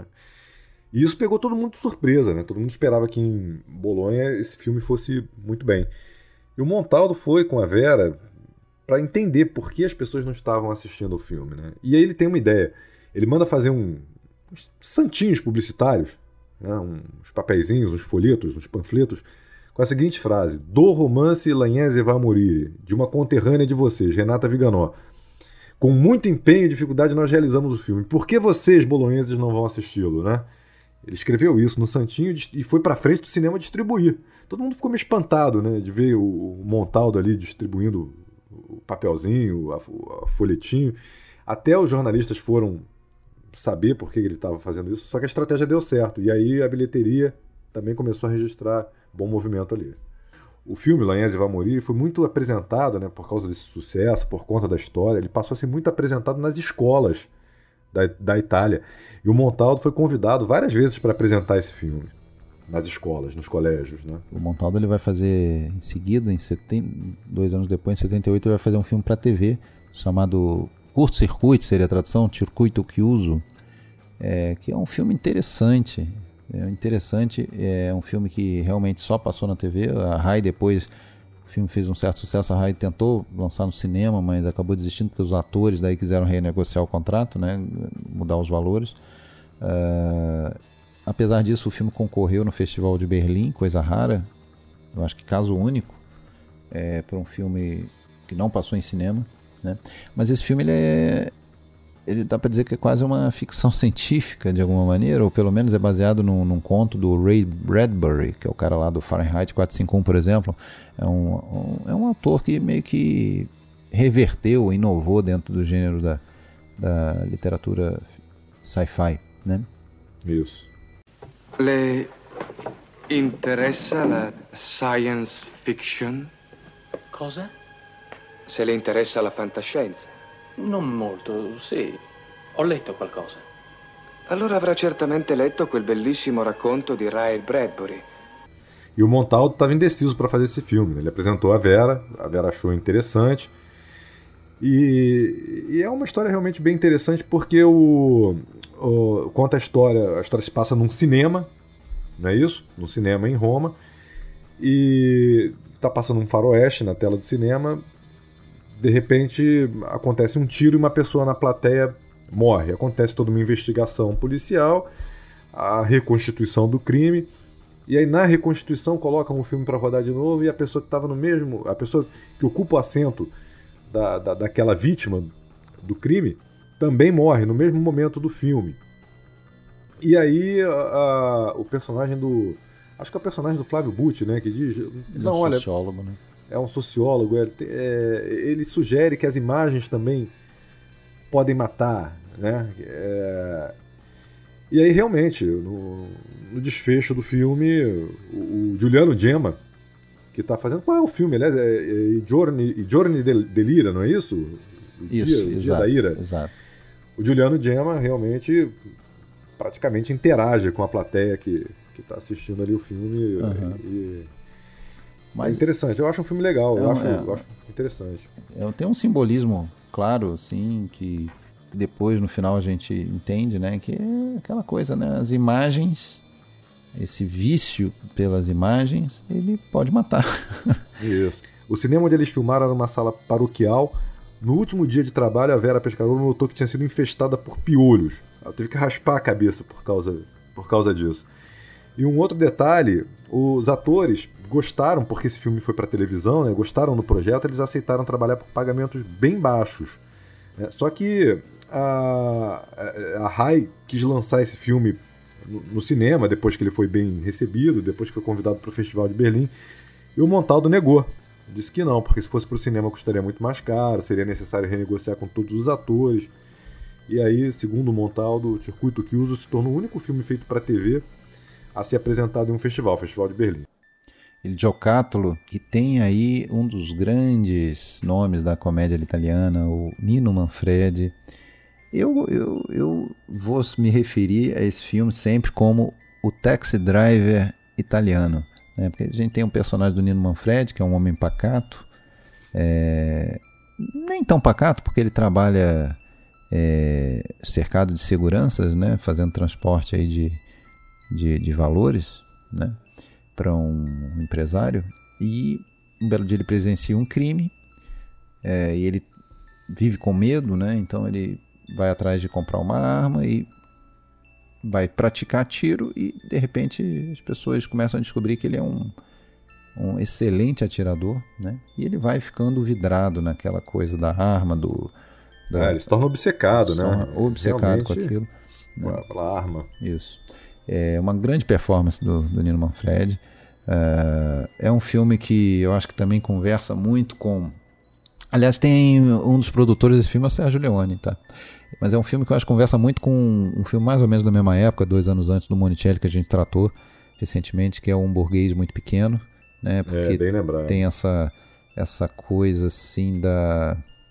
Speaker 2: E isso pegou todo mundo de surpresa, né? Todo mundo esperava que em Bolonha esse filme fosse muito bem. E o Montaldo foi com a Vera para entender por que as pessoas não estavam assistindo o filme, né? E aí ele tem uma ideia. Ele manda fazer um, uns santinhos publicitários, né, uns papeizinhos, uns folhetos, uns panfletos, com a seguinte frase: do romance L'Agnese va morire, de uma conterrânea de vocês, Renata Viganò. Com muito empenho e dificuldade nós realizamos o filme. Por que vocês, bolonheses, não vão assisti-lo, né? Ele escreveu isso no santinho e foi para frente do cinema distribuir. Todo mundo ficou meio espantado, né, de ver o Montaldo ali distribuindo o papelzinho, o folhetinho. Até os jornalistas foram saber por que ele estava fazendo isso, só que a estratégia deu certo, e aí a bilheteria também começou a registrar bom movimento ali. O filme L'Agnese va morire foi muito apresentado, né, por causa desse sucesso, por conta da história, ele passou a ser muito apresentado nas escolas da, da Itália, e o Montaldo foi convidado várias vezes para apresentar esse filme nas escolas, nos colégios, né?
Speaker 1: O Montaldo ele vai fazer em seguida, em setenta, dois anos depois, em setenta e oito, ele vai fazer um filme para T V chamado Curto-circuito, seria a tradução, Circuito Chiuso, é, que é um filme interessante, é interessante, é um filme que realmente só passou na T V. A Rai depois, o filme fez um certo sucesso, a Rai tentou lançar no cinema, mas acabou desistindo porque os atores daí quiseram renegociar o contrato, né, mudar os valores. Uh, apesar disso, o filme concorreu no Festival de Berlim, coisa rara, eu acho que caso único, é, para um filme que não passou em cinema. Né? Mas esse filme ele é, ele dá para dizer que é quase uma ficção científica de alguma maneira, ou pelo menos é baseado num, num conto do Ray Bradbury, que é o cara lá do Fahrenheit quatrocentos e cinquenta e um, por exemplo. É um, um, é um autor que meio que reverteu, inovou dentro do gênero da, da literatura sci-fi, né?
Speaker 2: Isso.
Speaker 15: Le interessa la science fiction?
Speaker 16: Cosa?
Speaker 15: Se le interessa la fantascienza.
Speaker 16: Non molto, sì. Ho letto qualcosa.
Speaker 15: Allora avrà certamente letto quel bellissimo racconto di Ray Bradbury.
Speaker 2: E o Montaldo estava indeciso para fazer esse filme, né? Ele apresentou a Vera, a Vera achou interessante. E, e é uma história realmente bem interessante porque o, o, conta a história, a história se passa num cinema, não é isso? Num cinema em Roma. E está passando um faroeste na tela do cinema. De repente acontece um tiro e uma pessoa na plateia morre. Acontece toda uma investigação policial, a reconstituição do crime, e aí na reconstituição colocam o filme para rodar de novo e a pessoa que estava no mesmo, a pessoa que ocupa o assento da, da, daquela vítima do crime também morre no mesmo momento do filme. E aí a, a, o personagem do, acho que é o personagem do Flávio Bucci, né, que diz,
Speaker 1: ele
Speaker 2: não,
Speaker 1: é um
Speaker 2: olha,
Speaker 1: sociólogo, né?
Speaker 2: É um sociólogo, é, é, ele sugere que as imagens também podem matar, né? É, e aí realmente, no, no desfecho do filme, o, o Giuliano Gemma, que está fazendo. Qual é o filme? Aliás, é, é Giorni, Giorni Dell'Ira, não é isso? O
Speaker 1: isso,
Speaker 2: dia,
Speaker 1: exato,
Speaker 2: o dia da ira.
Speaker 1: Exato.
Speaker 2: O Giuliano Gemma realmente praticamente interage com a plateia que está assistindo ali o filme. Uhum. E, Mas, é interessante, eu acho um filme legal, é, eu, acho, é, eu acho interessante.
Speaker 1: É, tem um simbolismo claro, assim, que depois no final a gente entende, né? Que é aquela coisa, né? As imagens, esse vício pelas imagens, ele pode matar.
Speaker 2: Isso. O cinema onde eles filmaram era uma sala paroquial. No último dia de trabalho, a Vera Pescarolo notou que tinha sido infestada por piolhos. Ela teve que raspar a cabeça por causa, por causa disso. E um outro detalhe, os atores gostaram, porque esse filme foi para televisão, né, gostaram do projeto, eles aceitaram trabalhar por pagamentos bem baixos. Né? Só que a, a Rai quis lançar esse filme no, no cinema, depois que ele foi bem recebido, depois que foi convidado para o Festival de Berlim, e o Montaldo negou. Disse que não, porque se fosse para o cinema custaria muito mais caro, seria necessário renegociar com todos os atores. E aí, segundo o Montaldo, o Circuito que Uso se tornou o único filme feito para T V a ser apresentado em um festival, o Festival de Berlim.
Speaker 1: Il Giocattolo, que tem aí um dos grandes nomes da comédia italiana, o Nino Manfredi. Eu, eu, eu vou me referir a esse filme sempre como o Taxi Driver italiano. Né? Porque a gente tem um personagem do Nino Manfredi, que é um homem pacato, é... nem tão pacato, porque ele trabalha é... cercado de seguranças, né? Fazendo transporte aí de, de, de valores, né? Para um empresário, e um belo dia ele presencia um crime, é... e ele vive com medo, né? Então ele vai atrás de comprar uma arma e vai praticar tiro, e de repente as pessoas começam a descobrir que ele é um, um excelente atirador, né? E ele vai ficando vidrado naquela coisa da arma, do... Da,
Speaker 2: é, ele se torna obcecado,
Speaker 1: se
Speaker 2: né?
Speaker 1: torna obcecado com aquilo.
Speaker 2: Né? Pela arma.
Speaker 1: Isso. É uma grande performance do, do Nino Manfredi. Uh, é um filme que eu acho que também conversa muito com... Aliás, tem um dos produtores desse filme, é o Sérgio Leone, tá? Mas é um filme que eu acho que conversa muito com um filme mais ou menos da mesma época, dois anos antes do Monicelli, que a gente tratou recentemente, que é Um Burguês Muito Pequeno, né? Porque
Speaker 2: é, bem lembrado.
Speaker 1: Tem essa, essa coisa assim da...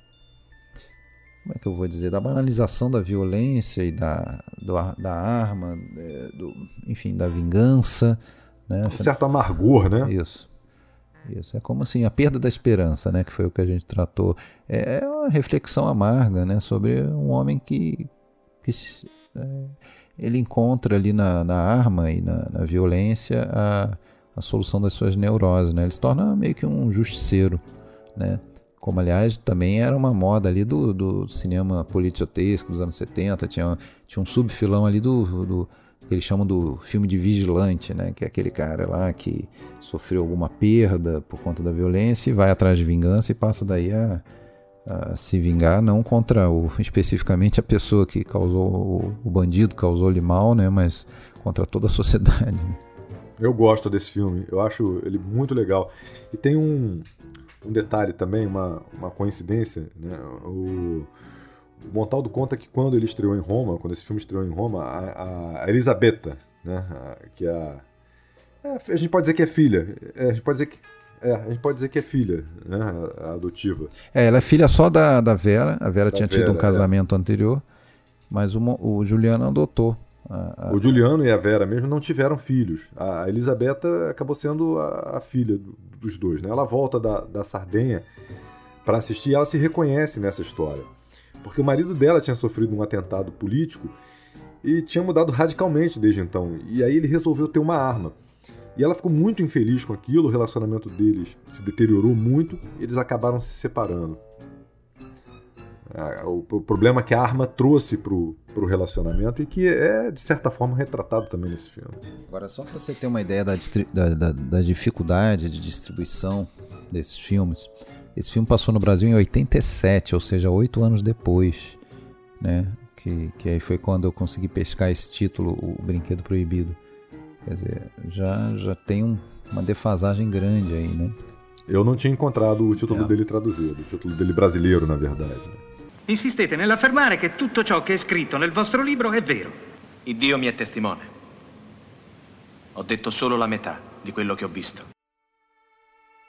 Speaker 1: Como é que eu vou dizer? Da banalização da violência e da, do, da arma, do, enfim, da vingança, né?
Speaker 2: Um certo amargor, né?
Speaker 1: Isso. Isso, é como assim, a perda da esperança, né, que foi o que a gente tratou. É uma reflexão amarga, né, sobre um homem que, que é, ele encontra ali na, na arma e na, na violência a, a solução das suas neuroses, né? Ele se torna meio que um justiceiro, né? Como, aliás, também era uma moda ali do, do cinema policiotesco dos anos setenta, tinha, tinha um subfilão ali do... do que eles chamam do filme de vigilante, né? Que é aquele cara lá que sofreu alguma perda por conta da violência e vai atrás de vingança e passa daí a, a se vingar, não contra o, especificamente a pessoa que causou o, o bandido, causou-lhe mal, né? Mas contra toda a sociedade. Né?
Speaker 2: Eu gosto desse filme, eu acho ele muito legal. E tem um, um detalhe também, uma, uma coincidência, né? O... O Montaldo conta que quando ele estreou em Roma, quando esse filme estreou em Roma, a, a Elisabetta, né, a, que é a, é, a gente pode dizer que é filha, é, a gente pode dizer que é, a gente pode dizer que é filha, né, a, a adotiva.
Speaker 1: É, ela é filha só da, da Vera. A Vera
Speaker 2: da
Speaker 1: tinha
Speaker 2: Vera,
Speaker 1: tido um casamento
Speaker 2: é.
Speaker 1: anterior, mas o, o Juliano adotou. A, a...
Speaker 2: O Juliano e a Vera mesmo não tiveram filhos. A Elisabetta acabou sendo a, a filha do, dos dois, né? Ela volta da, da Sardenha para assistir e ela se reconhece nessa história. Porque o marido dela tinha sofrido um atentado político e tinha mudado radicalmente desde então. E aí ele resolveu ter uma arma. E ela ficou muito infeliz com aquilo, o relacionamento deles se deteriorou muito e eles acabaram se separando. O problema que a arma trouxe para o relacionamento e que é, de certa forma, retratado também nesse filme.
Speaker 1: Agora, só para você ter uma ideia da, da, da, da dificuldade de distribuição desses filmes... Esse filme passou no Brasil em oitenta e sete, ou seja, oito anos depois, né? Que, que aí foi quando eu consegui pescar esse título, O Brinquedo Proibido. Quer dizer, já, já tem um, uma defasagem grande aí, né?
Speaker 2: Eu não tinha encontrado o título é. dele traduzido, o título dele brasileiro, na verdade.
Speaker 17: Insistete nell'affermare che tutto ciò che è scritto nel vostro libro è vero.
Speaker 8: Il Dio mi è testimone. Ho detto solo la metà di quello che ho visto.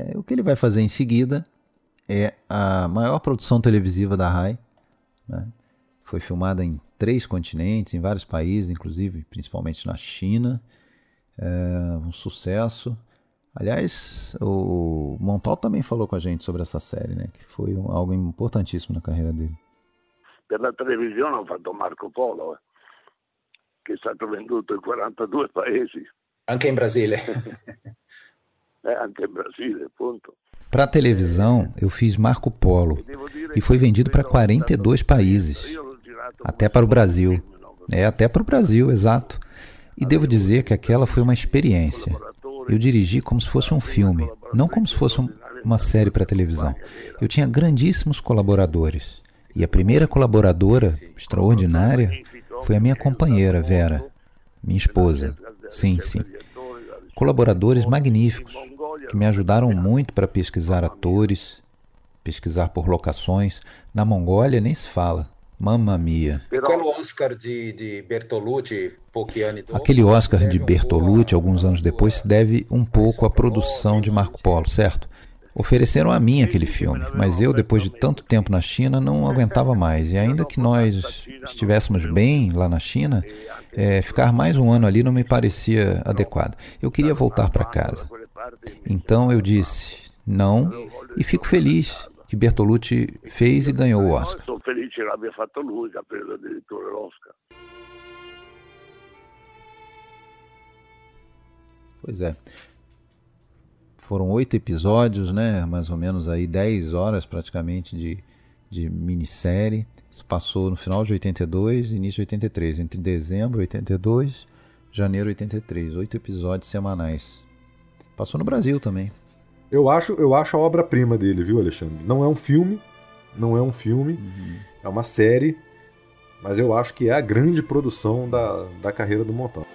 Speaker 1: É, o que ele vai fazer em seguida é a maior produção televisiva da Rai, né? Foi filmada em três continentes, em vários países, inclusive, principalmente na China. É um sucesso. Aliás, o Montal também falou com a gente sobre essa série, né? Que foi um, algo importantíssimo na carreira dele.
Speaker 3: Per la televisione ho fatto Marco Polo, eh, che è stato venduto in quarantadue paesi.
Speaker 6: Anche in Brasile.
Speaker 3: eh, anche in Brasile, appunto.
Speaker 1: Para a televisão, eu fiz Marco Polo e foi vendido para quarenta e dois países, até para o Brasil. É, até para o Brasil, exato. E devo dizer que aquela foi uma experiência. Eu dirigi como se fosse um filme, não como se fosse um, uma série para televisão. Eu tinha grandíssimos colaboradores. E a primeira colaboradora extraordinária foi a minha companheira, Vera, minha esposa. Sim, sim. Colaboradores magníficos, que me ajudaram muito para pesquisar atores, pesquisar por locações. Na Mongólia nem se fala. Mamma mia.
Speaker 6: Aquele Oscar de, de Bertolucci, pouchi anni dopo.
Speaker 1: Aquele Oscar de Bertolucci, alguns anos depois, se deve um pouco à produção de Marco Polo, certo? Ofereceram a mim aquele filme, mas eu, depois de tanto tempo na China, não aguentava mais. E ainda que nós estivéssemos bem lá na China, é, ficar mais um ano ali não me parecia adequado. Eu queria voltar para casa. Então eu disse não e fico feliz que Bertolucci fez e ganhou o Oscar.
Speaker 3: Sono felice che l'abbia fatto lui, che ha preso addirittura l'Oscar.
Speaker 1: Pois é. Foram oito episódios, né? Mais ou menos aí dez horas praticamente de, de minissérie. Isso passou no final de oitenta e dois e início de oitenta e três. Entre dezembro de oitenta e dois e janeiro de oitenta e três. Oito episódios semanais. Passou no Brasil também.
Speaker 2: Eu acho, eu acho a obra-prima dele, viu, Alexandre? Não é um filme, não é um filme, uhum. É uma série, mas eu acho que é a grande produção da, da carreira do Montal.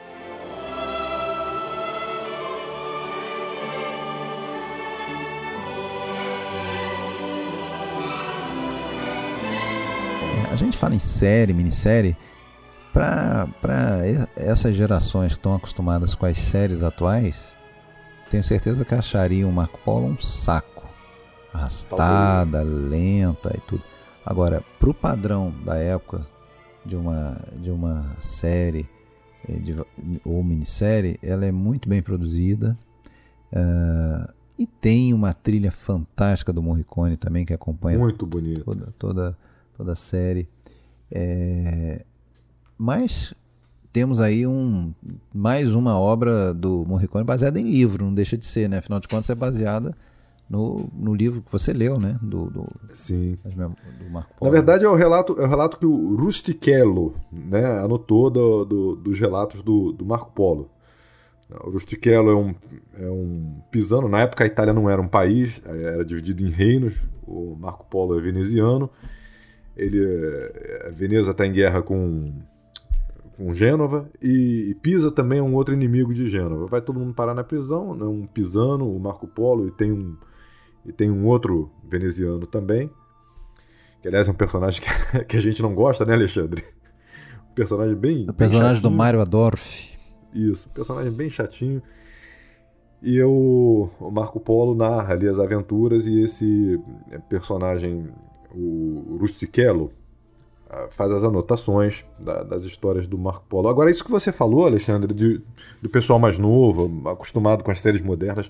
Speaker 1: A gente fala em série, minissérie, para essas gerações que estão acostumadas com as séries atuais, tenho certeza que achariam o Marco Polo um saco. Arrastada, Talvez. lenta e tudo. Agora, pro padrão da época de uma, de uma série de, ou minissérie, ela é muito bem produzida. Uh, e tem uma trilha fantástica do Morricone também, que acompanha
Speaker 2: muito bonito.
Speaker 1: toda, toda, toda a série. É, mas temos aí um, mais uma obra do Morricone baseada em livro, não deixa de ser, né? Afinal de contas é baseada no, no livro que você leu, né? Do, do,
Speaker 2: Sim.
Speaker 1: do Marco Polo.
Speaker 2: Na verdade é o relato, é o relato que o Rustichello, né, anotou do, do, dos relatos do, do Marco Polo. O Rustichello é um, é um pisano. Na época a Itália não era um país, era dividido em reinos. O Marco Polo é veneziano. Ele, a Veneza está em guerra com, com Gênova, e, e Pisa também é um outro inimigo de Gênova. Vai todo mundo parar na prisão, né? Um pisano, o Marco Polo, e tem um, e tem um outro veneziano também, que aliás é um personagem que, que a gente não gosta, né, Alexandre? Um personagem bem...
Speaker 1: O personagem do Mário Adorf.
Speaker 2: Isso, um personagem bem chatinho. E eu, o Marco Polo narra ali as aventuras, e esse personagem, o Rustichello, faz as anotações da, das histórias do Marco Polo. Agora, isso que você falou, Alexandre, de, do pessoal mais novo, acostumado com as séries modernas,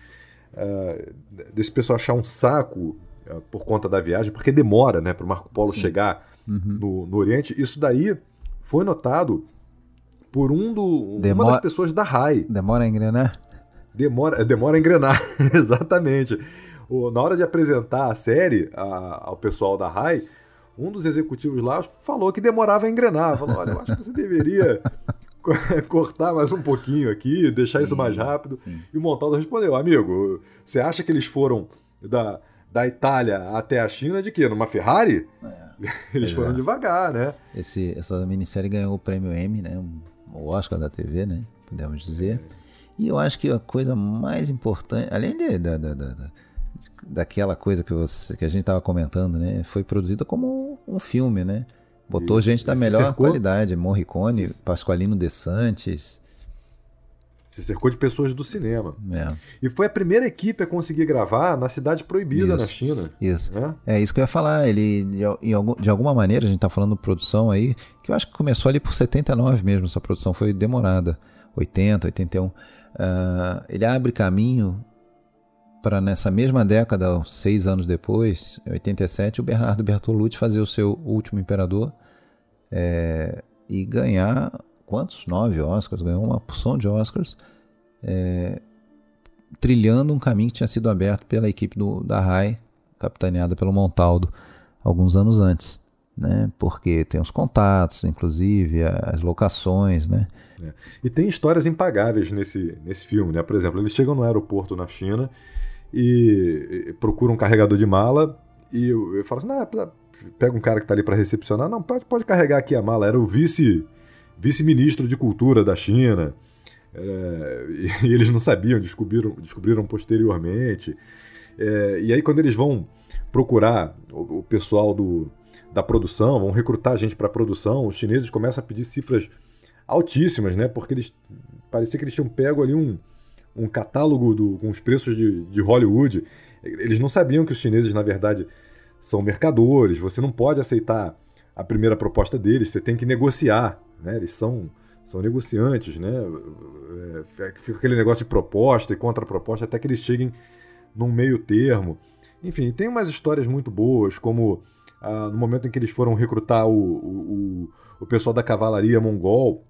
Speaker 2: uh, desse pessoal achar um saco uh, por conta da viagem, porque demora, né, para o Marco Polo Sim. chegar uhum. no, no Oriente. Isso daí foi notado por um do,
Speaker 1: demora,
Speaker 2: uma das pessoas da Rai.
Speaker 1: Demora a engrenar?
Speaker 2: Demora, demora a engrenar, exatamente. O, na hora de apresentar a série a, ao pessoal da Rai, um dos executivos lá falou que demorava a engrenar. Falou, olha, eu acho que você deveria cortar mais um pouquinho aqui, deixar sim, isso mais rápido. Sim. E o Montaldo respondeu, amigo, você acha que eles foram da, da Itália até a China de quê? Numa Ferrari? É, eles foram é. devagar, né?
Speaker 1: Esse, essa minissérie ganhou o prêmio Emmy, né? O Oscar da T V, né? Podemos dizer. É. E eu acho que a coisa mais importante, além de, da, da, da, daquela coisa que, você, que a gente estava comentando, né? Foi produzida como um filme, né? Botou e, gente da melhor cercou? qualidade. Morricone, Sim. Pasqualino de Santis.
Speaker 2: Se cercou de pessoas do cinema.
Speaker 1: É.
Speaker 2: E foi a primeira equipe a conseguir gravar na Cidade Proibida,
Speaker 1: isso,
Speaker 2: na China.
Speaker 1: Isso.
Speaker 2: É?
Speaker 1: é isso que eu ia falar. Ele, de, de alguma maneira, a gente está falando de produção aí, que eu acho que começou ali por setenta e nove mesmo, essa produção foi demorada. oitenta, oitenta e um. Uh, ele abre caminho para, nessa mesma década, seis anos depois, em oitenta e sete, o Bernardo Bertolucci fazer o seu Último Imperador é, e ganhar... Quantos? Nove Oscars, ganhou uma porção de Oscars, é, trilhando um caminho que tinha sido aberto pela equipe do, da Rai, capitaneada pelo Montaldo, alguns anos antes, né? Porque tem os contatos, inclusive, as locações, né?
Speaker 2: É. E tem histórias impagáveis nesse, nesse filme, né? Por exemplo, eles chegam no aeroporto na China e, e procuram um carregador de mala e eu, eu falo assim, nah, pega um cara que está ali para recepcionar, não, pode, pode carregar aqui a mala, era o vice... vice-ministro de cultura da China, é, e, e eles não sabiam, descobriram, descobriram posteriormente. É, e aí quando eles vão procurar o, o pessoal do, da produção, vão recrutar gente para a produção, os chineses começam a pedir cifras altíssimas, né? Porque eles parecia que eles tinham pego ali um, um catálogo do, com os preços de, de Hollywood. Eles não sabiam que os chineses, na verdade, são mercadores, você não pode aceitar a primeira proposta deles, você tem que negociar. Né? Eles são, são negociantes, né? É, fica aquele negócio de proposta e contraproposta até que eles cheguem num meio termo. Enfim, tem umas histórias muito boas, como ah, no momento em que eles foram recrutar o, o, o pessoal da cavalaria mongol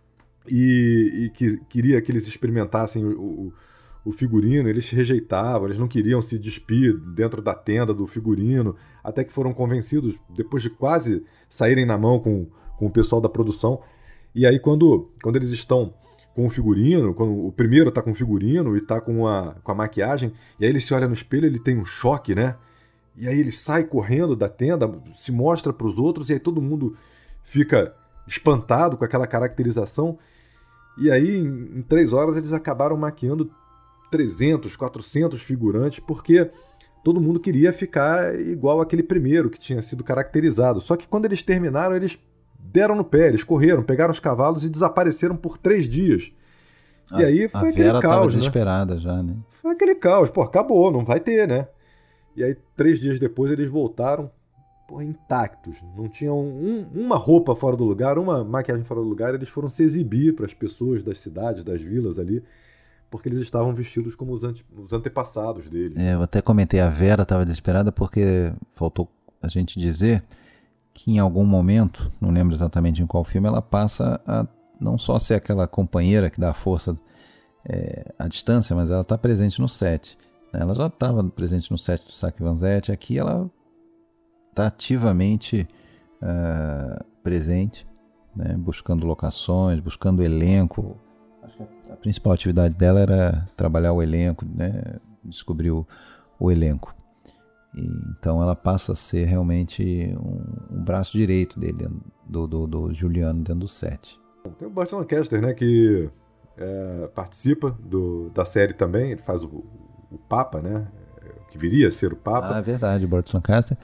Speaker 2: e, e que queria que eles experimentassem o, o, o figurino, eles rejeitavam, eles não queriam se despir dentro da tenda do figurino, até que foram convencidos, depois de quase saírem na mão com com o pessoal da produção, e aí quando, quando eles estão com o figurino, quando o primeiro está com o figurino e está com a, com a maquiagem, e aí ele se olha no espelho, ele tem um choque, né? E aí ele sai correndo da tenda, se mostra para os outros, e aí todo mundo fica espantado com aquela caracterização, e aí em, em três horas eles acabaram maquiando trezentos, quatrocentos figurantes, porque todo mundo queria ficar igual aquele primeiro que tinha sido caracterizado. Só que quando eles terminaram, eles deram no pé, eles correram, pegaram os cavalos e desapareceram por três dias. E
Speaker 1: a,
Speaker 2: aí foi
Speaker 1: a
Speaker 2: aquele
Speaker 1: Vera
Speaker 2: caos,
Speaker 1: tava
Speaker 2: né?
Speaker 1: desesperada já, né?
Speaker 2: Foi aquele caos, pô, acabou, não vai ter, né? E aí, três dias depois, eles voltaram, pô, intactos. Não tinham um, uma roupa fora do lugar, uma maquiagem fora do lugar. Eles foram se exibir para as pessoas das cidades, das vilas ali, porque eles estavam vestidos como os, ante, os antepassados deles.
Speaker 1: É, eu até comentei, a Vera estava desesperada porque faltou a gente dizer que em algum momento, não lembro exatamente em qual filme, ela passa a não só ser aquela companheira que dá força é, à distância, mas ela está presente no set. Ela já estava presente no set do Sacchi Vanzetti, aqui ela está ativamente uh, presente, né, buscando locações, buscando elenco. Acho que a principal atividade dela era trabalhar o elenco, né, descobrir o, o elenco. E, então ela passa a ser realmente um, um braço direito dele, do, do, do Juliano dentro do set.
Speaker 2: Tem o Burt Lancaster, né, que é, participa do, da série também, ele faz o, o Papa, né, que viria a ser o Papa.
Speaker 1: Ah, é verdade, Burt Lancaster.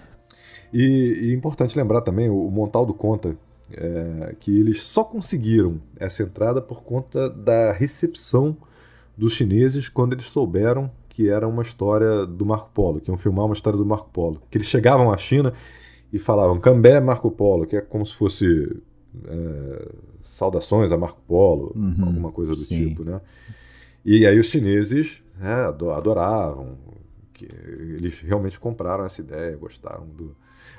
Speaker 2: E, e é importante lembrar também, o, o Montaldo conta é, que eles só conseguiram essa entrada por conta da recepção dos chineses quando eles souberam que era uma história do Marco Polo, que iam filmar uma história do Marco Polo. Que eles chegavam à China e falavam Cambé Marco Polo, que é como se fosse é, saudações a Marco Polo, uhum, alguma coisa do sim. tipo, né? E aí os chineses é, adoravam, que eles realmente compraram essa ideia, gostaram do...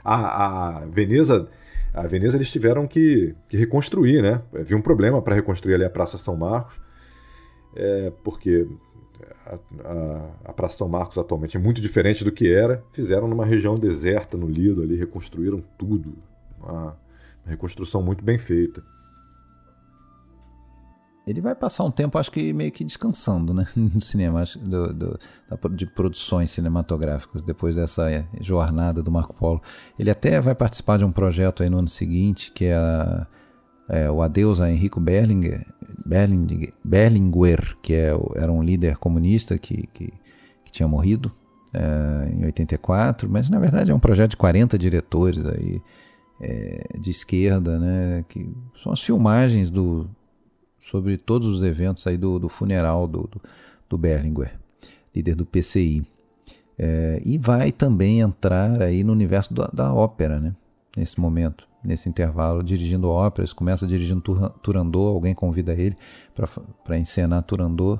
Speaker 2: A, a Veneza, a Veneza eles tiveram que, que reconstruir, né? Havia um problema para reconstruir ali a Praça São Marcos, é, porque a, a, a Praça São Marcos atualmente é muito diferente do que era. Fizeram numa região deserta no Lido ali, reconstruíram tudo. Uma, uma reconstrução muito bem feita.
Speaker 1: Ele vai passar um tempo, acho que meio que descansando, né, no cinema, acho, do, do, de produções cinematográficas, depois dessa jornada do Marco Polo. Ele até vai participar de um projeto aí no ano seguinte, que é, a, é o Adeus a Enrico Berlinguer, Berlinguer, Berlinguer que é, era um líder comunista que, que, que tinha morrido é, em oitenta e quatro, mas na verdade é um projeto de quarenta diretores aí, é, de esquerda, né, que são as filmagens do sobre todos os eventos aí do, do funeral do, do, do Berlinguer, líder do P C I. É, e vai também entrar aí no universo da, da ópera, né? Nesse momento, nesse intervalo, dirigindo óperas, começa dirigindo Turandot, alguém convida ele para encenar Turandot,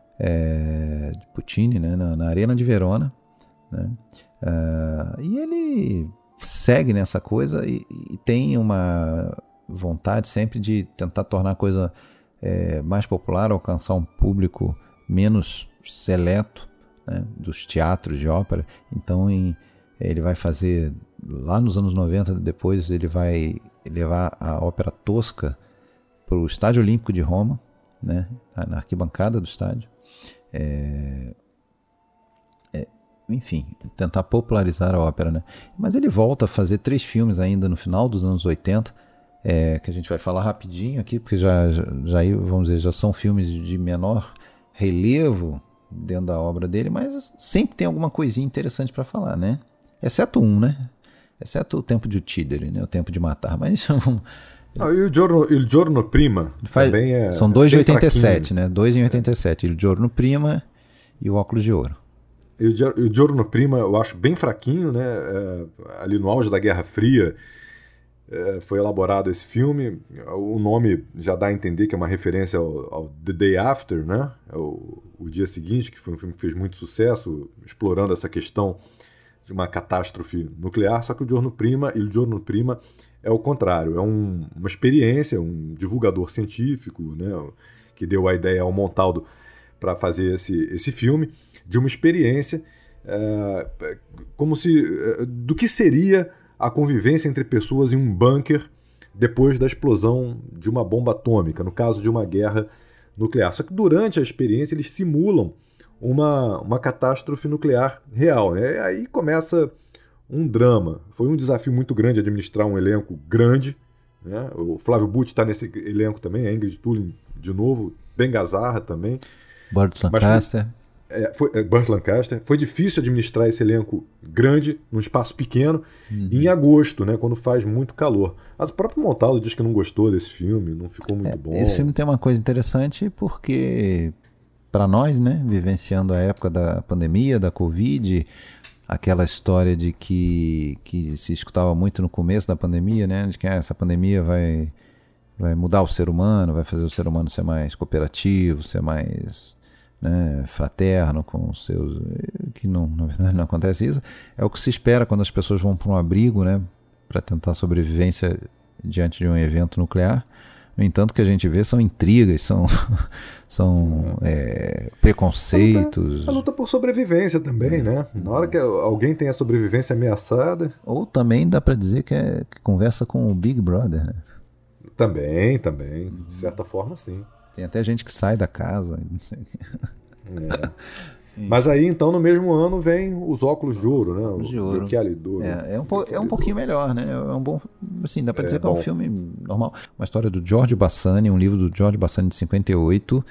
Speaker 1: é, de Puccini, né? na, na Arena de Verona, né? Uh, e ele segue nessa coisa e, e tem uma vontade sempre de tentar tornar a coisa é, mais popular, alcançar um público menos seleto, né, dos teatros de ópera. Então em, ele vai fazer, lá nos anos noventa, depois ele vai levar a ópera Tosca para o Estádio Olímpico de Roma, né, na arquibancada do estádio. É, é, enfim, tentar popularizar a ópera, né? Mas ele volta a fazer três filmes ainda no final dos anos oitenta, é, que a gente vai falar rapidinho aqui, porque já, já, já, vamos dizer, já são filmes de menor relevo dentro da obra dele, mas sempre tem alguma coisinha interessante para falar, né? Exceto um, né? Exceto o Tempo de Uccidere, né? O Tempo de Matar, mas...
Speaker 2: Ah, e o Giorno, il Giorno Prima
Speaker 1: faz,
Speaker 2: também é...
Speaker 1: São dois
Speaker 2: é
Speaker 1: de oitenta e sete,
Speaker 2: fraquinho.
Speaker 1: né? Dois em oitenta e sete. Il Giorno Prima e o Óculos de Ouro.
Speaker 2: E o Giorno Prima eu acho bem fraquinho, né? É, ali no auge da Guerra Fria é, foi elaborado esse filme. O nome já dá a entender que é uma referência ao, ao The Day After, né? O, o Dia Seguinte, que foi um filme que fez muito sucesso, explorando essa questão de uma catástrofe nuclear. Só que o Giorno Prima, Il Giorno Prima é o contrário, é um, uma experiência, um divulgador científico, né, que deu a ideia ao Montaldo para fazer esse, esse filme, de uma experiência é, como se, é, do que seria a convivência entre pessoas em um bunker depois da explosão de uma bomba atômica, no caso de uma guerra nuclear. Só que durante a experiência eles simulam uma, uma catástrofe nuclear real, né? Aí começa um drama. Foi um desafio muito grande administrar um elenco grande, né? O Flávio Butti está nesse elenco também, a Ingrid Tulin de novo, Ben Gazzara também.
Speaker 1: Burt Lancaster.
Speaker 2: Foi, é, foi, é, Burt Lancaster. Foi difícil administrar esse elenco grande num espaço pequeno, uhum. em agosto, né? Quando faz muito calor. Mas o próprio Montaldo diz que não gostou desse filme, não ficou muito
Speaker 1: é,
Speaker 2: bom.
Speaker 1: Esse filme tem uma coisa interessante porque, para nós, né, vivenciando a época da pandemia, da Covid, aquela história de que, que se escutava muito no começo da pandemia, né? De que ah, essa pandemia vai, vai mudar o ser humano, vai fazer o ser humano ser mais cooperativo, ser mais, né, fraterno com os seus... Que não, na verdade não acontece isso. É o que se espera quando as pessoas vão para um abrigo, né, para tentar sobrevivência diante de um evento nuclear. No entanto, o que a gente vê são intrigas, são, são é, preconceitos.
Speaker 2: A luta, a luta por sobrevivência também, né? Na hora que alguém tem a sobrevivência ameaçada...
Speaker 1: Ou também dá para dizer que, é, que conversa com o Big Brother, né?
Speaker 2: Também, também. De certa forma, sim.
Speaker 1: Tem até gente que sai da casa, não sei.
Speaker 2: É. Mas aí, então, no mesmo ano vem os Óculos de Ouro, né?
Speaker 1: Óculos de Ouro.
Speaker 2: O
Speaker 1: é, é, um po- é um pouquinho melhor, né? É um bom, assim, dá pra dizer
Speaker 2: é
Speaker 1: que é um filme normal. Uma história do George Bassani, um livro do George Bassani de cinquenta e oito.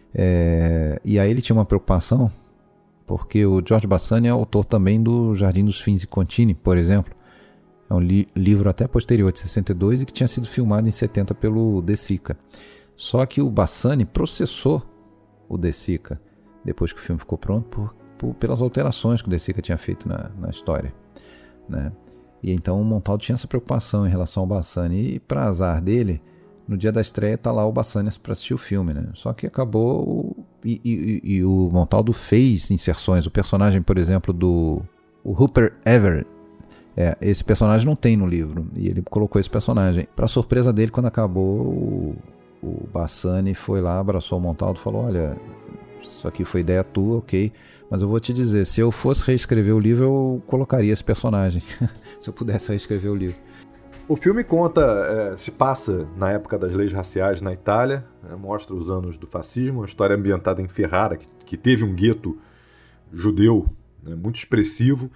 Speaker 1: É, e aí ele tinha uma preocupação, porque o George Bassani é autor também do Jardim dos Fins e Contini, por exemplo. É um li- livro até posterior, de sessenta e dois, e que tinha sido filmado em setenta pelo De Sica. Só que o Bassani processou o De Sica depois que o filme ficou pronto, por, por, pelas alterações que o De Sica tinha feito na, na história, né? E então o Montaldo tinha essa preocupação em relação ao Bassani, e para azar dele, no dia da estreia tá lá o Bassani para assistir o filme, né? Só que acabou, e, e, e o Montaldo fez inserções. O personagem, por exemplo, do o Rupert Everett, é, esse personagem não tem no livro, e ele colocou esse personagem. Para surpresa dele, quando acabou, o, o Bassani foi lá, abraçou o Montaldo e falou: olha, isso aqui foi ideia tua, ok, mas eu vou te dizer, se eu fosse reescrever o livro, eu colocaria esse personagem. Se eu pudesse reescrever o livro.
Speaker 2: O filme conta, é, se passa na época das leis raciais na Itália, né, mostra os anos do fascismo, uma história ambientada em Ferrara, que, que teve um gueto judeu, né, muito expressivo,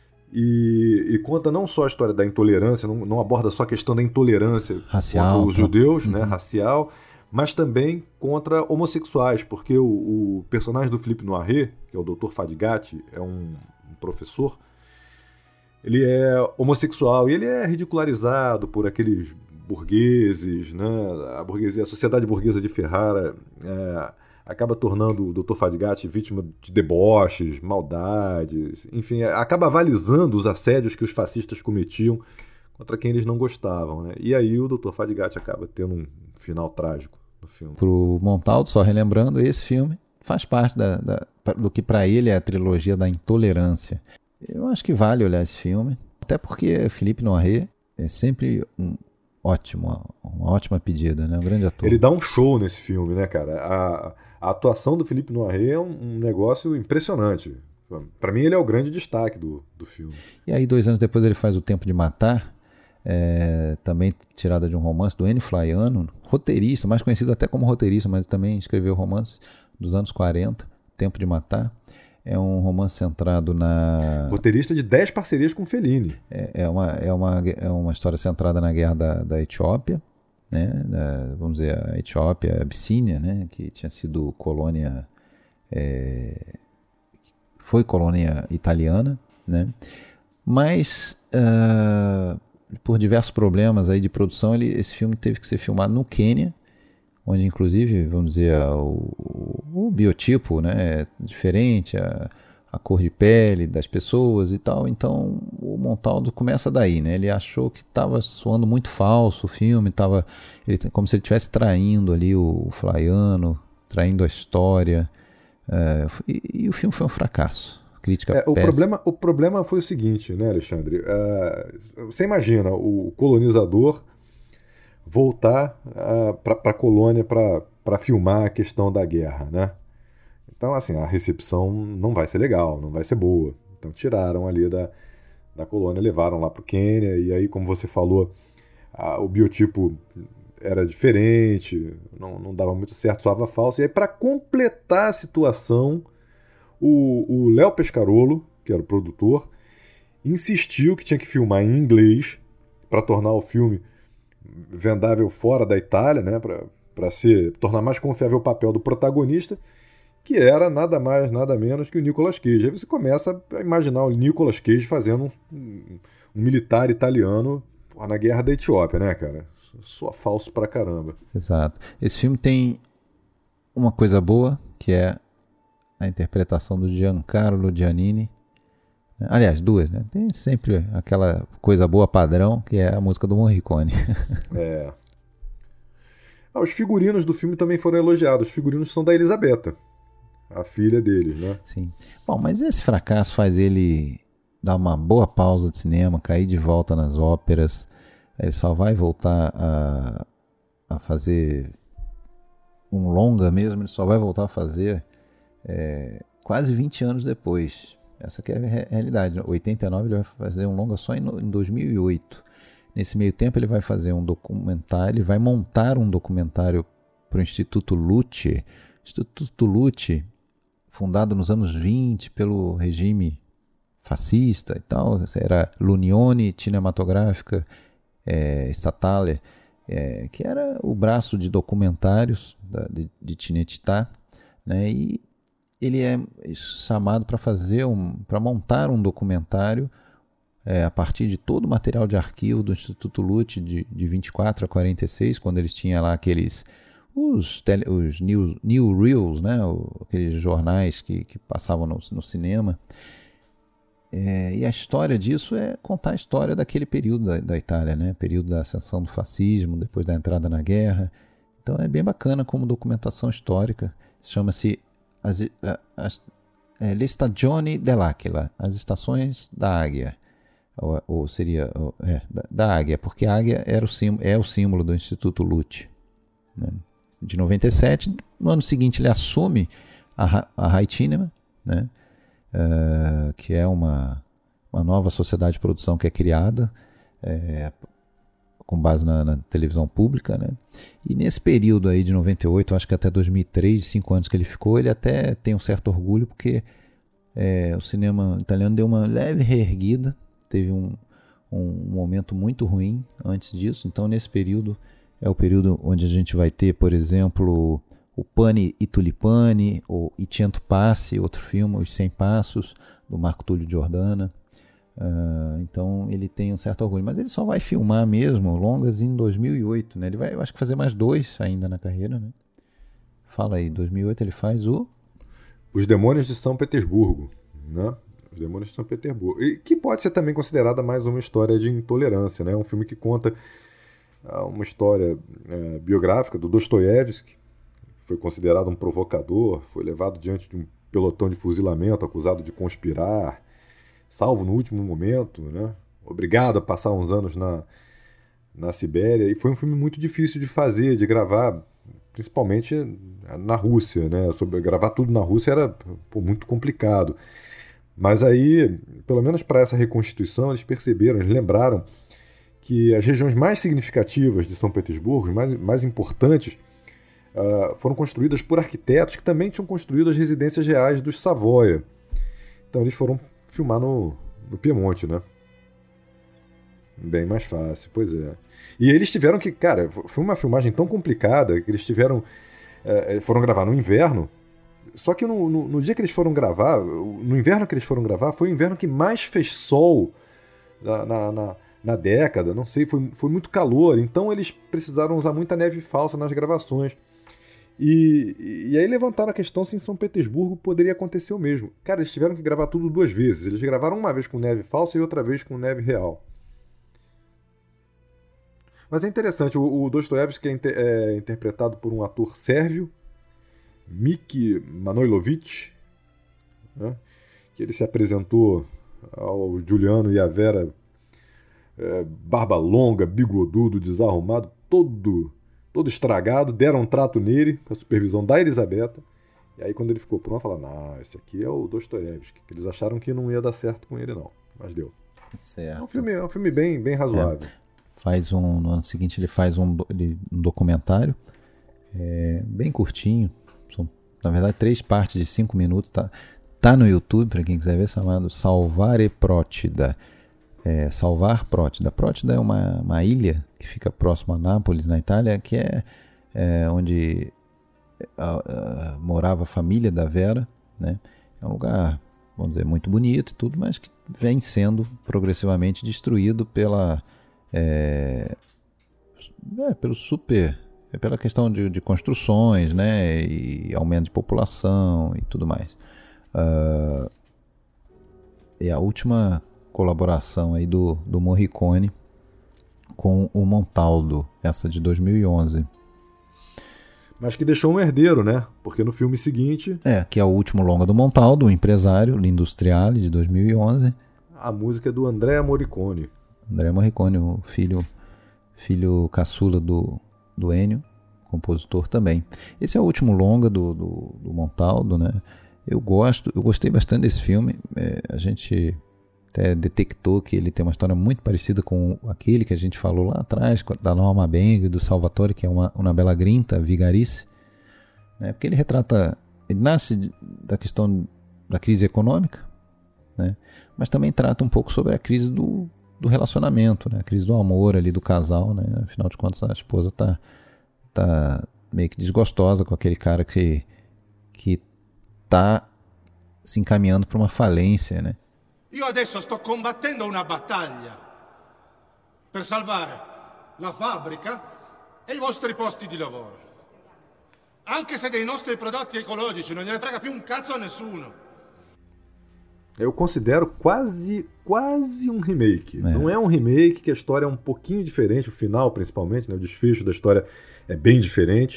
Speaker 2: e, e conta não só a história da intolerância, não, não aborda só a questão da intolerância
Speaker 1: racial,
Speaker 2: contra os judeus,
Speaker 1: uhum.
Speaker 2: né, racial, mas também contra homossexuais, porque o, o personagem do Philippe Noiret, que é o doutor Fadigati, é um, um professor, ele é homossexual e ele é ridicularizado por aqueles burgueses, né? A burguesia, a sociedade burguesa de Ferrara é, acaba tornando o doutor Fadigat vítima de deboches, maldades, enfim, acaba avalizando os assédios que os fascistas cometiam contra quem eles não gostavam, né? E aí o doutor Fadigat acaba tendo um final trágico no filme.
Speaker 1: Pro Montaldo, só relembrando, esse filme faz parte da, da, do que para ele é a trilogia da intolerância. Eu acho que vale olhar esse filme, até porque Philippe Noiret é sempre um ótimo, uma ótima pedida, né? Um grande ator.
Speaker 2: Ele dá um show nesse filme, né, cara? A, a atuação do Philippe Noiret é um, um negócio impressionante. Para mim, ele é o grande destaque do, do filme.
Speaker 1: E aí, dois anos depois, ele faz O Tempo de Matar, é, também tirada de um romance do Enio Flaiano, roteirista, mais conhecido até como roteirista, mas também escreveu romances dos anos quarenta, Tempo de Matar. É um romance centrado na...
Speaker 2: Roteirista de dez parcerias com Fellini.
Speaker 1: É, é, uma, é, uma, é uma história centrada na guerra da, da Etiópia, né? Da, vamos dizer, a Etiópia, a Abissínia, né? Que tinha sido colônia... É, foi colônia italiana, né? Mas, uh, por diversos problemas aí de produção, ele, esse filme teve que ser filmado no Quênia, onde inclusive, vamos dizer, o, o biotipo, né, é diferente, a, a cor de pele das pessoas e tal. Então o Montaldo começa daí, né? Ele achou que estava soando muito falso o filme, tava, ele, como se ele estivesse traindo ali o, o Flaiano, traindo a história, é, e, e o filme foi um fracasso. Crítica
Speaker 2: é, o, problema, o problema foi o seguinte, né, Alexandre? Uh, você imagina o colonizador voltar uh, para a colônia para filmar a questão da guerra, né? Então, assim, a recepção não vai ser legal, não vai ser boa. Então, tiraram ali da, da colônia, levaram lá para o Quênia, e aí, como você falou, a, o biotipo era diferente, não, não dava muito certo, soava falso. E aí, para completar a situação, o Léo Pescarolo, que era o produtor, insistiu que tinha que filmar em inglês para tornar o filme vendável fora da Itália, né, para ser tornar mais confiável o papel do protagonista, que era nada mais, nada menos que o Nicolas Cage. Aí você começa a imaginar o Nicolas Cage fazendo um, um, um militar italiano na guerra da Etiópia, né, cara? Só falso pra caramba.
Speaker 1: Exato. Esse filme tem uma coisa boa, que é a interpretação do Giancarlo Giannini. Aliás, duas, né? Tem sempre aquela coisa boa padrão, que é a música do Morricone.
Speaker 2: É. Ah, os figurinos do filme também foram elogiados. Os figurinos são da Elisabetta, a filha deles, né?
Speaker 1: Sim. Bom, mas esse fracasso faz ele dar uma boa pausa de cinema, cair de volta nas óperas. Ele só vai voltar a, a fazer um longa mesmo, ele só vai voltar a fazer é, quase vinte anos depois. Essa que é a realidade. Em oitenta e nove ele vai fazer um longa só em dois mil e oito. Nesse meio tempo ele vai fazer um documentário, ele vai montar um documentário para o Instituto Lütje. Instituto Lütje, fundado nos anos vinte pelo regime fascista e tal, era l'Unione Cinematografica é, Statale, é, que era o braço de documentários da, de, de Cinecittà, né? E ele é chamado para fazer um, para montar um documentário é, a partir de todo o material de arquivo do Instituto Lütje de, de vinte e quatro a quarenta e seis, quando eles tinham lá aqueles os, tele, os new, new reels, né? O, aqueles jornais que, que passavam no, no cinema. É, e a história disso é contar a história daquele período da, da Itália, né? Período da ascensão do fascismo, depois da entrada na guerra. Então é bem bacana como documentação histórica. Chama-se As, as, é, Le Stagioni dell'Aquila, as estações da águia, ou, ou seria ou, é, da, da águia, porque a águia era o símbolo, é o símbolo do Instituto Lütje, né? De noventa e sete, no ano seguinte ele assume a, a Rai Cinema, né? uh, que é uma, uma nova sociedade de produção que é criada é, com base na, na televisão pública, né? E nesse período aí de noventa e oito, acho que até dois mil e três, cinco anos que ele ficou, ele até tem um certo orgulho, porque é, o cinema italiano deu uma leve reerguida, teve um, um momento muito ruim antes disso. Então nesse período é o período onde a gente vai ter, por exemplo, o Pani e Tulipani, ou I Cento Passi, outro filme, Os Cem Passos, do Marco Túlio Giordana. Uh, então ele tem um certo orgulho, mas ele só vai filmar mesmo longas em dois mil e oito, né? Ele vai, eu acho que fazer mais dois ainda na carreira, né? Fala aí, dois mil e oito ele faz o
Speaker 2: Os Demônios de São Petersburgo, né? Os Demônios de São Petersburgo, e que pode ser também considerada mais uma história de intolerância, né? Um filme que conta uh, uma história uh, biográfica do Dostoiévski, que foi considerado um provocador, foi levado diante de um pelotão de fuzilamento, acusado de conspirar, salvo no último momento, né? Obrigado a passar uns anos na, na Sibéria. E foi um filme muito difícil de fazer, de gravar, principalmente na Rússia, né? Sobre, gravar tudo na Rússia era pô, muito complicado. Mas aí, pelo menos para essa reconstituição, eles perceberam, eles lembraram que as regiões mais significativas de São Petersburgo, mais, mais importantes, uh, foram construídas por arquitetos que também tinham construído as residências reais dos Savoia. Então eles foram filmar no, no Piemonte, né? Bem mais fácil, pois é. E eles tiveram que, cara, foi uma filmagem tão complicada que eles tiveram, é, foram gravar no inverno, só que no, no, no dia que eles foram gravar, no inverno que eles foram gravar, foi o inverno que mais fez sol na, na, na, na década, não sei, foi, foi muito calor, então eles precisaram usar muita neve falsa nas gravações. E, e aí levantaram a questão se em São Petersburgo poderia acontecer o mesmo. Cara, eles tiveram que gravar tudo duas vezes. Eles gravaram uma vez com neve falsa e outra vez com neve real. Mas é interessante, o, o Dostoiévski é, inter, é interpretado por um ator sérvio, Miki Manojlović, né? Que ele se apresentou ao Juliano e à Vera, é, barba longa, bigodudo, desarrumado, todo... todo estragado, deram um trato nele, com a supervisão da Elisabetta, e aí quando ele ficou pronto, falaram, não, esse aqui é o Dostoiévski, que eles acharam que não ia dar certo com ele não, mas deu.
Speaker 1: Certo.
Speaker 2: É um filme, é um filme bem, bem razoável.
Speaker 1: É. Faz um, no ano seguinte ele faz um, um documentário, é, bem curtinho, são, na verdade três partes de cinco minutos, tá, tá no YouTube, para quem quiser ver, chamado Salvare Procida. É, Salvar Procida. Procida é uma, uma ilha que fica próximo a Nápoles, na Itália, que é, é onde a, a, morava a família da Vera, né? É um lugar, vamos dizer, muito bonito e tudo, mas que vem sendo progressivamente destruído pela é, é, pelo super, é pela questão de, de construções, né? E aumento de população e tudo mais. Uh, e a última colaboração aí do, do Morricone com o Montaldo, essa de dois mil e onze.
Speaker 2: Mas que deixou um herdeiro, né? Porque no filme seguinte...
Speaker 1: É, que é o último longa do Montaldo, o Empresário, L'Industriale, de dois mil e onze.
Speaker 2: A música é do Andrea Morricone.
Speaker 1: Andrea Morricone, o filho, filho caçula do, do Ennio, compositor também. Esse é o último longa do, do, do Montaldo, né? Eu gosto, eu gostei bastante desse filme. É, a gente... até detectou que ele tem uma história muito parecida com aquele que a gente falou lá atrás, da Norma Beng e do Salvatore, que é uma, uma Bella Grinta, Vigarice, né? Porque ele retrata, ele nasce da questão da crise econômica, né? Mas também trata um pouco sobre a crise do, do relacionamento, né? A crise do amor ali do casal, né? Afinal de contas a esposa tá, tá meio que desgostosa com aquele cara que, que tá se encaminhando para uma falência, né?
Speaker 18: Io adesso sto combattendo una battaglia per salvare la fabbrica e i vostri posti di lavoro. Anche se dei nostri prodotti ecologici non gliene frega più un cazzo a nessuno.
Speaker 2: Eu considero quase, quase um remake. É. Não é um remake, que a história é um pouquinho diferente, o final principalmente, né? O desfecho da história é bem diferente.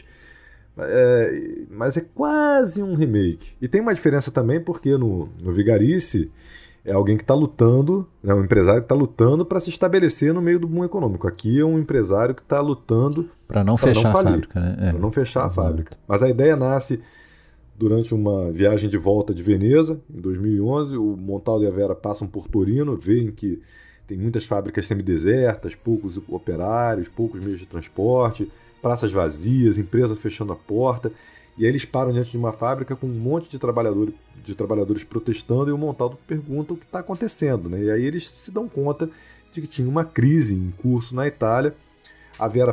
Speaker 2: É, mas é quase um remake. E tem uma diferença também porque no, no Vigarice... é alguém que está lutando, né, um empresário que está lutando para se estabelecer no meio do boom econômico. Aqui é um empresário que está lutando
Speaker 1: para não
Speaker 2: pra
Speaker 1: fechar
Speaker 2: não falir,
Speaker 1: a fábrica. Né? É.
Speaker 2: Para não fechar Exato. a fábrica. Mas a ideia nasce durante uma viagem de volta de Veneza, em dois mil e onze. O Montaldo e a Vera passam por Torino, veem que tem muitas fábricas semidesertas, poucos operários, poucos meios de transporte, praças vazias, empresa fechando a porta. E aí eles param diante de uma fábrica com um monte de, trabalhador, de trabalhadores protestando, e o Montaldo pergunta o que está acontecendo, né? E aí eles se dão conta de que tinha uma crise em curso na Itália. A Vera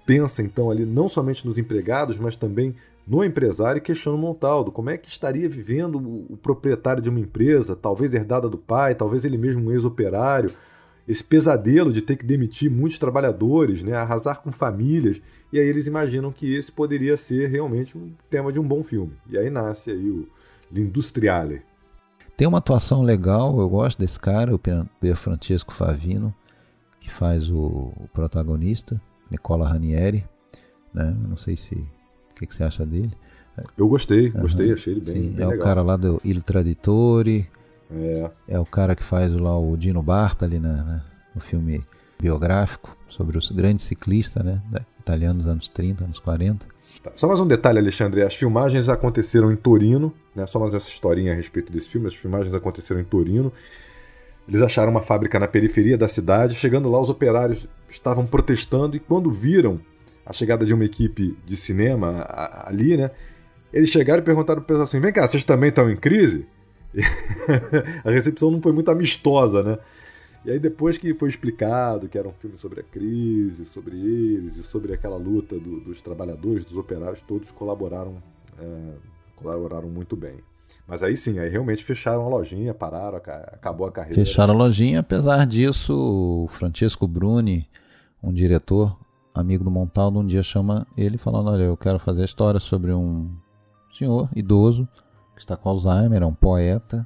Speaker 2: pensa então ali não somente nos empregados, mas também no empresário e questiona o Montaldo. Como é que estaria vivendo o, o proprietário de uma empresa, talvez herdada do pai, talvez ele mesmo um ex-operário, esse pesadelo de ter que demitir muitos trabalhadores, né, arrasar com famílias, e aí eles imaginam que esse poderia ser realmente um tema de um bom filme. E aí nasce aí o L'Industriale.
Speaker 1: Tem uma atuação legal, eu gosto desse cara, o Pier Francesco Favino, que faz o, o protagonista, Nicola Ranieri, né? Não sei se o que, que você acha dele.
Speaker 2: Eu gostei,
Speaker 1: uhum.
Speaker 2: gostei, achei ele bem,
Speaker 1: Sim,
Speaker 2: bem
Speaker 1: é
Speaker 2: legal.
Speaker 1: o cara lá do Il Traditore,
Speaker 2: é,
Speaker 1: é o cara que faz lá o Dino Bartali na, na, no filme biográfico sobre os grandes ciclistas, né, italianos dos anos trinta, anos quarenta.
Speaker 2: Tá. Só mais um detalhe, Alexandre, as filmagens aconteceram em Torino, né? Só mais essa historinha a respeito desse filme, as filmagens aconteceram em Torino. Eles acharam uma fábrica na periferia da cidade, chegando lá os operários estavam protestando e quando viram a chegada de uma equipe de cinema ali, né, eles chegaram e perguntaram para o pessoal assim, vem cá, vocês também estão em crise? E a recepção não foi muito amistosa, né? E aí depois que foi explicado que era um filme sobre a crise, sobre eles e sobre aquela luta do, dos trabalhadores, dos operários, todos colaboraram, é, colaboraram muito bem. Mas aí sim, aí realmente fecharam a lojinha, pararam, acabou a carreira.
Speaker 1: Fecharam a lojinha, apesar disso, o Francesco Bruni, um diretor, amigo do Montaldo, um dia chama ele falando, olha, eu quero fazer a história sobre um senhor idoso que está com Alzheimer, é um poeta,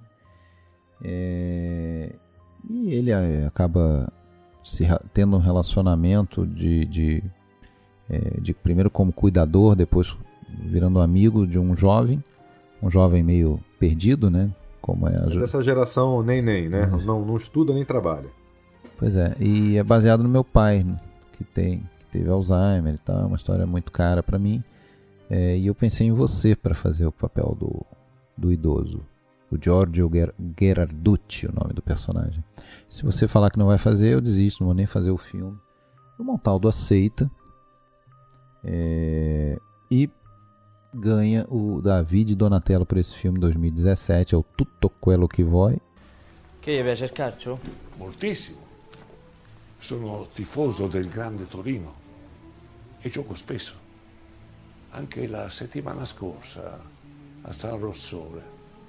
Speaker 1: é... e ele acaba se, tendo um relacionamento de, de, é, de primeiro como cuidador, depois virando amigo de um jovem, um jovem meio perdido, né? Como é, a...
Speaker 2: é dessa geração nem nem, né? Uhum. Não, não estuda nem trabalha.
Speaker 1: Pois é, e é baseado no meu pai, que, tem, que teve Alzheimer e tal, uma história muito cara para mim, é, e eu pensei em você para fazer o papel do, do idoso. O Giorgio Gherarducci, o nome do personagem. Se você falar que não vai fazer, eu desisto, não vou nem fazer o filme. O Montaldo aceita é, e ganha o David Donatello por esse filme em dois mil e dezessete, é o Tutto Quello Che Vuoi.
Speaker 19: Che gli piace il calcio?
Speaker 20: Moltissimo. Sono tifoso del grande Torino e gioco spesso. Anche la settimana scorsa a San Rossore.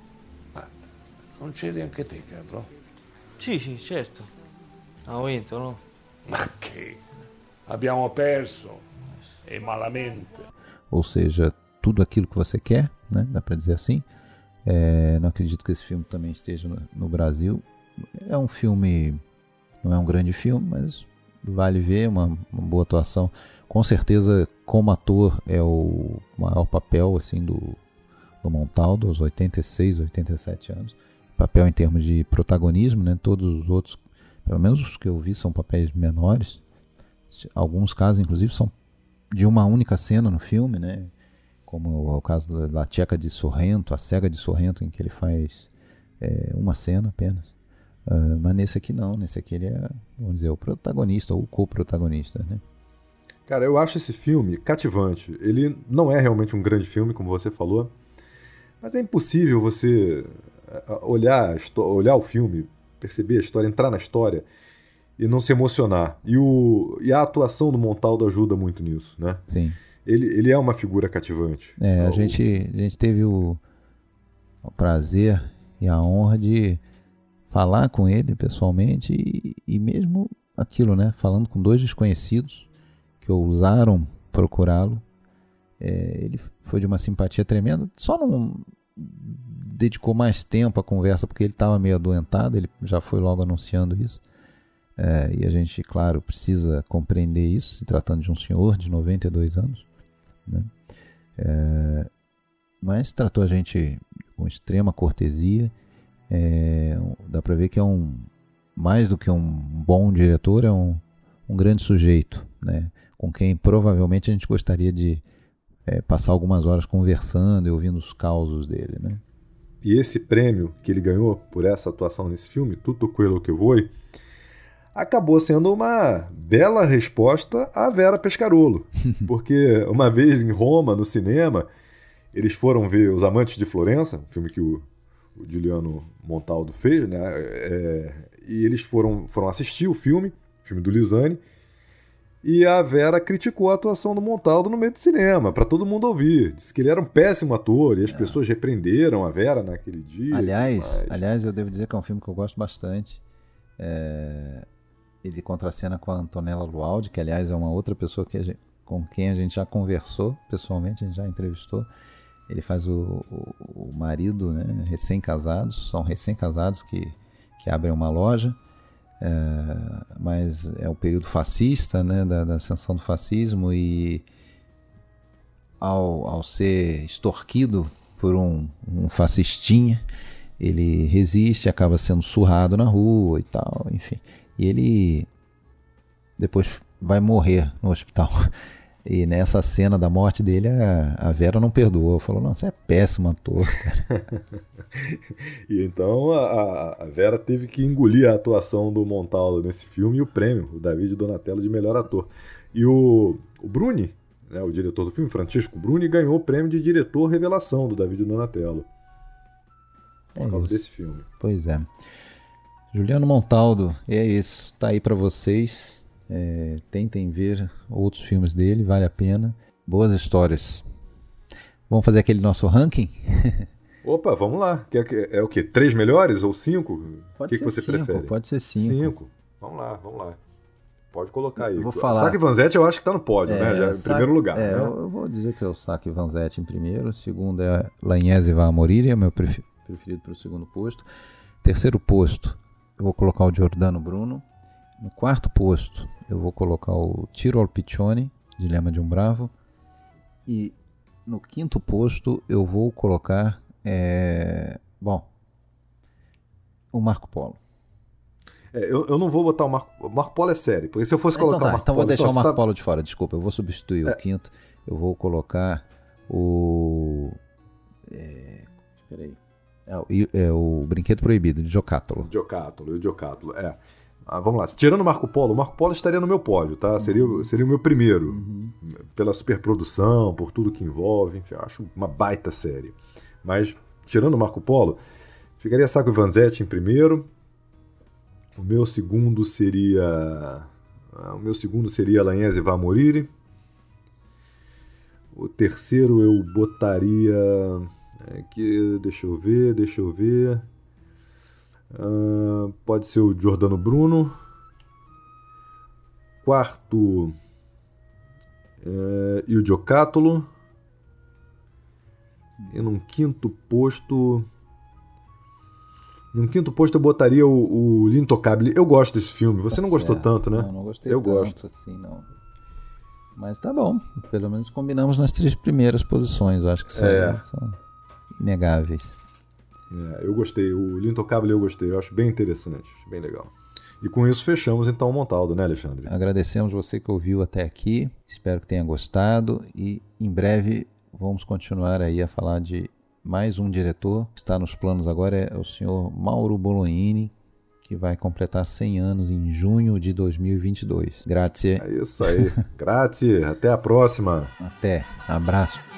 Speaker 20: Non c'eri anche te, Carlo?
Speaker 19: Sì, sì, certo. Abbiamo vinto, no?
Speaker 20: Ma che? Abbiamo perso. E malamente.
Speaker 1: Ou seja, tudo aquilo que você quer, né? Dá pra dizer assim. É, não acredito que esse filme também esteja no, no Brasil. É um filme... Não é um grande filme, mas vale ver, uma, uma boa atuação. Com certeza, como ator, é o maior papel assim, do, do Montaldo, aos oitenta e seis, oitenta e sete anos. Papel em termos de protagonismo, né? Todos os outros, pelo menos os que eu vi, são papéis menores. Alguns casos, inclusive, são de uma única cena no filme, né? Como é o caso da Tcheca de Sorrento, a Cega de Sorrento, em que ele faz é, uma cena apenas. Uh, mas nesse aqui não, nesse aqui ele é, vamos dizer, o protagonista ou o co-protagonista, né?
Speaker 2: Cara, eu acho esse filme cativante. Ele não é realmente um grande filme, como você falou, mas é impossível você olhar, olhar o filme, perceber a história, entrar na história e não se emocionar. E, o, e a atuação do Montaldo ajuda muito nisso, né?
Speaker 1: Sim.
Speaker 2: Ele, ele é uma figura cativante.
Speaker 1: É, a,
Speaker 2: o...
Speaker 1: gente, a gente teve o, o prazer e a honra de falar com ele pessoalmente e, e mesmo aquilo, né? Falando com dois desconhecidos que ousaram procurá-lo. É, ele foi de uma simpatia tremenda. Só não dedicou mais tempo à conversa porque ele estava meio adoentado. Ele já foi logo anunciando isso. É, e a gente, claro, precisa compreender isso, se tratando de um senhor de noventa e dois anos, né? É, mas tratou a gente com extrema cortesia. É, dá para ver que é um, mais do que um bom diretor, é um, um grande sujeito, né? Com quem provavelmente a gente gostaria de é, passar algumas horas conversando e ouvindo os causos dele, né?
Speaker 2: E esse prêmio que ele ganhou por essa atuação nesse filme, Tutto Quello Che Vuoi, acabou sendo uma bela resposta à Vera Pescarolo. Porque uma vez em Roma, no cinema, eles foram ver Os Amantes de Florença, um filme que o, o Giuliano Montaldo fez, né? É, e eles foram, foram assistir o filme, o filme do Lisani. E a Vera criticou a atuação do Montaldo no meio do cinema, para todo mundo ouvir. Disse que ele era um péssimo ator e as é. pessoas repreenderam a Vera naquele dia.
Speaker 1: Aliás,
Speaker 2: mas...
Speaker 1: aliás, eu devo dizer que é um filme que eu gosto bastante. É... Ele contracena com a Antonella Lualdi, que aliás é uma outra pessoa que a gente, com quem a gente já conversou pessoalmente, a gente já entrevistou. Ele faz o, o, o marido, né, recém-casados, são recém-casados que, que abrem uma loja, é, mas é o período fascista, né, da, da ascensão do fascismo, e ao, ao ser extorquido por um, um fascistinha, ele resiste, acaba sendo surrado na rua e tal, enfim. E ele depois vai morrer no hospital. E nessa cena da morte dele, a, a Vera não perdoou. Falou, não, você é péssimo ator, cara.
Speaker 2: E então a, a Vera teve que engolir a atuação do Montaldo nesse filme e o prêmio, o David Donatello, de melhor ator. E o, o Bruni, né, o diretor do filme, Francesco Bruni, ganhou o prêmio de diretor revelação do David Donatello. Por é causa isso. desse filme.
Speaker 1: Pois é. Juliano Montaldo, é isso, tá aí para vocês, é, tentem ver outros filmes dele, vale a pena, boas histórias. Vamos fazer aquele nosso ranking?
Speaker 2: Opa, vamos lá, é, é o quê? Três melhores ou cinco? O que, que você
Speaker 1: cinco,
Speaker 2: prefere?
Speaker 1: Pode ser cinco.
Speaker 2: Cinco, vamos lá, vamos lá. Pode colocar aí.
Speaker 1: Eu vou falar...
Speaker 2: Sacco e Vanzetti eu acho que tá no pódio, é, né? Já, em Sac... primeiro lugar.
Speaker 1: É,
Speaker 2: né?
Speaker 1: eu vou dizer que é o Sacco e Vanzetti em primeiro, o segundo é L'Agnese va a morire, é o meu preferido para o segundo posto. Terceiro posto, eu vou colocar o Giordano Bruno. No quarto posto, eu vou colocar o Tiro al Piccione, Dilema de um Bravo. E no quinto posto, eu vou colocar, é... bom, o Marco Polo.
Speaker 2: É, eu, eu não vou botar o Marco... O Marco Polo é série, porque se eu fosse colocar
Speaker 1: então, tá,
Speaker 2: o Marco
Speaker 1: então
Speaker 2: Polo...
Speaker 1: Então vou deixar o Marco
Speaker 2: tá...
Speaker 1: Polo de fora, desculpa, eu vou substituir é. o quinto. Eu vou colocar o... É... Espera aí. É o, é o Brinquedo Proibido, de Giocattolo.
Speaker 2: Giocattolo, o Giocattolo, é. Ah, vamos lá, tirando o Marco Polo, o Marco Polo estaria no meu pódio, tá? Seria, seria o meu primeiro, uhum. pela superprodução, por tudo que envolve, enfim, eu acho uma baita série. Mas, tirando o Marco Polo, ficaria Sacco e Vanzetti em primeiro, o meu segundo seria... O meu segundo seria L'Agnese va a morire, o terceiro eu botaria... Aqui, deixa eu ver, deixa eu ver. Uh, pode ser o Giordano Bruno. Quarto, uh, e o Giocattolo. E num quinto posto... Num quinto posto eu botaria o, o L'Intocabile. Eu gosto desse filme. Você tá não certo. Gostou tanto, né?
Speaker 1: Não, não gostei
Speaker 2: eu
Speaker 1: tanto
Speaker 2: gosto.
Speaker 1: assim, não. Mas tá bom. Pelo menos combinamos nas três primeiras posições. Eu acho que são...
Speaker 2: É.
Speaker 1: são... inegáveis.
Speaker 2: É, eu gostei, o L'Intocabile eu gostei, eu acho bem interessante, acho bem legal. E com isso fechamos então o Montaldo, né, Alexandre?
Speaker 1: Agradecemos você que ouviu até aqui, espero que tenha gostado e em breve vamos continuar aí a falar de mais um diretor que está nos planos agora, é o senhor Mauro Bolognini, que vai completar cem anos em junho de dois mil e vinte e dois. Grazie.
Speaker 2: É isso aí, grazie, até a próxima.
Speaker 1: Até, abraço.